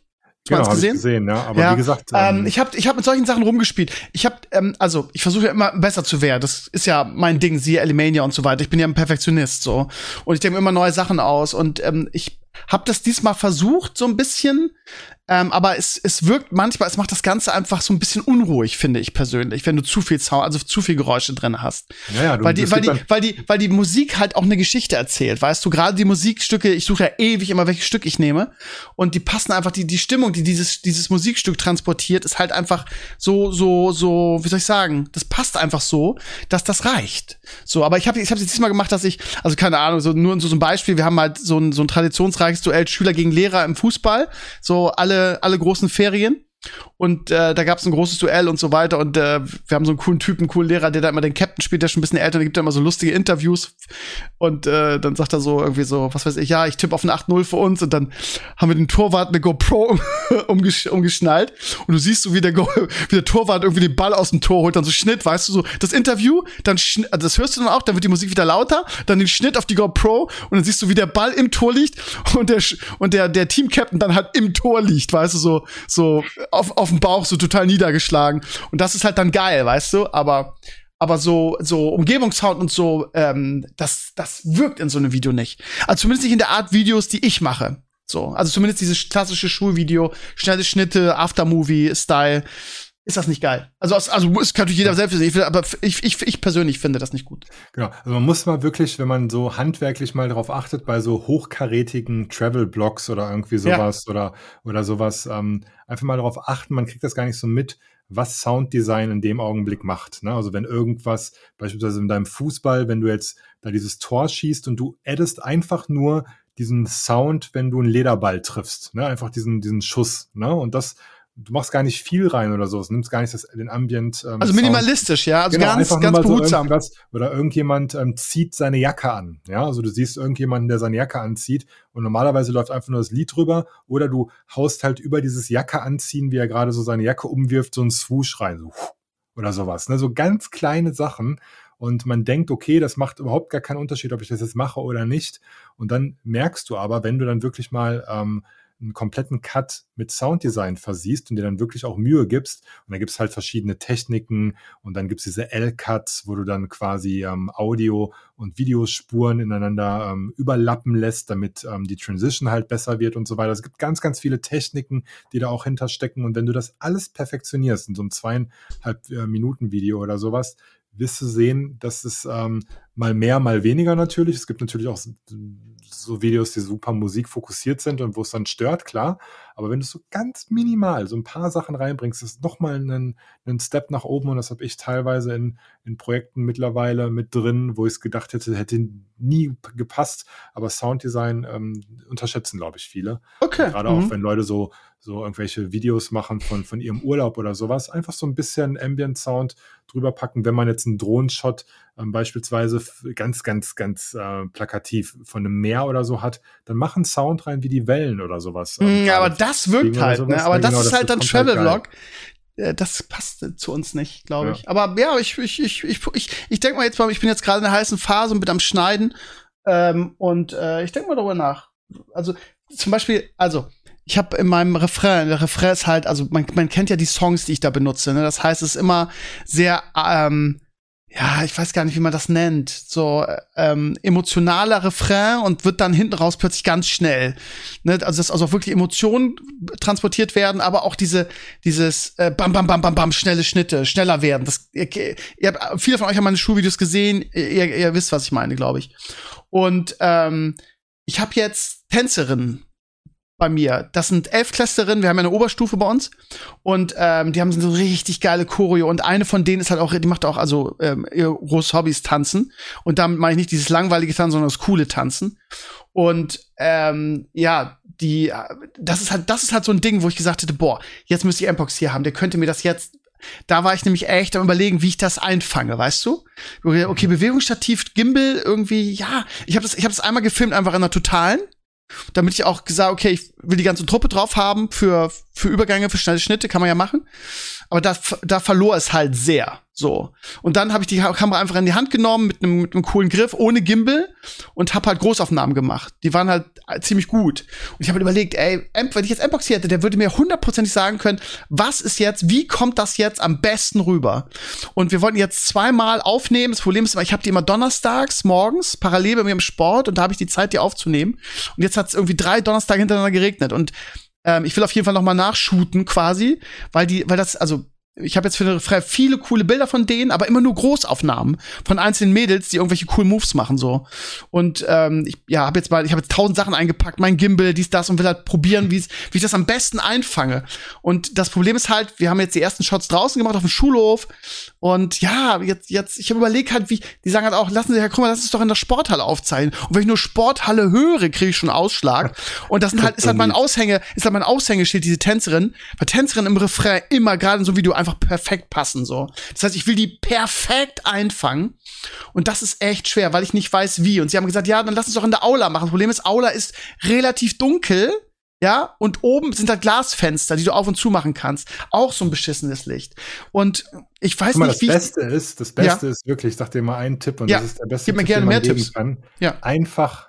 [SPEAKER 3] Genau, habe ich gesehen, ja. Aber
[SPEAKER 2] ja,
[SPEAKER 3] wie gesagt,
[SPEAKER 2] ähm,
[SPEAKER 3] ähm,
[SPEAKER 2] ich habe ich hab mit solchen Sachen rumgespielt. Ich habe, ähm, also ich versuche ja immer besser zu werden. Das ist ja mein Ding, siehe Alimania und so weiter. Ich bin ja ein Perfektionist so und ich denke mir immer neue Sachen aus und ähm, ich habe das diesmal versucht so ein bisschen. Ähm, aber es, es wirkt manchmal, es macht das Ganze einfach so ein bisschen unruhig, finde ich persönlich, wenn du zu viel Sound, also zu viel Geräusche drin hast.
[SPEAKER 3] Ja, ja, du,
[SPEAKER 2] weil die, weil die, weil die, weil die Musik halt auch eine Geschichte erzählt, weißt du, gerade die Musikstücke, ich suche ja ewig immer, welches Stück ich nehme und die passen einfach, die, die Stimmung, die dieses, dieses Musikstück transportiert, ist halt einfach so, so, so, wie soll ich sagen, das passt einfach so, dass das reicht. So, aber ich habe ich habe jetzt diesmal gemacht, dass ich, also keine Ahnung, so nur so, so ein Beispiel, wir haben halt so ein, so ein traditionsreiches Duell Schüler gegen Lehrer im Fußball, so alle alle großen Ferien und äh, da gab es ein großes Duell und so weiter und äh, wir haben so einen coolen Typen, einen coolen Lehrer, der da immer den Captain spielt, der ist schon ein bisschen älter, der gibt da immer so lustige Interviews und äh, dann sagt er so irgendwie so, was weiß ich, ja, ich tippe auf ein acht null für uns und dann haben wir den Torwart eine GoPro umgesch- umgeschnallt und du siehst so, wie der, Go- wie der Torwart irgendwie den Ball aus dem Tor holt, dann so Schnitt, weißt du, so das Interview, dann schn- also das hörst du dann auch, dann wird die Musik wieder lauter, dann den Schnitt auf die GoPro und dann siehst du, wie der Ball im Tor liegt und der und der der Team-Captain dann halt im Tor liegt, weißt du, so so auf auf dem Bauch so total niedergeschlagen und das ist halt dann geil, weißt du, aber aber so so Umgebungssound und so ähm, das das wirkt in so einem Video nicht. Also zumindest nicht in der Art Videos, die ich mache. So, also zumindest dieses klassische Schulvideo, schnelle Schnitte, Aftermovie-Style, ist das nicht geil. Also also es kann natürlich jeder selbst sehen, aber ich, ich ich persönlich finde das nicht gut.
[SPEAKER 3] Genau, also man muss mal wirklich, wenn man so handwerklich mal darauf achtet, bei so hochkarätigen Travel-Blogs oder irgendwie sowas ja. oder oder sowas, ähm, einfach mal darauf achten, man kriegt das gar nicht so mit, was Sounddesign in dem Augenblick macht. Ne? Also wenn irgendwas, beispielsweise in deinem Fußball, wenn du jetzt da dieses Tor schießt und du addest einfach nur diesen Sound, wenn du einen Lederball triffst, ne? Einfach diesen diesen Schuss, ne? Und das du machst gar nicht viel rein oder so, du nimmst gar nicht das, den Ambient. Ähm,
[SPEAKER 2] also minimalistisch, Sound. Ja, also genau, ganz, ganz behutsam.
[SPEAKER 3] So oder irgendjemand ähm, zieht seine Jacke an, ja, also du siehst irgendjemanden, der seine Jacke anzieht und normalerweise läuft einfach nur das Lied drüber oder du haust halt über dieses Jacke anziehen, wie er gerade so seine Jacke umwirft, so ein Swoosh rein, so oder sowas, ne, so ganz kleine Sachen. Und man denkt, okay, das macht überhaupt gar keinen Unterschied, ob ich das jetzt mache oder nicht. Und dann merkst du aber, wenn du dann wirklich mal ähm, einen kompletten Cut mit Sounddesign versiehst und dir dann wirklich auch Mühe gibst. Und da gibt es halt verschiedene Techniken und dann gibt es diese L-Cuts, wo du dann quasi ähm, Audio- und Videospuren ineinander ähm, überlappen lässt, damit ähm, die Transition halt besser wird und so weiter. Es gibt ganz, ganz viele Techniken, die da auch hinterstecken. Und wenn du das alles perfektionierst in so einem zweieinhalb äh, Minuten Video oder sowas, wirst du sehen, dass es ähm, mal mehr, mal weniger natürlich. Es gibt natürlich auch so Videos, die super musikfokussiert sind und wo es dann stört, klar. Aber wenn du so ganz minimal so ein paar Sachen reinbringst, ist nochmal einen, einen Step nach oben und das habe ich teilweise in, in Projekten mittlerweile mit drin, wo ich es gedacht hätte, hätte nie gepasst. Aber Sounddesign ähm, unterschätzen, glaube ich, viele.
[SPEAKER 2] Okay.
[SPEAKER 3] Und gerade mhm. auch, wenn Leute so, so irgendwelche Videos machen von, von ihrem Urlaub oder sowas, einfach so ein bisschen Ambient Sound drüber packen, wenn man jetzt einen Drohnenshot ähm, beispielsweise ganz, ganz, ganz äh, plakativ von einem Meer oder so hat, dann mach einen Sound rein wie die Wellen oder sowas.
[SPEAKER 2] Ähm, ja, aber das wirkt halt,
[SPEAKER 3] sowas,
[SPEAKER 2] ne? Aber
[SPEAKER 3] ja,
[SPEAKER 2] das
[SPEAKER 3] genau,
[SPEAKER 2] ist
[SPEAKER 3] das
[SPEAKER 2] halt dann Travel-Vlog. Äh, das passt zu uns nicht, glaube
[SPEAKER 3] Ja.
[SPEAKER 2] ich. Aber ja, ich, ich, ich, ich, ich, ich denke mal jetzt mal, ich bin jetzt gerade in einer heißen Phase und bin am Schneiden. Ähm, und äh, ich denke mal darüber nach. Also zum Beispiel, also ich habe in meinem Refrain, der Refrain ist halt, also man, man kennt ja die Songs, die ich da benutze, ne? Das heißt, es ist immer sehr, ähm, ja, ich weiß gar nicht, wie man das nennt, so ähm, emotionaler Refrain und wird dann hinten raus plötzlich ganz schnell. Ne? Also dass also auch wirklich Emotionen transportiert werden, aber auch diese dieses äh, bam bam bam bam bam schnelle Schnitte, schneller werden. Das, ihr, ihr habt, viele von euch haben meine Schulvideos gesehen, ihr, ihr wisst, was ich meine, glaube ich. Und ähm, ich habe jetzt Tänzerinnen bei mir. Das sind Elfklässlerinnen, wir haben ja eine Oberstufe bei uns und ähm, die haben so richtig geile Choreo und eine von denen ist halt auch, die macht auch also ähm, ihr großes Hobby ist Tanzen und damit meine ich nicht dieses langweilige Tanzen, sondern das coole Tanzen und ähm, ja, die, das ist halt, das ist halt so ein Ding, wo ich gesagt hätte, boah, jetzt müsste ich Mpox hier haben, der könnte mir das jetzt. Da war ich nämlich echt am Überlegen, wie ich das einfange, weißt du? Okay, Bewegungsstativ, Gimbal, irgendwie, ja. Ich habe das, ich habe das einmal gefilmt, einfach in einer totalen, damit ich auch gesagt, okay, ich will die ganze Truppe drauf haben für für Übergänge, für schnelle Schnitte, kann man ja machen. Aber da, da verlor es halt sehr. So. Und dann habe ich die Kamera einfach in die Hand genommen mit einem mit einem coolen Griff, ohne Gimbal und habe halt Großaufnahmen gemacht. Die waren halt ziemlich gut. Und ich habe halt überlegt, ey, wenn ich jetzt M-Pox hier hätte, der würde mir hundertprozentig sagen können, was ist jetzt, wie kommt das jetzt am besten rüber? Und wir wollten jetzt zweimal aufnehmen. Das Problem ist immer, ich habe die immer donnerstags morgens parallel bei mir im Sport und da habe ich die Zeit, die aufzunehmen. Und jetzt hat es irgendwie drei Donnerstage hintereinander geregnet. Und ähm, ich will auf jeden Fall noch mal nachshooten quasi, weil die, weil das, also ich habe jetzt für eine Frei viele coole Bilder von denen, aber immer nur Großaufnahmen von einzelnen Mädels, die irgendwelche coolen Moves machen so. Und ähm, ich ja, habe jetzt mal, ich habe jetzt tausend Sachen eingepackt, mein Gimbal, dies, das und will halt probieren, wie wie ich das am besten einfange. Und das Problem ist halt, wir haben jetzt die ersten Shots draußen gemacht auf dem Schulhof und ja, jetzt jetzt ich habe überlegt halt, wie die sagen halt auch, lassen Sie Herr Krümmer, lass uns doch in der Sporthalle aufzeichnen. Und wenn ich nur Sporthalle höre, kriege ich schon Ausschlag. Und das sind halt ist halt mein Aushänge, ist halt mein Aushängeschild, diese Tänzerin, weil Tänzerin im Refrain immer gerade in so einem Video einfach perfekt passen so. Das heißt, ich will die perfekt einfangen und das ist echt schwer, weil ich nicht weiß wie. Und sie haben gesagt, ja, dann lass uns doch in der Aula machen. Das Problem ist, Aula ist relativ dunkel, ja, und oben sind da Glasfenster, die du auf und zu machen kannst. Auch so ein beschissenes Licht. Und ich weiß
[SPEAKER 3] mal,
[SPEAKER 2] nicht,
[SPEAKER 3] das
[SPEAKER 2] wie
[SPEAKER 3] Beste ist, das Beste
[SPEAKER 2] ja.
[SPEAKER 3] ist wirklich, ich sag dir mal einen Tipp und
[SPEAKER 2] ja.
[SPEAKER 3] das ist der beste
[SPEAKER 2] Gib mir
[SPEAKER 3] Tipp,
[SPEAKER 2] gerne
[SPEAKER 3] den man
[SPEAKER 2] mehr
[SPEAKER 3] geben
[SPEAKER 2] Tipps.
[SPEAKER 3] kann.
[SPEAKER 2] Ja.
[SPEAKER 3] Einfach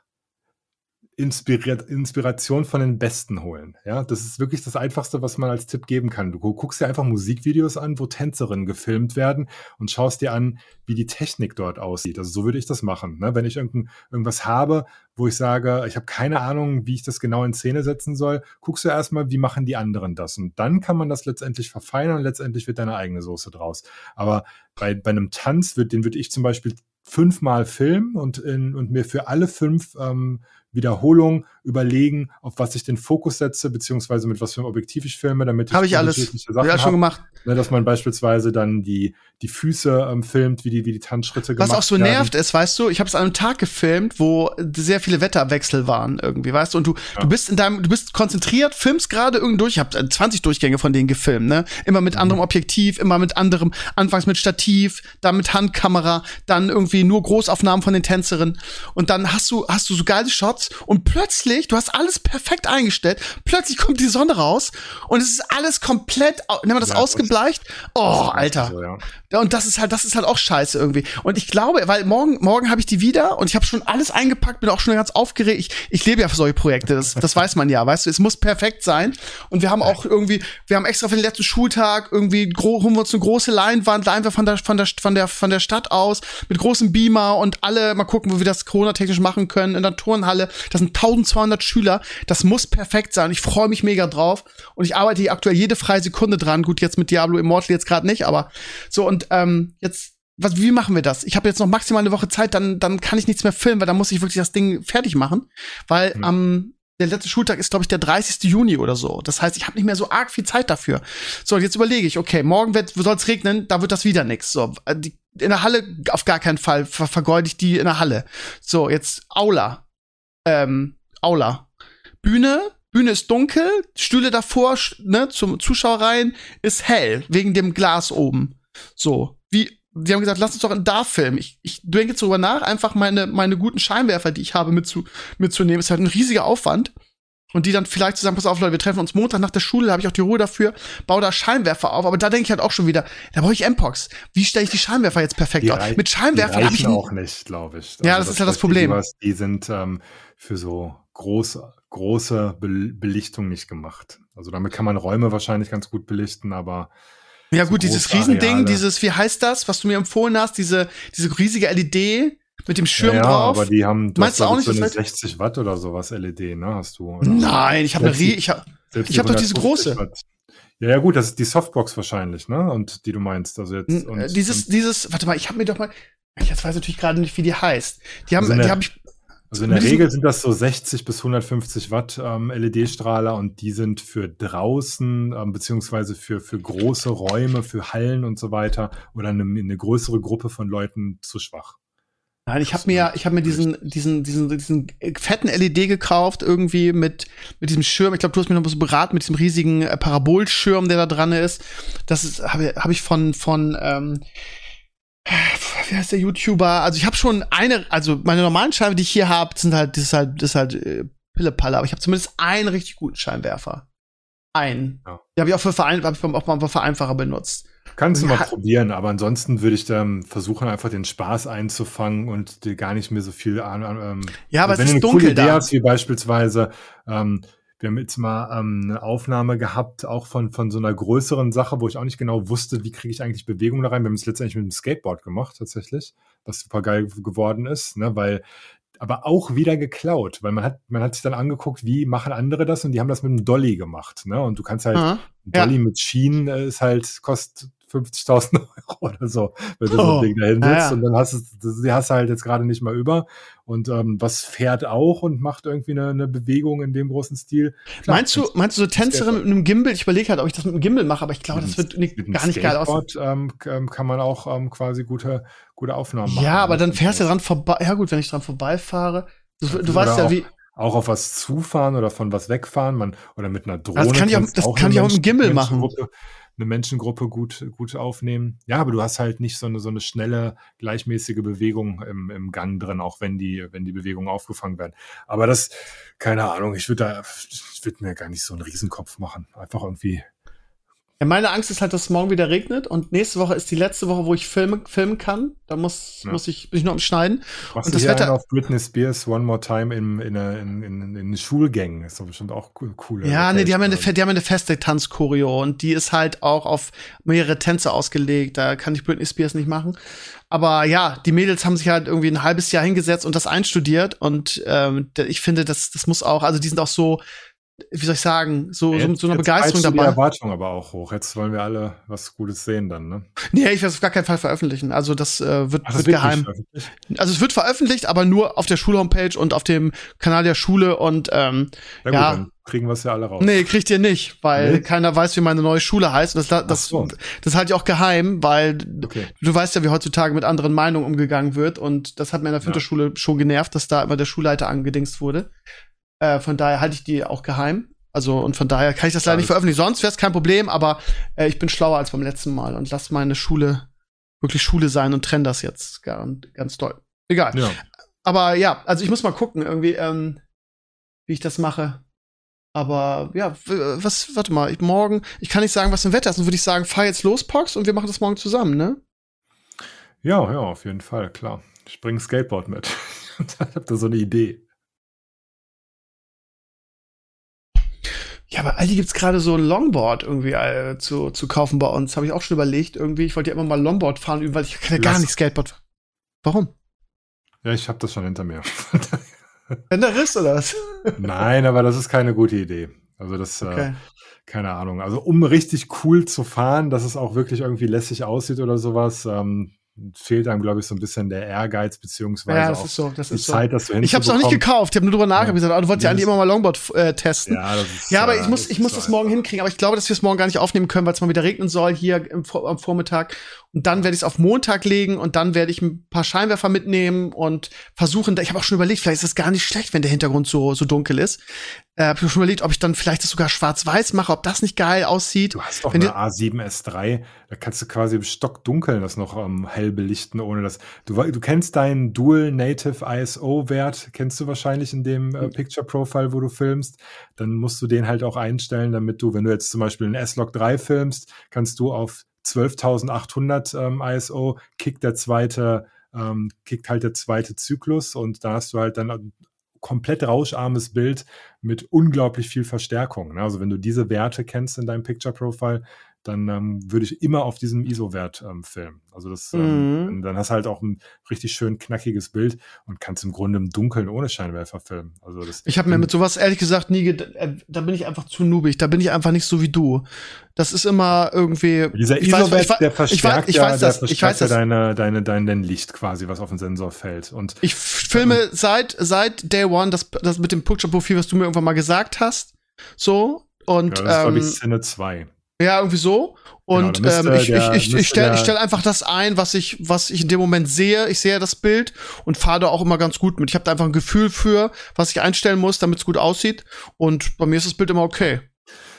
[SPEAKER 3] Inspiriert, Inspiration von den Besten holen. Ja, das ist wirklich das Einfachste, was man als Tipp geben kann. Du guckst dir einfach Musikvideos an, wo Tänzerinnen gefilmt werden und schaust dir an, wie die Technik dort aussieht. Also so würde ich das machen. Ne? Wenn ich irgend, irgendwas habe, wo ich sage, ich habe keine Ahnung, wie ich das genau in Szene setzen soll, guckst du erstmal, wie machen die anderen das? Und dann kann man das letztendlich verfeinern und letztendlich wird deine eigene Soße draus. Aber bei, bei einem Tanz, wird, den würde ich zum Beispiel fünfmal filmen und, in, und mir für alle fünf ähm, Wiederholungen überlegen, auf was ich den Fokus setze, beziehungsweise mit was für einem Objektiv ich filme, damit ich
[SPEAKER 2] habe ich alles
[SPEAKER 3] Sachen
[SPEAKER 2] ja, schon
[SPEAKER 3] hab,
[SPEAKER 2] gemacht.
[SPEAKER 3] Ne, dass man beispielsweise dann die, die Füße ähm, filmt, wie die, wie die Tanzschritte gemacht werden.
[SPEAKER 2] Was auch so
[SPEAKER 3] werden.
[SPEAKER 2] nervt ist, weißt du, ich habe es an einem Tag gefilmt, wo sehr viele Wetterwechsel waren irgendwie, weißt du, und du ja. du bist in deinem, du bist konzentriert, filmst gerade irgendwie durch, ich habe zwanzig Durchgänge von denen gefilmt, ne, immer mit mhm. anderem Objektiv, immer mit anderem, anfangs mit Stativ, dann mit Handkamera, dann irgendwie nur Großaufnahmen von den Tänzerinnen und dann hast du, hast du so geile Shots und plötzlich, du hast alles perfekt eingestellt, plötzlich kommt die Sonne raus und es ist alles komplett, nennen wir das ja, ausgebleicht, oh, Oh, Alter. So, ja. Und das ist halt, das ist halt auch scheiße irgendwie. Und ich glaube, weil morgen, morgen habe ich die wieder und ich habe schon alles eingepackt, bin auch schon ganz aufgeregt. Ich, ich lebe ja für solche Projekte, das, das weiß man ja, weißt du, es muss perfekt sein. Und wir haben auch irgendwie, wir haben extra für den letzten Schultag irgendwie, gro- holen wir uns eine große Leinwand, Leinwand von der, von der, von der, von der Stadt aus, mit großem Beamer und alle mal gucken, wo wir das Corona-technisch machen können, in der Turnhalle. Das sind eintausendzweihundert Schüler. Das muss perfekt sein. Ich freue mich mega drauf. Und ich arbeite hier aktuell jede freie Sekunde dran. Gut, jetzt mit Diablo Immortal jetzt gerade nicht, aber so und ähm, jetzt, was, wie machen wir das? Ich habe jetzt noch maximal eine Woche Zeit, dann dann kann ich nichts mehr filmen, weil dann muss ich wirklich das Ding fertig machen, weil am mhm. ähm, der letzte Schultag ist, glaube ich, der dreißigsten Juni oder so. Das heißt, ich habe nicht mehr so arg viel Zeit dafür. So, jetzt überlege ich, okay, morgen soll es regnen, da wird das wieder nix. So, die, in der Halle auf gar keinen Fall ver- vergeude ich die in der Halle. So, jetzt Aula. Ähm, Aula. Bühne, Bühne ist dunkel, Stühle davor, ne, zum Zuschauerreihen ist hell, wegen dem Glas oben. So, wie, die haben gesagt, lass uns doch da filmen. Ich, ich denke jetzt darüber nach, einfach meine, meine guten Scheinwerfer, die ich habe, mitzu, mitzunehmen. Ist halt ein riesiger Aufwand. Und die dann vielleicht zusammen, pass auf, Leute, wir treffen uns Montag nach der Schule, da habe ich auch die Ruhe dafür, baue da Scheinwerfer auf. Aber da denke ich halt auch schon wieder, da brauche ich M-Pox. Wie stelle ich die Scheinwerfer jetzt perfekt auf? Mit Scheinwerfern habe ich
[SPEAKER 3] auch nicht, glaube ich. Also
[SPEAKER 2] ja, das, das ist halt das Problem.
[SPEAKER 3] Die, was, die sind ähm, für so große, große Be- Belichtung nicht gemacht. Also damit kann man Räume wahrscheinlich ganz gut belichten, aber
[SPEAKER 2] ja
[SPEAKER 3] so
[SPEAKER 2] gut, dieses Riesending, dieses, wie heißt das, was du mir empfohlen hast, diese, diese riesige L E D mit dem Schirm
[SPEAKER 3] ja, ja,
[SPEAKER 2] drauf.
[SPEAKER 3] Aber die haben, du
[SPEAKER 2] meinst
[SPEAKER 3] hast
[SPEAKER 2] du auch nicht,
[SPEAKER 3] so eine
[SPEAKER 2] das
[SPEAKER 3] sechzig Watt oder sowas L E D, ne? Hast du? Oder?
[SPEAKER 2] Nein, ich habe eine Rie- ich habe ich habe doch diese große.
[SPEAKER 3] Watt. Ja, ja, gut, das ist die Softbox wahrscheinlich, ne? Und die du meinst, also jetzt. Und,
[SPEAKER 2] dieses,
[SPEAKER 3] und
[SPEAKER 2] dieses, warte mal, ich habe mir doch mal, jetzt weiß ich natürlich gerade nicht, wie die heißt. Die haben,
[SPEAKER 3] also eine,
[SPEAKER 2] die habe ich.
[SPEAKER 3] Also in der Regel sind das so sechzig bis hundertfünfzig Watt ähm, L E D-Strahler und die sind für draußen ähm, beziehungsweise für für große Räume, für Hallen und so weiter oder eine, eine größere Gruppe von Leuten zu schwach.
[SPEAKER 2] Nein, ich habe mir, ich habe mir diesen, diesen, diesen, diesen fetten L E D gekauft irgendwie mit mit diesem Schirm. Ich glaube, du hast mich noch ein bisschen beraten mit diesem riesigen äh, Parabolschirm, der da dran ist. Das ist habe hab ich von von ähm, wie heißt der YouTuber? Also ich habe schon eine, also meine normalen Scheinwerfer, die ich hier habe, sind halt, das ist halt, das ist halt äh, Pillepalle, aber ich habe zumindest einen richtig guten Scheinwerfer. Einen. Ja. Die habe ich auch für Verein, hab ich auch mal für Vereinfacher benutzt.
[SPEAKER 3] Kannst du
[SPEAKER 2] Ja.
[SPEAKER 3] mal probieren, aber ansonsten würde ich dann versuchen, einfach den Spaß einzufangen und dir gar nicht mehr so viel an. Ähm,
[SPEAKER 2] Ja, aber
[SPEAKER 3] wenn
[SPEAKER 2] es
[SPEAKER 3] du
[SPEAKER 2] ist
[SPEAKER 3] eine coole
[SPEAKER 2] dunkel
[SPEAKER 3] Idee
[SPEAKER 2] da.
[SPEAKER 3] hast, wie beispielsweise, ähm, wir haben jetzt mal ähm, eine Aufnahme gehabt, auch von, von so einer größeren Sache, wo ich auch nicht genau wusste, wie kriege ich eigentlich Bewegung da rein. Wir haben es letztendlich mit dem Skateboard gemacht, tatsächlich, was super geil geworden ist, ne, weil aber auch wieder geklaut, weil man hat, man hat sich dann angeguckt, wie machen andere das, und die haben das mit einem Dolly gemacht, ne? Und du kannst halt,
[SPEAKER 2] Ah,
[SPEAKER 3] ein Dolly
[SPEAKER 2] ja.
[SPEAKER 3] mit Schienen äh, ist halt, kostet fünfzigtausend Euro oder so, wenn du so
[SPEAKER 2] Oh,
[SPEAKER 3] ein Ding da hinsetzt.
[SPEAKER 2] ja, ja.
[SPEAKER 3] Und dann hast du, das- die hast du halt jetzt gerade nicht mal über. Und ähm, was fährt auch und macht irgendwie eine, eine Bewegung in dem großen Stil. Klar,
[SPEAKER 2] Meinst du, meinst du so Tänzerin mit einem Gimbal? Ich überlege halt, ob ich das mit einem Gimbal mache, aber ich glaube, das wird nicht,
[SPEAKER 3] mit einem
[SPEAKER 2] gar nicht geil aussehen.
[SPEAKER 3] Skateboard ähm, k- ähm, kann man auch ähm, quasi gute, gute Aufnahmen machen.
[SPEAKER 2] Ja, aber
[SPEAKER 3] ne?
[SPEAKER 2] dann fährst du dran vorbei. Ja gut, wenn ich dran vorbeifahre. Du, du
[SPEAKER 3] Oder
[SPEAKER 2] weißt ja,
[SPEAKER 3] auch,
[SPEAKER 2] wie.
[SPEAKER 3] auch auf was zufahren oder von was wegfahren. Man, oder mit einer Drohne.
[SPEAKER 2] Das kann ich auch,
[SPEAKER 3] kannst
[SPEAKER 2] das
[SPEAKER 3] du
[SPEAKER 2] kann
[SPEAKER 3] eine
[SPEAKER 2] ich auch mit dem
[SPEAKER 3] Menschen-
[SPEAKER 2] Gimbal machen.
[SPEAKER 3] Menschengruppe, eine Menschengruppe gut, gut aufnehmen. Ja, aber du hast halt nicht so eine, so eine schnelle, gleichmäßige Bewegung im, im Gang drin, auch wenn die, wenn die Bewegungen aufgefangen werden. Aber das, keine Ahnung, ich würde da, ich würde mir gar nicht so einen Riesenkopf machen. Einfach irgendwie.
[SPEAKER 2] Ja, meine Angst ist halt, dass es morgen wieder regnet und nächste Woche ist die letzte Woche, wo ich filmen, filmen kann. Da muss,
[SPEAKER 3] Ja.
[SPEAKER 2] muss ich, bin ich noch am Schneiden.
[SPEAKER 3] Machst
[SPEAKER 2] Und
[SPEAKER 3] du
[SPEAKER 2] das
[SPEAKER 3] hier
[SPEAKER 2] Wetter-
[SPEAKER 3] einen auf Britney Spears One More Time in, in, in, in, in Schulgängen? Ist doch bestimmt auch cool. cool
[SPEAKER 2] Ja, nee, die haben ja eine,
[SPEAKER 3] Location.
[SPEAKER 2] fe- die haben ja eine feste Tanzchoreo und die ist halt auch auf mehrere Tänze ausgelegt. Da kann ich Britney Spears nicht machen. Aber ja, die Mädels haben sich halt irgendwie ein halbes Jahr hingesetzt und das einstudiert. Und ähm, d- ich finde, das, das muss auch, also die sind auch so, wie soll ich sagen, so, so
[SPEAKER 3] Jetzt-
[SPEAKER 2] mit so einer
[SPEAKER 3] jetzt
[SPEAKER 2] Begeisterung
[SPEAKER 3] peitscht du die
[SPEAKER 2] dabei.
[SPEAKER 3] Erwartung aber auch hoch. Jetzt wollen wir alle was Gutes sehen dann, ne?
[SPEAKER 2] Nee, ich werde es auf gar keinen Fall veröffentlichen. Also das äh, wird,
[SPEAKER 3] Ach, das
[SPEAKER 2] wird
[SPEAKER 3] wird
[SPEAKER 2] geheim.
[SPEAKER 3] nicht veröffentlicht?
[SPEAKER 2] Also es wird veröffentlicht, aber nur auf der Schulhomepage und auf dem Kanal der Schule und ähm,
[SPEAKER 3] Ja gut,
[SPEAKER 2] Ja.
[SPEAKER 3] dann kriegen wir es ja alle raus.
[SPEAKER 2] nee, kriegt ihr nicht, weil
[SPEAKER 3] Nee?
[SPEAKER 2] keiner weiß, wie meine neue Schule heißt. Und das, das,
[SPEAKER 3] Ach so.
[SPEAKER 2] das halte ich auch geheim, weil
[SPEAKER 3] Okay.
[SPEAKER 2] du weißt ja, wie heutzutage mit anderen Meinungen umgegangen wird. Und das hat mir in der
[SPEAKER 3] Ja.
[SPEAKER 2] Filterschule schon genervt, dass da immer der Schulleiter angedingst wurde. Äh, von daher halte ich die auch geheim. Also, und von daher kann ich das leider nicht
[SPEAKER 3] Alles
[SPEAKER 2] veröffentlichen. Sonst wäre es kein Problem, aber äh, ich bin schlauer als beim letzten Mal und lass meine Schule wirklich Schule sein und trenne das jetzt ganz, ganz doll. Egal.
[SPEAKER 3] Ja.
[SPEAKER 2] Aber ja, also ich muss mal gucken, irgendwie, ähm, wie ich das mache. Aber ja, w- was, warte mal, ich, morgen, ich kann nicht sagen, was im Wetter ist. Dann würde ich sagen, fahr jetzt los, Pox, und wir machen das morgen zusammen, ne?
[SPEAKER 3] ja, ja, auf jeden Fall, klar. Ich bringe ein Skateboard mit. Ich hab da so eine Idee.
[SPEAKER 2] Ja, bei Aldi gibt's gerade so ein Longboard irgendwie äh, zu, zu kaufen bei uns. Habe ich auch schon überlegt, irgendwie. Ich wollte ja immer mal Longboard fahren, üben, weil ich kann ja gar
[SPEAKER 3] Lass-
[SPEAKER 2] nicht Skateboard fahren. Warum?
[SPEAKER 3] Ja, ich habe das schon hinter mir.
[SPEAKER 2] Wenn der Riss oder was?
[SPEAKER 3] Nein, aber das ist keine gute Idee. Also das, äh,
[SPEAKER 2] Okay.
[SPEAKER 3] keine Ahnung. Also um richtig cool zu fahren, dass es auch wirklich irgendwie lässig aussieht oder sowas, ähm, fehlt einem, glaube ich, so ein bisschen der Ehrgeiz, beziehungsweise
[SPEAKER 2] Ja, das
[SPEAKER 3] auch
[SPEAKER 2] ist so, das
[SPEAKER 3] die
[SPEAKER 2] ist so.
[SPEAKER 3] Zeit, das so
[SPEAKER 2] Ich habe es auch nicht
[SPEAKER 3] hinzubekommen.
[SPEAKER 2] gekauft. Ich habe nur drüber nachgedacht.
[SPEAKER 3] Ja.
[SPEAKER 2] Ja. Du wolltest ja
[SPEAKER 3] Ja,
[SPEAKER 2] eigentlich
[SPEAKER 3] das-
[SPEAKER 2] immer mal Longboard äh, testen.
[SPEAKER 3] Ja, das ist,
[SPEAKER 2] Ja, aber
[SPEAKER 3] äh,
[SPEAKER 2] ich muss, ich muss
[SPEAKER 3] ist
[SPEAKER 2] das
[SPEAKER 3] so
[SPEAKER 2] morgen
[SPEAKER 3] einfach.
[SPEAKER 2] hinkriegen. Aber ich glaube, dass wir es morgen gar nicht aufnehmen können, weil es mal wieder regnen soll hier im, Vor- am Vormittag. Und dann werde ich es auf Montag legen und dann werde ich ein paar Scheinwerfer mitnehmen und versuchen. Ich habe auch schon überlegt, vielleicht ist es gar nicht schlecht, wenn der Hintergrund so, so dunkel ist. Äh, habe ich schon überlegt, ob ich dann vielleicht das sogar schwarz-weiß mache, ob das nicht geil aussieht.
[SPEAKER 3] Du hast doch
[SPEAKER 2] Wenn
[SPEAKER 3] eine
[SPEAKER 2] die-
[SPEAKER 3] A sieben S drei, da kannst du quasi im Stockdunkeln das noch ähm, hell belichten, ohne dass du, wei- du kennst deinen Dual Native I S O-Wert, kennst du wahrscheinlich in dem äh, Picture Profile, wo du filmst. Dann musst du den halt auch einstellen, damit du, wenn du jetzt zum Beispiel einen S-Log drei filmst, kannst du auf zwölftausendachthundert ähm, I S O kickt der zweite, ähm, kickt halt der zweite Zyklus, und da hast du halt dann ein komplett rauscharmes Bild mit unglaublich viel Verstärkung. Ne? Also wenn du diese Werte kennst in deinem Picture Profile, dann ähm, würde ich immer auf diesem I S O-Wert ähm, filmen. Also das, ähm,
[SPEAKER 2] Mhm.
[SPEAKER 3] dann- dann hast du halt auch ein richtig schön knackiges Bild und kannst im Grunde im Dunkeln ohne Scheinwerfer filmen. Also das,
[SPEAKER 2] Ich habe mir mit sowas ehrlich gesagt nie, ged- äh, da bin ich einfach zu noobig, da bin ich einfach nicht so wie du. Das ist immer irgendwie.
[SPEAKER 3] Dieser
[SPEAKER 2] ich weiß-
[SPEAKER 3] I S O-Wert,
[SPEAKER 2] ich weiß-
[SPEAKER 3] der
[SPEAKER 2] ich
[SPEAKER 3] verstärkt
[SPEAKER 2] weiß, ich
[SPEAKER 3] ja,
[SPEAKER 2] weiß
[SPEAKER 3] der
[SPEAKER 2] das, ich
[SPEAKER 3] verstärkt
[SPEAKER 2] weiß
[SPEAKER 3] ja
[SPEAKER 2] das.
[SPEAKER 3] deine, deine, dein, dein Licht quasi, was auf den Sensor fällt. Und
[SPEAKER 2] Ich filme seit, seit Day One das, das mit dem Picture-Profil, was du mir irgendwann mal gesagt hast. So. Und
[SPEAKER 3] ja, das ist, glaube ich,
[SPEAKER 2] ähm,
[SPEAKER 3] Szene zwei.
[SPEAKER 2] ja, irgendwie so. Und
[SPEAKER 3] Genau, da
[SPEAKER 2] ähm,
[SPEAKER 3] müsste
[SPEAKER 2] ich,
[SPEAKER 3] der-
[SPEAKER 2] ich, ich, ich
[SPEAKER 3] müsste
[SPEAKER 2] stelle
[SPEAKER 3] der-
[SPEAKER 2] ich stell einfach das ein, was ich, was ich in dem Moment sehe. Ich sehe das Bild und fahre da auch immer ganz gut mit. Ich habe da einfach ein Gefühl für, was ich einstellen muss, damit es gut aussieht. Und bei mir ist das Bild immer okay.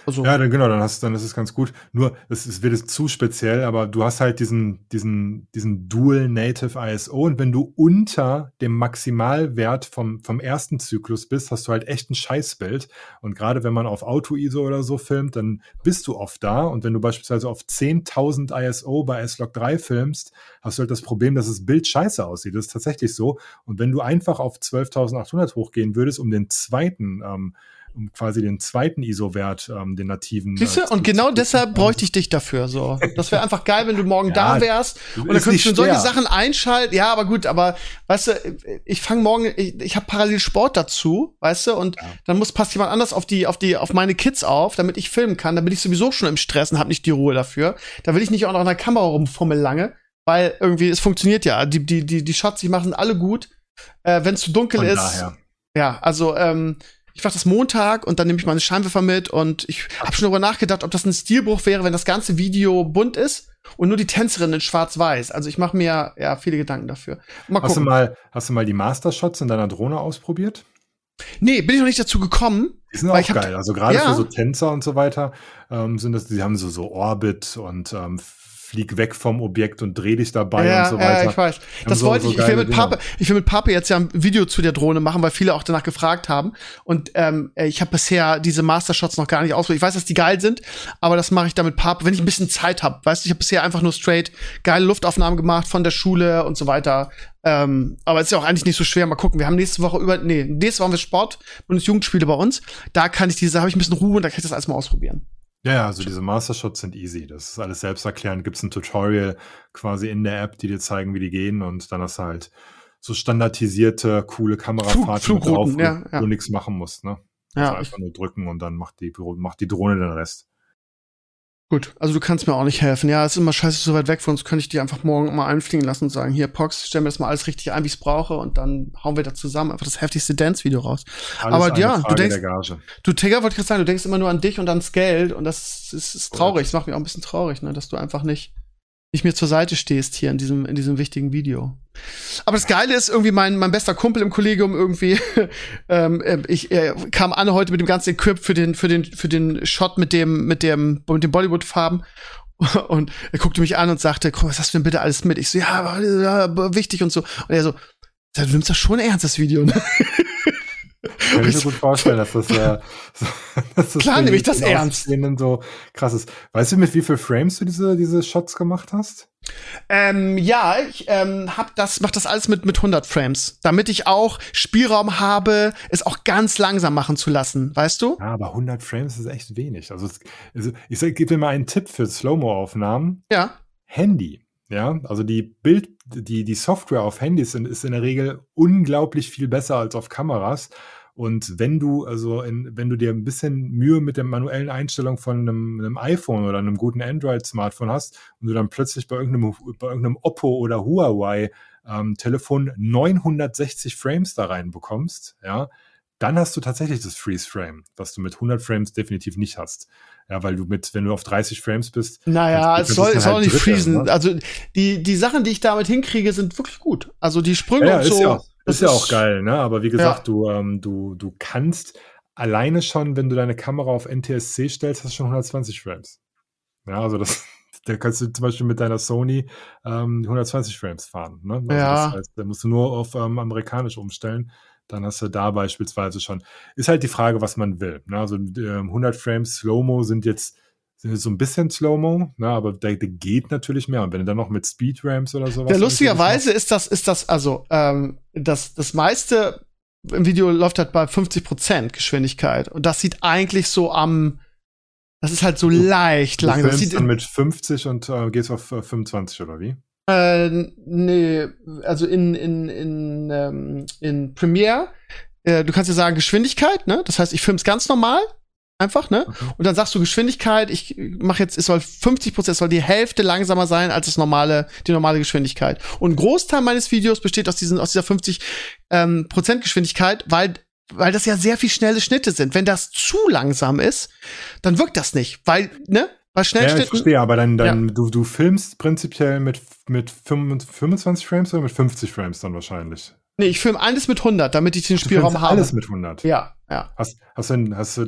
[SPEAKER 2] Also,
[SPEAKER 3] Ja, dann genau, dann hast dann ist es ganz gut. Nur es, es wird jetzt zu speziell, aber du hast halt diesen diesen diesen Dual Native I S O und wenn du unter dem Maximalwert vom vom ersten Zyklus bist, hast du halt echt ein Scheißbild und gerade wenn man auf Auto-I S O oder so filmt, dann bist du oft da und wenn du beispielsweise auf zehntausend I S O bei S Log drei filmst, hast du halt das Problem, dass das Bild scheiße aussieht. Das ist tatsächlich so und wenn du einfach auf zwölftausendachthundert hochgehen würdest, um den zweiten ähm, um quasi den zweiten I S O-Wert, ähm, den nativen.
[SPEAKER 2] Siehst du?
[SPEAKER 3] äh,
[SPEAKER 2] Und
[SPEAKER 3] zu-
[SPEAKER 2] genau
[SPEAKER 3] zu-
[SPEAKER 2] deshalb bräuchte ich dich dafür. So, das wäre einfach geil, wenn du morgen
[SPEAKER 3] Ja,
[SPEAKER 2] da wärst und dann
[SPEAKER 3] ist
[SPEAKER 2] könntest du
[SPEAKER 3] nicht
[SPEAKER 2] solche
[SPEAKER 3] schwer.
[SPEAKER 2] Sachen einschalten. Ja, aber gut, aber weißt du, ich fange morgen, ich, ich habe parallel Sport dazu, weißt du, und
[SPEAKER 3] Ja.
[SPEAKER 2] dann muss passt jemand anders auf die, auf die, auf meine Kids auf, damit ich filmen kann. Dann bin ich sowieso schon im Stress und habe nicht die Ruhe dafür. Da will ich nicht auch noch an der Kamera rumfummeln lange, weil irgendwie es funktioniert ja. Die, die, die, die Shots, die machen alle gut. Äh, wenn es zu dunkel
[SPEAKER 3] Von
[SPEAKER 2] ist.
[SPEAKER 3] daher.
[SPEAKER 2] Ja, also ähm, ich mache das Montag und dann nehme ich meine Scheinwerfer mit und ich habe schon darüber nachgedacht, ob das ein Stilbruch wäre, wenn das ganze Video bunt ist und nur die Tänzerin in schwarz-weiß. Also ich mache mir ja viele Gedanken dafür. Mal
[SPEAKER 3] Hast du
[SPEAKER 2] gucken.
[SPEAKER 3] mal, hast du mal die Master-Shots in deiner Drohne ausprobiert?
[SPEAKER 2] Nee, bin ich noch nicht dazu gekommen.
[SPEAKER 3] Die sind
[SPEAKER 2] Weil
[SPEAKER 3] auch
[SPEAKER 2] ich hab-
[SPEAKER 3] geil. Also gerade
[SPEAKER 2] Ja.
[SPEAKER 3] für so Tänzer und so weiter ähm, sind das, die haben so, so Orbit und ähm, flieg weg vom Objekt und dreh dich dabei
[SPEAKER 2] ja,
[SPEAKER 3] und so weiter.
[SPEAKER 2] ja, ich weiß.
[SPEAKER 3] Haben
[SPEAKER 2] Das
[SPEAKER 3] so-
[SPEAKER 2] wollte
[SPEAKER 3] so
[SPEAKER 2] ich. Ich will
[SPEAKER 3] geile
[SPEAKER 2] mit
[SPEAKER 3] Dinger.
[SPEAKER 2] Pape, ich will mit Pape jetzt ja ein Video zu der Drohne machen, weil viele auch danach gefragt haben. Und ähm, ich habe bisher diese Mastershots noch gar nicht ausprobiert. Ich weiß, dass die geil sind, aber das mache ich dann mit Pape, wenn ich ein bisschen Zeit habe. Weißt du, ich habe bisher einfach nur straight geile Luftaufnahmen gemacht von der Schule und so weiter. Ähm, aber es ist ja auch eigentlich nicht so schwer. Mal gucken. Wir haben nächste Woche über, nee, nächste Woche haben wir Sport, Bundesjugendspiele bei uns. Da kann ich diese, habe ich ein bisschen Ruhe und da kann ich das alles mal ausprobieren.
[SPEAKER 3] Ja, ja, also diese Master-Shots sind easy. Das ist alles selbsterklärend. Gibt es ein Tutorial quasi in der App, die dir zeigen, wie die gehen. Und dann hast du halt so standardisierte, coole Kamerafahrten mit drauf,
[SPEAKER 2] Flugrouten, ja,
[SPEAKER 3] wo
[SPEAKER 2] ja.
[SPEAKER 3] du nichts machen musst. Ne?
[SPEAKER 2] Ja,
[SPEAKER 3] Also einfach nur drücken und dann macht die, macht die Drohne den Rest.
[SPEAKER 2] Gut, also du kannst mir auch nicht helfen. Ja, es ist immer scheiße, so weit weg von uns, könnte ich dir einfach morgen mal einfliegen lassen und sagen, hier, Pox, stell mir das mal alles richtig ein, wie ich es brauche und dann hauen wir da zusammen einfach das heftigste Dance-Video raus.
[SPEAKER 3] Alles
[SPEAKER 2] Aber
[SPEAKER 3] eine
[SPEAKER 2] ja, du
[SPEAKER 3] Frage
[SPEAKER 2] denkst-
[SPEAKER 3] der Gage.
[SPEAKER 2] Du, Tigger, wollte ich gerade sagen, du denkst immer nur an dich und ans Geld und das ist, ist traurig. Das macht mich auch ein bisschen traurig, ne, dass du einfach nicht, nicht mir zur Seite stehst hier in diesem, in diesem wichtigen Video. Aber das Geile ist irgendwie mein, mein bester Kumpel im Kollegium irgendwie, ähm, äh, ich äh, kam an heute mit dem ganzen Equip für den, für den, für den Shot mit dem, mit dem, mit den Bollywood-Farben. Und er guckte mich an und sagte, komm, was hast du denn bitte alles mit? Ich so, ja, ja, wichtig und so. Und er so, du nimmst das schon ernst, das Video, ne?
[SPEAKER 3] Kann ich mir gut vorstellen, dass das, äh, so, dass das
[SPEAKER 2] Klar
[SPEAKER 3] für
[SPEAKER 2] nehme ich das
[SPEAKER 3] jeden
[SPEAKER 2] ernst.
[SPEAKER 3] Außenstehenden so krass ist. Weißt du, mit wie viel Frames du diese, diese Shots gemacht hast?
[SPEAKER 2] Ähm, ja, ich ähm, hab das, mach das alles mit mit hundert Frames, damit ich auch Spielraum habe, es auch ganz langsam machen zu lassen, weißt du?
[SPEAKER 3] Ja, aber hundert Frames ist echt wenig. Also, es, also ich sag, gebe dir mal einen Tipp für Slow-Mo-Aufnahmen.
[SPEAKER 2] Ja.
[SPEAKER 3] Handy. Ja, also die Bild, die, die Software auf Handys sind, ist in der Regel unglaublich viel besser als auf Kameras. Und wenn du, also in, wenn du dir ein bisschen Mühe mit der manuellen Einstellung von einem, einem iPhone oder einem guten Android-Smartphone hast und du dann plötzlich bei irgendeinem, bei irgendeinem Oppo oder Huawei ähm, Telefon neunhundertsechzig Frames da reinbekommst, ja, dann hast du tatsächlich das Freeze-Frame, was du mit hundert Frames definitiv nicht hast. Ja, weil du mit, wenn du auf dreißig Frames bist.
[SPEAKER 2] Naja,
[SPEAKER 3] kannst
[SPEAKER 2] es
[SPEAKER 3] du-
[SPEAKER 2] soll,
[SPEAKER 3] kannst du
[SPEAKER 2] es soll
[SPEAKER 3] halt
[SPEAKER 2] nicht
[SPEAKER 3] Drittel,
[SPEAKER 2] freezen.
[SPEAKER 3] ne?
[SPEAKER 2] Also die, die Sachen, die ich damit hinkriege, sind wirklich gut. Also die Sprünge
[SPEAKER 3] Ja,
[SPEAKER 2] und
[SPEAKER 3] ist
[SPEAKER 2] so.
[SPEAKER 3] ja,
[SPEAKER 2] das
[SPEAKER 3] ist ja auch geil, ne? Aber wie gesagt,
[SPEAKER 2] Ja.
[SPEAKER 3] du, ähm, du, du kannst alleine schon, wenn du deine Kamera auf N T S C stellst, hast du schon hundertzwanzig Frames. Ja, also das, da kannst du zum Beispiel mit deiner Sony ähm, hundertzwanzig Frames fahren. Ne? Also
[SPEAKER 2] Ja.
[SPEAKER 3] das heißt, da musst du nur auf ähm, amerikanisch umstellen. Dann hast du da beispielsweise schon. Ist halt die Frage, was man will. Ne? Also ähm, hundert Frames Slow-Mo sind jetzt, sind jetzt so ein bisschen Slow-Mo, ne? Aber der, der geht natürlich mehr. Und wenn du dann noch mit Speed-Ramps oder sowas.
[SPEAKER 2] Ja, lustigerweise ist das, ist das, also, ähm, das, das meiste im Video läuft halt bei fünfzig Prozent Geschwindigkeit. Und das sieht eigentlich so am, das ist halt so leicht
[SPEAKER 3] Du
[SPEAKER 2] langsam. Das
[SPEAKER 3] filmst
[SPEAKER 2] sieht
[SPEAKER 3] dann mit fünfzig und äh, gehst auf äh, fünfundzwanzig oder wie?
[SPEAKER 2] Äh, nee, also in, in, in, ähm, in Premiere, äh, du kannst ja sagen Geschwindigkeit, ne? Das heißt, ich film's ganz normal, einfach, ne?
[SPEAKER 3] Okay.
[SPEAKER 2] Und dann sagst du Geschwindigkeit, ich mache jetzt, es soll fünfzig Prozent, es soll die Hälfte langsamer sein als das normale, die normale Geschwindigkeit. Und ein Großteil meines Videos besteht aus diesen, aus dieser fünfzig ähm, Prozent Geschwindigkeit, weil weil das ja sehr viel schnelle Schnitte sind. Wenn das zu langsam ist, dann wirkt das nicht, weil, ne? Bei
[SPEAKER 3] Ja, ich
[SPEAKER 2] Schnellschnitten.
[SPEAKER 3] verstehe, aber dann, dann du, du filmst prinzipiell mit, mit fünfundzwanzig Frames oder mit fünfzig Frames dann wahrscheinlich?
[SPEAKER 2] Nee, ich filme alles mit hundert, damit ich den
[SPEAKER 3] Du
[SPEAKER 2] Spielraum
[SPEAKER 3] filmst
[SPEAKER 2] habe.
[SPEAKER 3] alles mit hundert.
[SPEAKER 2] Ja, ja.
[SPEAKER 3] Hast, hast, du, hast, du,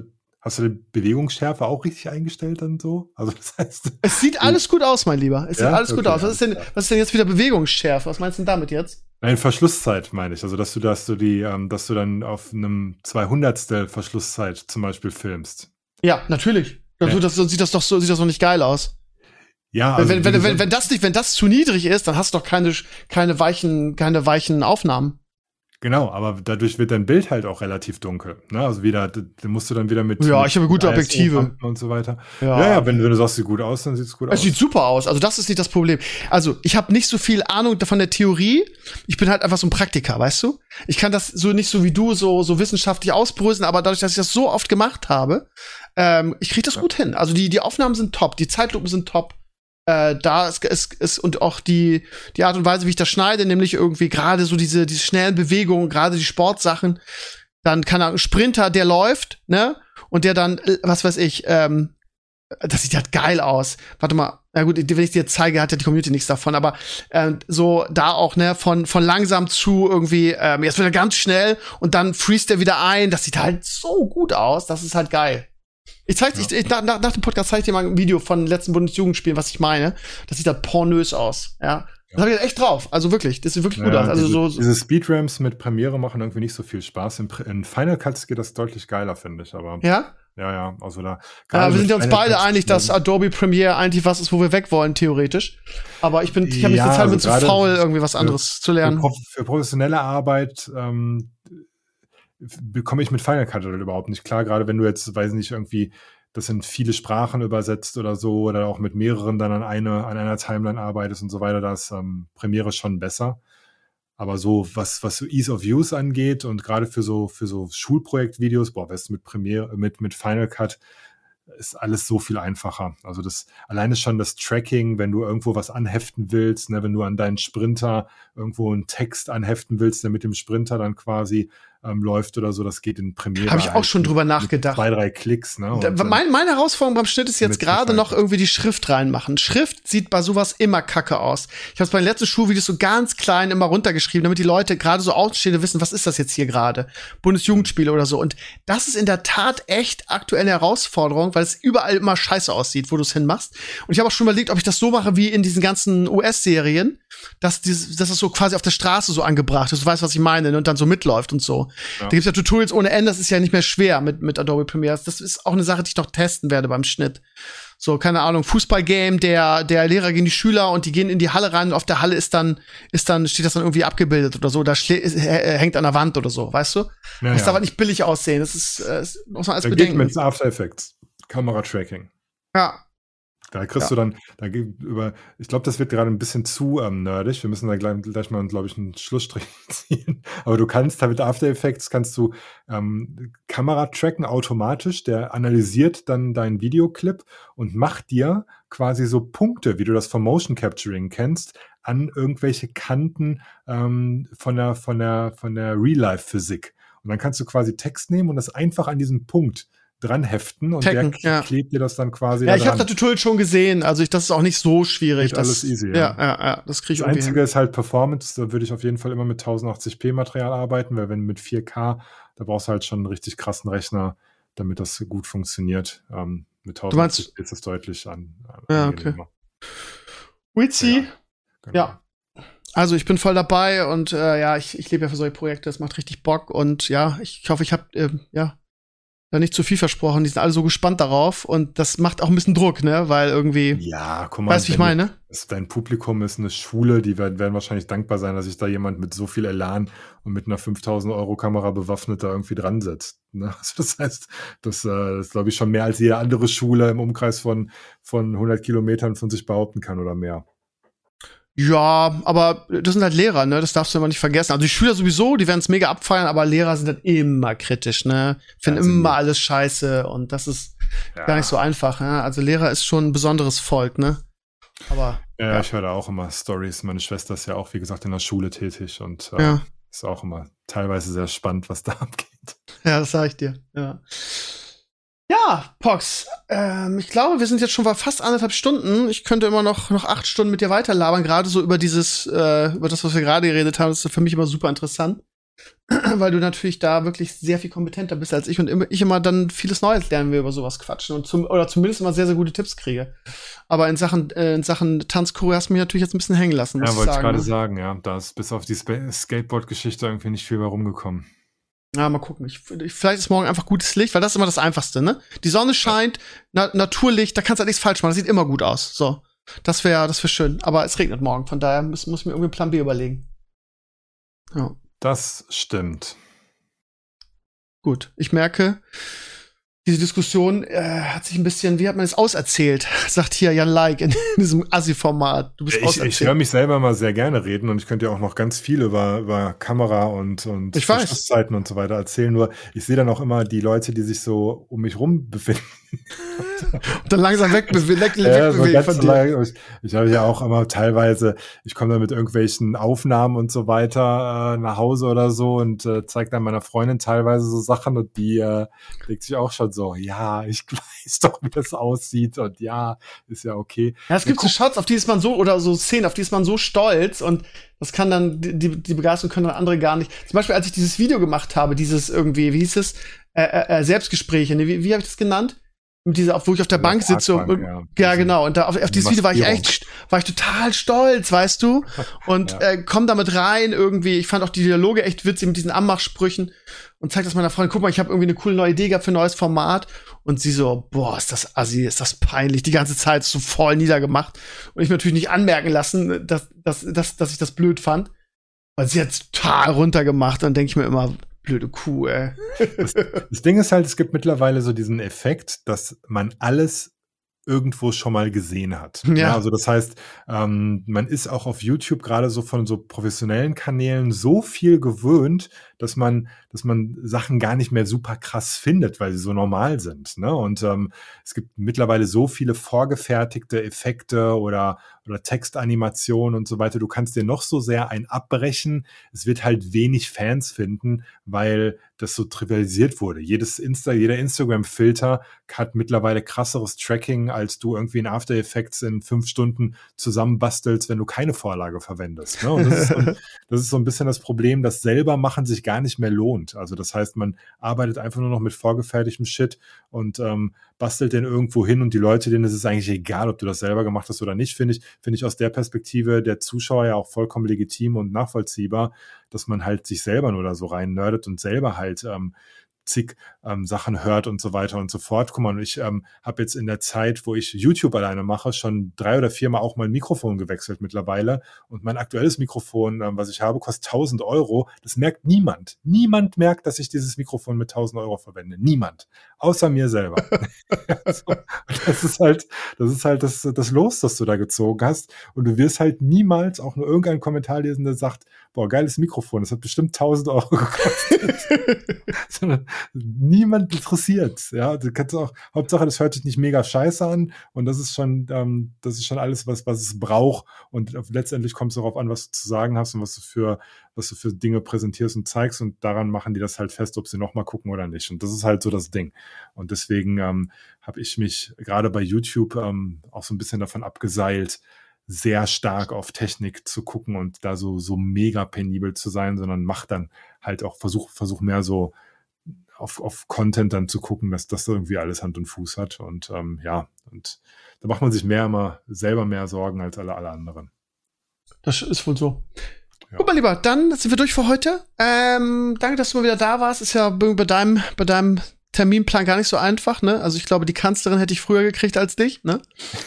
[SPEAKER 3] Hast du die Bewegungsschärfe auch richtig eingestellt dann so? Also das heißt,
[SPEAKER 2] es sieht alles gut aus, mein Lieber. Es sieht
[SPEAKER 3] ja?
[SPEAKER 2] alles gut
[SPEAKER 3] okay,
[SPEAKER 2] aus. Was ist, denn, was ist denn jetzt wieder Bewegungsschärfe? Was meinst du denn damit jetzt?
[SPEAKER 3] Nein, Verschlusszeit meine ich. Also dass du, dass du die, ähm, dass du dann auf einem zweihundertstel Verschlusszeit zum Beispiel filmst.
[SPEAKER 2] Ja, natürlich. Ja. So, das, so sieht das doch so, sieht das doch nicht geil aus.
[SPEAKER 3] Ja, also
[SPEAKER 2] wenn, wenn, wenn, wenn das nicht, wenn das zu niedrig ist, dann hast du doch keine, keine weichen, keine weichen Aufnahmen.
[SPEAKER 3] Genau, aber dadurch wird dein Bild halt auch relativ dunkel. Ne? Also wieder, da musst du dann wieder mit.
[SPEAKER 2] Ja,
[SPEAKER 3] mit
[SPEAKER 2] ich habe gute Objektive.
[SPEAKER 3] Und so weiter.
[SPEAKER 2] Ja,
[SPEAKER 3] ja, ja wenn, wenn du sagst, sieht gut aus, dann sieht es gut
[SPEAKER 2] es
[SPEAKER 3] aus.
[SPEAKER 2] Es sieht super aus. Also das ist nicht das Problem. Also ich habe nicht so viel Ahnung von der Theorie. Ich bin halt einfach so ein Praktiker, weißt du? Ich kann das so nicht so wie du so, so wissenschaftlich ausbröseln, aber dadurch, dass ich das so oft gemacht habe, ähm, ich kriege das ja. gut hin. Also die, die Aufnahmen sind top, die Zeitlupen sind top. Äh, da ist, ist, ist und auch die die Art und Weise, wie ich das schneide, nämlich irgendwie gerade so diese diese schnellen Bewegungen, gerade die Sportsachen, dann kann er ein Sprinter, der läuft, ne, und der dann, was weiß ich, ähm, das sieht halt geil aus. Warte mal, na gut, wenn ich dir jetzt zeige, hat ja die Community nichts davon, aber äh, so da auch, ne, von von langsam zu irgendwie, ähm, jetzt wird er ganz schnell und dann freest er wieder ein, das sieht halt so gut aus, das ist halt geil. Ich zeig, ja. ich, ich, nach, nach dem Podcast zeige ich dir mal ein Video von den letzten Bundesjugendspielen, was ich meine. Das sieht halt pornös aus, ja. ja. Das habe ich echt drauf. Also wirklich, das sieht wirklich ja, gut aus. Also
[SPEAKER 3] diese,
[SPEAKER 2] so, so
[SPEAKER 3] diese Speedramps mit Premiere machen irgendwie nicht so viel Spaß. In, in Final Cuts geht das deutlich geiler, finde ich. Aber
[SPEAKER 2] ja?
[SPEAKER 3] Ja, ja, also da.
[SPEAKER 2] Ja, wir sind ja uns beide Cuts einig, dass Adobe Premiere eigentlich was ist, wo wir weg wollen, theoretisch. Aber ich bin, ich habe mich ja, total also mit so faul, irgendwie was anderes
[SPEAKER 3] für,
[SPEAKER 2] zu lernen.
[SPEAKER 3] Für, für professionelle Arbeit, ähm, bekomme ich mit Final Cut überhaupt nicht klar, gerade wenn du jetzt, weiß nicht, irgendwie das in viele Sprachen übersetzt oder so oder auch mit mehreren dann an, eine, an einer Timeline arbeitest und so weiter, da ist ähm, Premiere schon besser. Aber so, was, was so Ease of Use angeht und gerade für so, für so Schulprojektvideos, boah, weißt du, mit Premiere, mit, mit Final Cut ist alles so viel einfacher. Also das, alleine schon das Tracking, wenn du irgendwo was anheften willst, ne, wenn du an deinen Sprinter irgendwo einen Text anheften willst, der mit dem Sprinter dann quasi ähm, läuft oder so, das geht in Premiere.
[SPEAKER 2] Habe ich auch halt schon drüber nachgedacht.
[SPEAKER 3] Zwei, drei Klicks, ne?
[SPEAKER 2] Da, mein, meine Herausforderung beim Schnitt ist jetzt gerade noch irgendwie die Schrift reinmachen. Schrift sieht bei sowas immer kacke aus. Ich habe es bei den letzten Schulvideos so ganz klein immer runtergeschrieben, damit die Leute gerade so Außenstehende wissen, was ist das jetzt hier gerade? Bundesjugendspiele oder so. Und das ist in der Tat echt aktuelle Herausforderung, weil es überall immer scheiße aussieht, wo du es hinmachst. Und ich habe auch schon überlegt, ob ich das so mache wie in diesen ganzen U S-Serien, dass, dieses, dass das so quasi auf der Straße so angebracht ist. Du weißt, was ich meine, ne? Und dann so mitläuft und so. Ja. Da gibt's ja Tutorials ohne Ende, das ist ja nicht mehr schwer mit, mit Adobe Premiere. Das ist auch eine Sache, die ich noch testen werde beim Schnitt. So, keine Ahnung, Fußballgame, der, der Lehrer gegen die Schüler und die gehen in die Halle rein und auf der Halle ist dann, ist dann, steht das dann irgendwie abgebildet oder so, da äh, hängt an der Wand oder so, weißt du? Ja, das darf aber nicht billig aussehen, das ist, äh, das muss man alles
[SPEAKER 3] da
[SPEAKER 2] bedenken.
[SPEAKER 3] Geht mit After Effects, Kamera-Tracking.
[SPEAKER 2] Ja.
[SPEAKER 3] Da kriegst ja. du dann, da über, ich glaube, das wird gerade ein bisschen zu ähm, nerdig. Wir müssen da gleich, gleich mal, glaube ich, einen Schlussstrich ziehen. Aber du kannst mit After Effects kannst du ähm, Kamera tracken automatisch. Der analysiert dann deinen Videoclip und macht dir quasi so Punkte, wie du das vom Motion Capturing kennst, an irgendwelche Kanten ähm, von der von der von der Real-Life-Physik. Und dann kannst du quasi Text nehmen und das einfach an diesen Punkt dran heften und Tekken, der ja. klebt dir das dann quasi
[SPEAKER 2] Ja,
[SPEAKER 3] da
[SPEAKER 2] ich habe das Tutorial schon gesehen, also ich, das ist auch nicht so schwierig.
[SPEAKER 3] Das ist alles easy, ja.
[SPEAKER 2] Ja, ja, ja, das kriege ich
[SPEAKER 3] Das Einzige hin. Ist halt Performance, da würde ich auf jeden Fall immer mit tausendachtzig p Material arbeiten, weil wenn mit vier K, da brauchst du halt schon einen richtig krassen Rechner, damit das gut funktioniert. Ähm, mit tausendachtzig p ist das deutlich an. an
[SPEAKER 2] ja, okay. Witzy. Ja, genau. Ja. Also ich bin voll dabei und äh, ja, ich, ich lebe ja für solche Projekte, das macht richtig Bock und ja, ich, ich hoffe, ich habe äh, ja da nicht zu viel versprochen. Die sind alle so gespannt darauf und das macht auch ein bisschen Druck, ne? Weil irgendwie.
[SPEAKER 3] Ja, guck mal.
[SPEAKER 2] Weißt du, wie ich meine?
[SPEAKER 3] Dein Publikum ist eine Schule, die werden, werden wahrscheinlich dankbar sein, dass sich da jemand mit so viel Elan und mit einer fünftausend Euro Kamera bewaffnet da irgendwie dran setzt. Ne? Also das heißt, das, äh, das ist, glaube ich, schon mehr als jede andere Schule im Umkreis von, von hundert Kilometern von sich behaupten kann oder mehr.
[SPEAKER 2] Ja, aber das sind halt Lehrer, ne? Das darfst du immer nicht vergessen. Also die Schüler sowieso, die werden es mega abfeiern, aber Lehrer sind halt immer kritisch, ne? Finden ja, immer alles scheiße und das ist ja. gar nicht so einfach, ne? Also Lehrer ist schon ein besonderes Volk, ne? Aber
[SPEAKER 3] ja, ja. ich höre da auch immer Stories. Meine Schwester ist ja auch, wie gesagt, in der Schule tätig und äh, ja. ist auch immer teilweise sehr spannend, was da abgeht.
[SPEAKER 2] Ja, das sag ich dir, ja. Ja, Pox, ähm, ich glaube, wir sind jetzt schon bei fast anderthalb Stunden. Ich könnte immer noch, noch acht Stunden mit dir weiterlabern, gerade so über dieses, äh, über das, was wir gerade geredet haben. Das ist für mich immer super interessant. weil du natürlich da wirklich sehr viel kompetenter bist als ich und immer, ich immer dann vieles Neues lernen will über sowas quatschen und zum, oder zumindest immer sehr, sehr gute Tipps kriege. Aber in Sachen, äh, in Sachen Tanzchoreo hast du mich natürlich jetzt ein bisschen hängen lassen, muss
[SPEAKER 3] Ja,
[SPEAKER 2] ich
[SPEAKER 3] wollte ich
[SPEAKER 2] sagen.
[SPEAKER 3] gerade
[SPEAKER 2] Ne?
[SPEAKER 3] sagen, ja. Da ist bis auf die Spa- Skateboard-Geschichte irgendwie nicht viel mehr rumgekommen.
[SPEAKER 2] Ja, mal gucken. Ich, ich, vielleicht ist morgen einfach gutes Licht, weil das ist immer das Einfachste, ne? Die Sonne scheint, Na, Naturlicht, da kannst du halt nichts falsch machen. Das sieht immer gut aus. So. Das wäre das wär schön. Aber es regnet morgen, von daher muss, muss ich mir irgendwie einen Plan B überlegen. Ja.
[SPEAKER 3] Das stimmt.
[SPEAKER 2] Gut. Ich merke, diese Diskussion äh, hat sich ein bisschen, wie hat man es auserzählt, sagt hier Jan Like in diesem Assi-Format. Du bist
[SPEAKER 3] Ich,
[SPEAKER 2] auserzählt.
[SPEAKER 3] ich höre mich selber mal sehr gerne reden und ich könnte ja auch noch ganz viel über, über Kamera und, und
[SPEAKER 2] Ich weiß.
[SPEAKER 3] Verschlusszeiten und so weiter erzählen. Nur ich sehe dann auch immer die Leute, die sich so um mich rum befinden.
[SPEAKER 2] Und dann langsam wegbewe weg,
[SPEAKER 3] Ja, so
[SPEAKER 2] wegbewegen
[SPEAKER 3] ganz
[SPEAKER 2] von
[SPEAKER 3] so
[SPEAKER 2] dir.
[SPEAKER 3] lang. Ich, ich habe ja auch immer teilweise, ich komme dann mit irgendwelchen Aufnahmen und so weiter äh, nach Hause oder so und äh, zeige dann meiner Freundin teilweise so Sachen und die äh, denkt sich auch schon so, ja, ich weiß doch, wie das aussieht und ja, ist ja okay.
[SPEAKER 2] Ja, es gibt so Shots, auf die ist man so, oder so Szenen, auf die ist man so stolz und das kann dann, die, die Begeisterung können dann andere gar nicht. Zum Beispiel, als ich dieses Video gemacht habe, dieses irgendwie, wie hieß es, äh, äh, Selbstgespräche, ne? wie, wie habe ich das genannt? Mit dieser, wo ich auf der
[SPEAKER 3] Ja,
[SPEAKER 2] Bank sitze. Und,
[SPEAKER 3] Parkbank,
[SPEAKER 2] ja.
[SPEAKER 3] ja.
[SPEAKER 2] ja, genau. Und da, auf, auf dieses Video war ich
[SPEAKER 3] Maskierung.
[SPEAKER 2] echt, war ich total stolz, weißt du? Und
[SPEAKER 3] Ja.
[SPEAKER 2] äh, komm damit rein irgendwie. Ich fand auch die Dialoge echt witzig mit diesen Anmachsprüchen und zeig das meiner Freundin. Guck mal, ich habe irgendwie eine coole neue Idee gehabt für ein neues Format. Und sie so, boah, ist das assi, ist das peinlich. Die ganze Zeit so voll niedergemacht. Und ich mir natürlich nicht anmerken lassen, dass, dass, dass, dass ich das blöd fand. Weil sie hat total runtergemacht. Und denke ich mir immer, blöde Kuh, ey.
[SPEAKER 3] Das, das Ding ist halt, es gibt mittlerweile so diesen Effekt, dass man alles irgendwo schon mal gesehen hat.
[SPEAKER 2] Ja.
[SPEAKER 3] Ja, also das heißt, ähm, man ist auch auf YouTube gerade so von so professionellen Kanälen so viel gewöhnt, dass man, dass man Sachen gar nicht mehr super krass findet, weil sie so normal sind. Ne? Und ähm, es gibt mittlerweile so viele vorgefertigte Effekte oder, oder Textanimationen und so weiter. Du kannst dir noch so sehr ein abbrechen. Es wird halt wenig Fans finden, weil das so trivialisiert wurde. Jedes Insta, jeder Instagram-Filter hat mittlerweile krasseres Tracking, als du irgendwie in After Effects in fünf Stunden zusammenbastelst, wenn du keine Vorlage verwendest. Ne? Und das ist, so ein, das ist so ein bisschen das Problem, dass selber machen sich gar nicht mehr lohnt. Also das heißt, man arbeitet einfach nur noch mit vorgefertigtem Shit und ähm, bastelt den irgendwo hin und die Leute, denen ist es eigentlich egal, ob du das selber gemacht hast oder nicht, finde ich, finde ich aus der Perspektive der Zuschauer ja auch vollkommen legitim und nachvollziehbar, dass man halt sich selber nur da so rein nerdet und selber halt ähm, zig ähm, Sachen hört und so weiter und so fort. Guck mal, ich ähm, habe jetzt in der Zeit, wo ich YouTube alleine mache, schon drei oder viermal auch mein Mikrofon gewechselt mittlerweile und mein aktuelles Mikrofon, ähm, was ich habe, kostet tausend Euro. Das merkt niemand. Niemand merkt, dass ich dieses Mikrofon mit tausend Euro verwende. Niemand. Außer mir selber. So, das ist halt, das ist halt das, das Los, das du da gezogen hast und du wirst halt niemals auch nur irgendeinen Kommentar lesen, der sagt, boah, geiles Mikrofon, das hat bestimmt tausend Euro gekostet. Sondern niemand interessiert. Ja, du kannst auch, Hauptsache, das hört sich nicht mega scheiße an und das ist schon, ähm, das ist schon alles, was, was es braucht. Und letztendlich kommt es darauf an, was du zu sagen hast und was du für, was du für Dinge präsentierst und zeigst und daran machen die das halt fest, ob sie nochmal gucken oder nicht. Und das ist halt so das Ding. Und deswegen ähm, habe ich mich gerade bei YouTube ähm, auch so ein bisschen davon abgeseilt, sehr stark auf Technik zu gucken und da so, so mega penibel zu sein, sondern mach dann halt auch, versuch, versuch mehr so auf, auf Content dann zu gucken, dass das irgendwie alles Hand und Fuß hat. Und ähm, ja, und da macht man sich mehr immer selber mehr Sorgen als alle, alle anderen.
[SPEAKER 2] Das ist wohl so.
[SPEAKER 3] Ja.
[SPEAKER 2] Gut, mein Lieber, dann sind wir durch für heute. Ähm, danke, dass du mal wieder da warst. Ist ja bei deinem, bei deinem Terminplan gar nicht so einfach, ne? Also ich glaube, die Kanzlerin hätte ich früher gekriegt als dich, ne?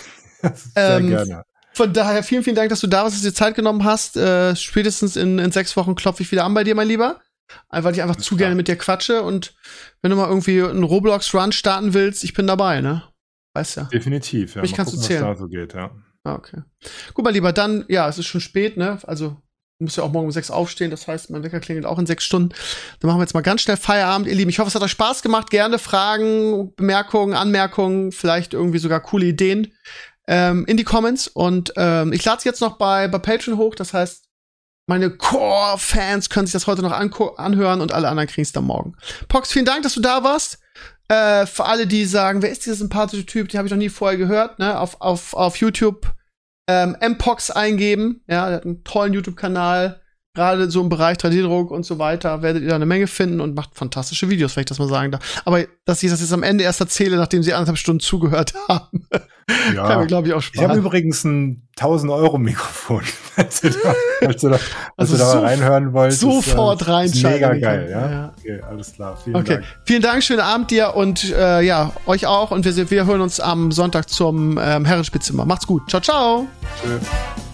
[SPEAKER 3] Sehr
[SPEAKER 2] ähm,
[SPEAKER 3] gerne.
[SPEAKER 2] Von daher vielen, vielen Dank, dass du da warst, dass du dir Zeit genommen hast. Äh, spätestens in, in sechs Wochen klopfe ich wieder an bei dir, mein Lieber. Weil ich einfach zu
[SPEAKER 3] klar.
[SPEAKER 2] gerne mit dir quatsche. Und wenn du mal irgendwie einen Roblox-Run starten willst, ich bin dabei, ne? Weißt ja.
[SPEAKER 3] Definitiv, ja.
[SPEAKER 2] Mich
[SPEAKER 3] Mal
[SPEAKER 2] kannst du
[SPEAKER 3] gucken,
[SPEAKER 2] zählen.
[SPEAKER 3] was da so geht, ja.
[SPEAKER 2] Ah, okay. Gut, mein Lieber, dann, ja, es ist schon spät, ne? Also, du musst ja auch morgen um sechs aufstehen. Das heißt, mein Wecker klingelt auch in sechs Stunden. Dann machen wir jetzt mal ganz schnell Feierabend, ihr Lieben. Ich hoffe, es hat euch Spaß gemacht. Gerne Fragen, Bemerkungen, Anmerkungen, vielleicht irgendwie sogar coole Ideen ähm, in die Comments. Und ähm, ich lade es jetzt noch bei, bei Patreon hoch. Das heißt, meine Core-Fans können sich das heute noch anko- anhören und alle anderen kriegen es dann morgen. Pox, vielen Dank, dass du da warst. Äh, für alle, die sagen, wer ist dieser sympathische Typ, den habe ich noch nie vorher gehört, ne? Auf, auf, auf YouTube ähm, M-Pox eingeben. Ja, der hat einen tollen YouTube-Kanal. Gerade so im Bereich drei D-Druck und so weiter werdet ihr da eine Menge finden und macht fantastische Videos, wenn ich das mal sagen darf. Aber dass ich das jetzt am Ende erst erzähle, nachdem sie anderthalb Stunden zugehört haben,
[SPEAKER 3] Ja.
[SPEAKER 2] kann mir, glaube ich, auch
[SPEAKER 3] Ich habe
[SPEAKER 2] sparen.
[SPEAKER 3] übrigens ein tausend Euro Mikrofon, falls ihr da, falls ihr da, falls
[SPEAKER 2] Also
[SPEAKER 3] ihr da
[SPEAKER 2] so-
[SPEAKER 3] mal reinhören wollt.
[SPEAKER 2] sofort
[SPEAKER 3] ist, äh,
[SPEAKER 2] reinschalten.
[SPEAKER 3] Ist mega geil, ja?
[SPEAKER 2] Ja.
[SPEAKER 3] Okay, alles klar. Vielen
[SPEAKER 2] Okay,
[SPEAKER 3] Dank.
[SPEAKER 2] vielen Dank, schönen Abend dir und äh, ja, euch auch. Und wir, wir hören uns am Sonntag zum ähm, Herrenspielzimmer. Macht's gut. Ciao, ciao.
[SPEAKER 3] Tschö.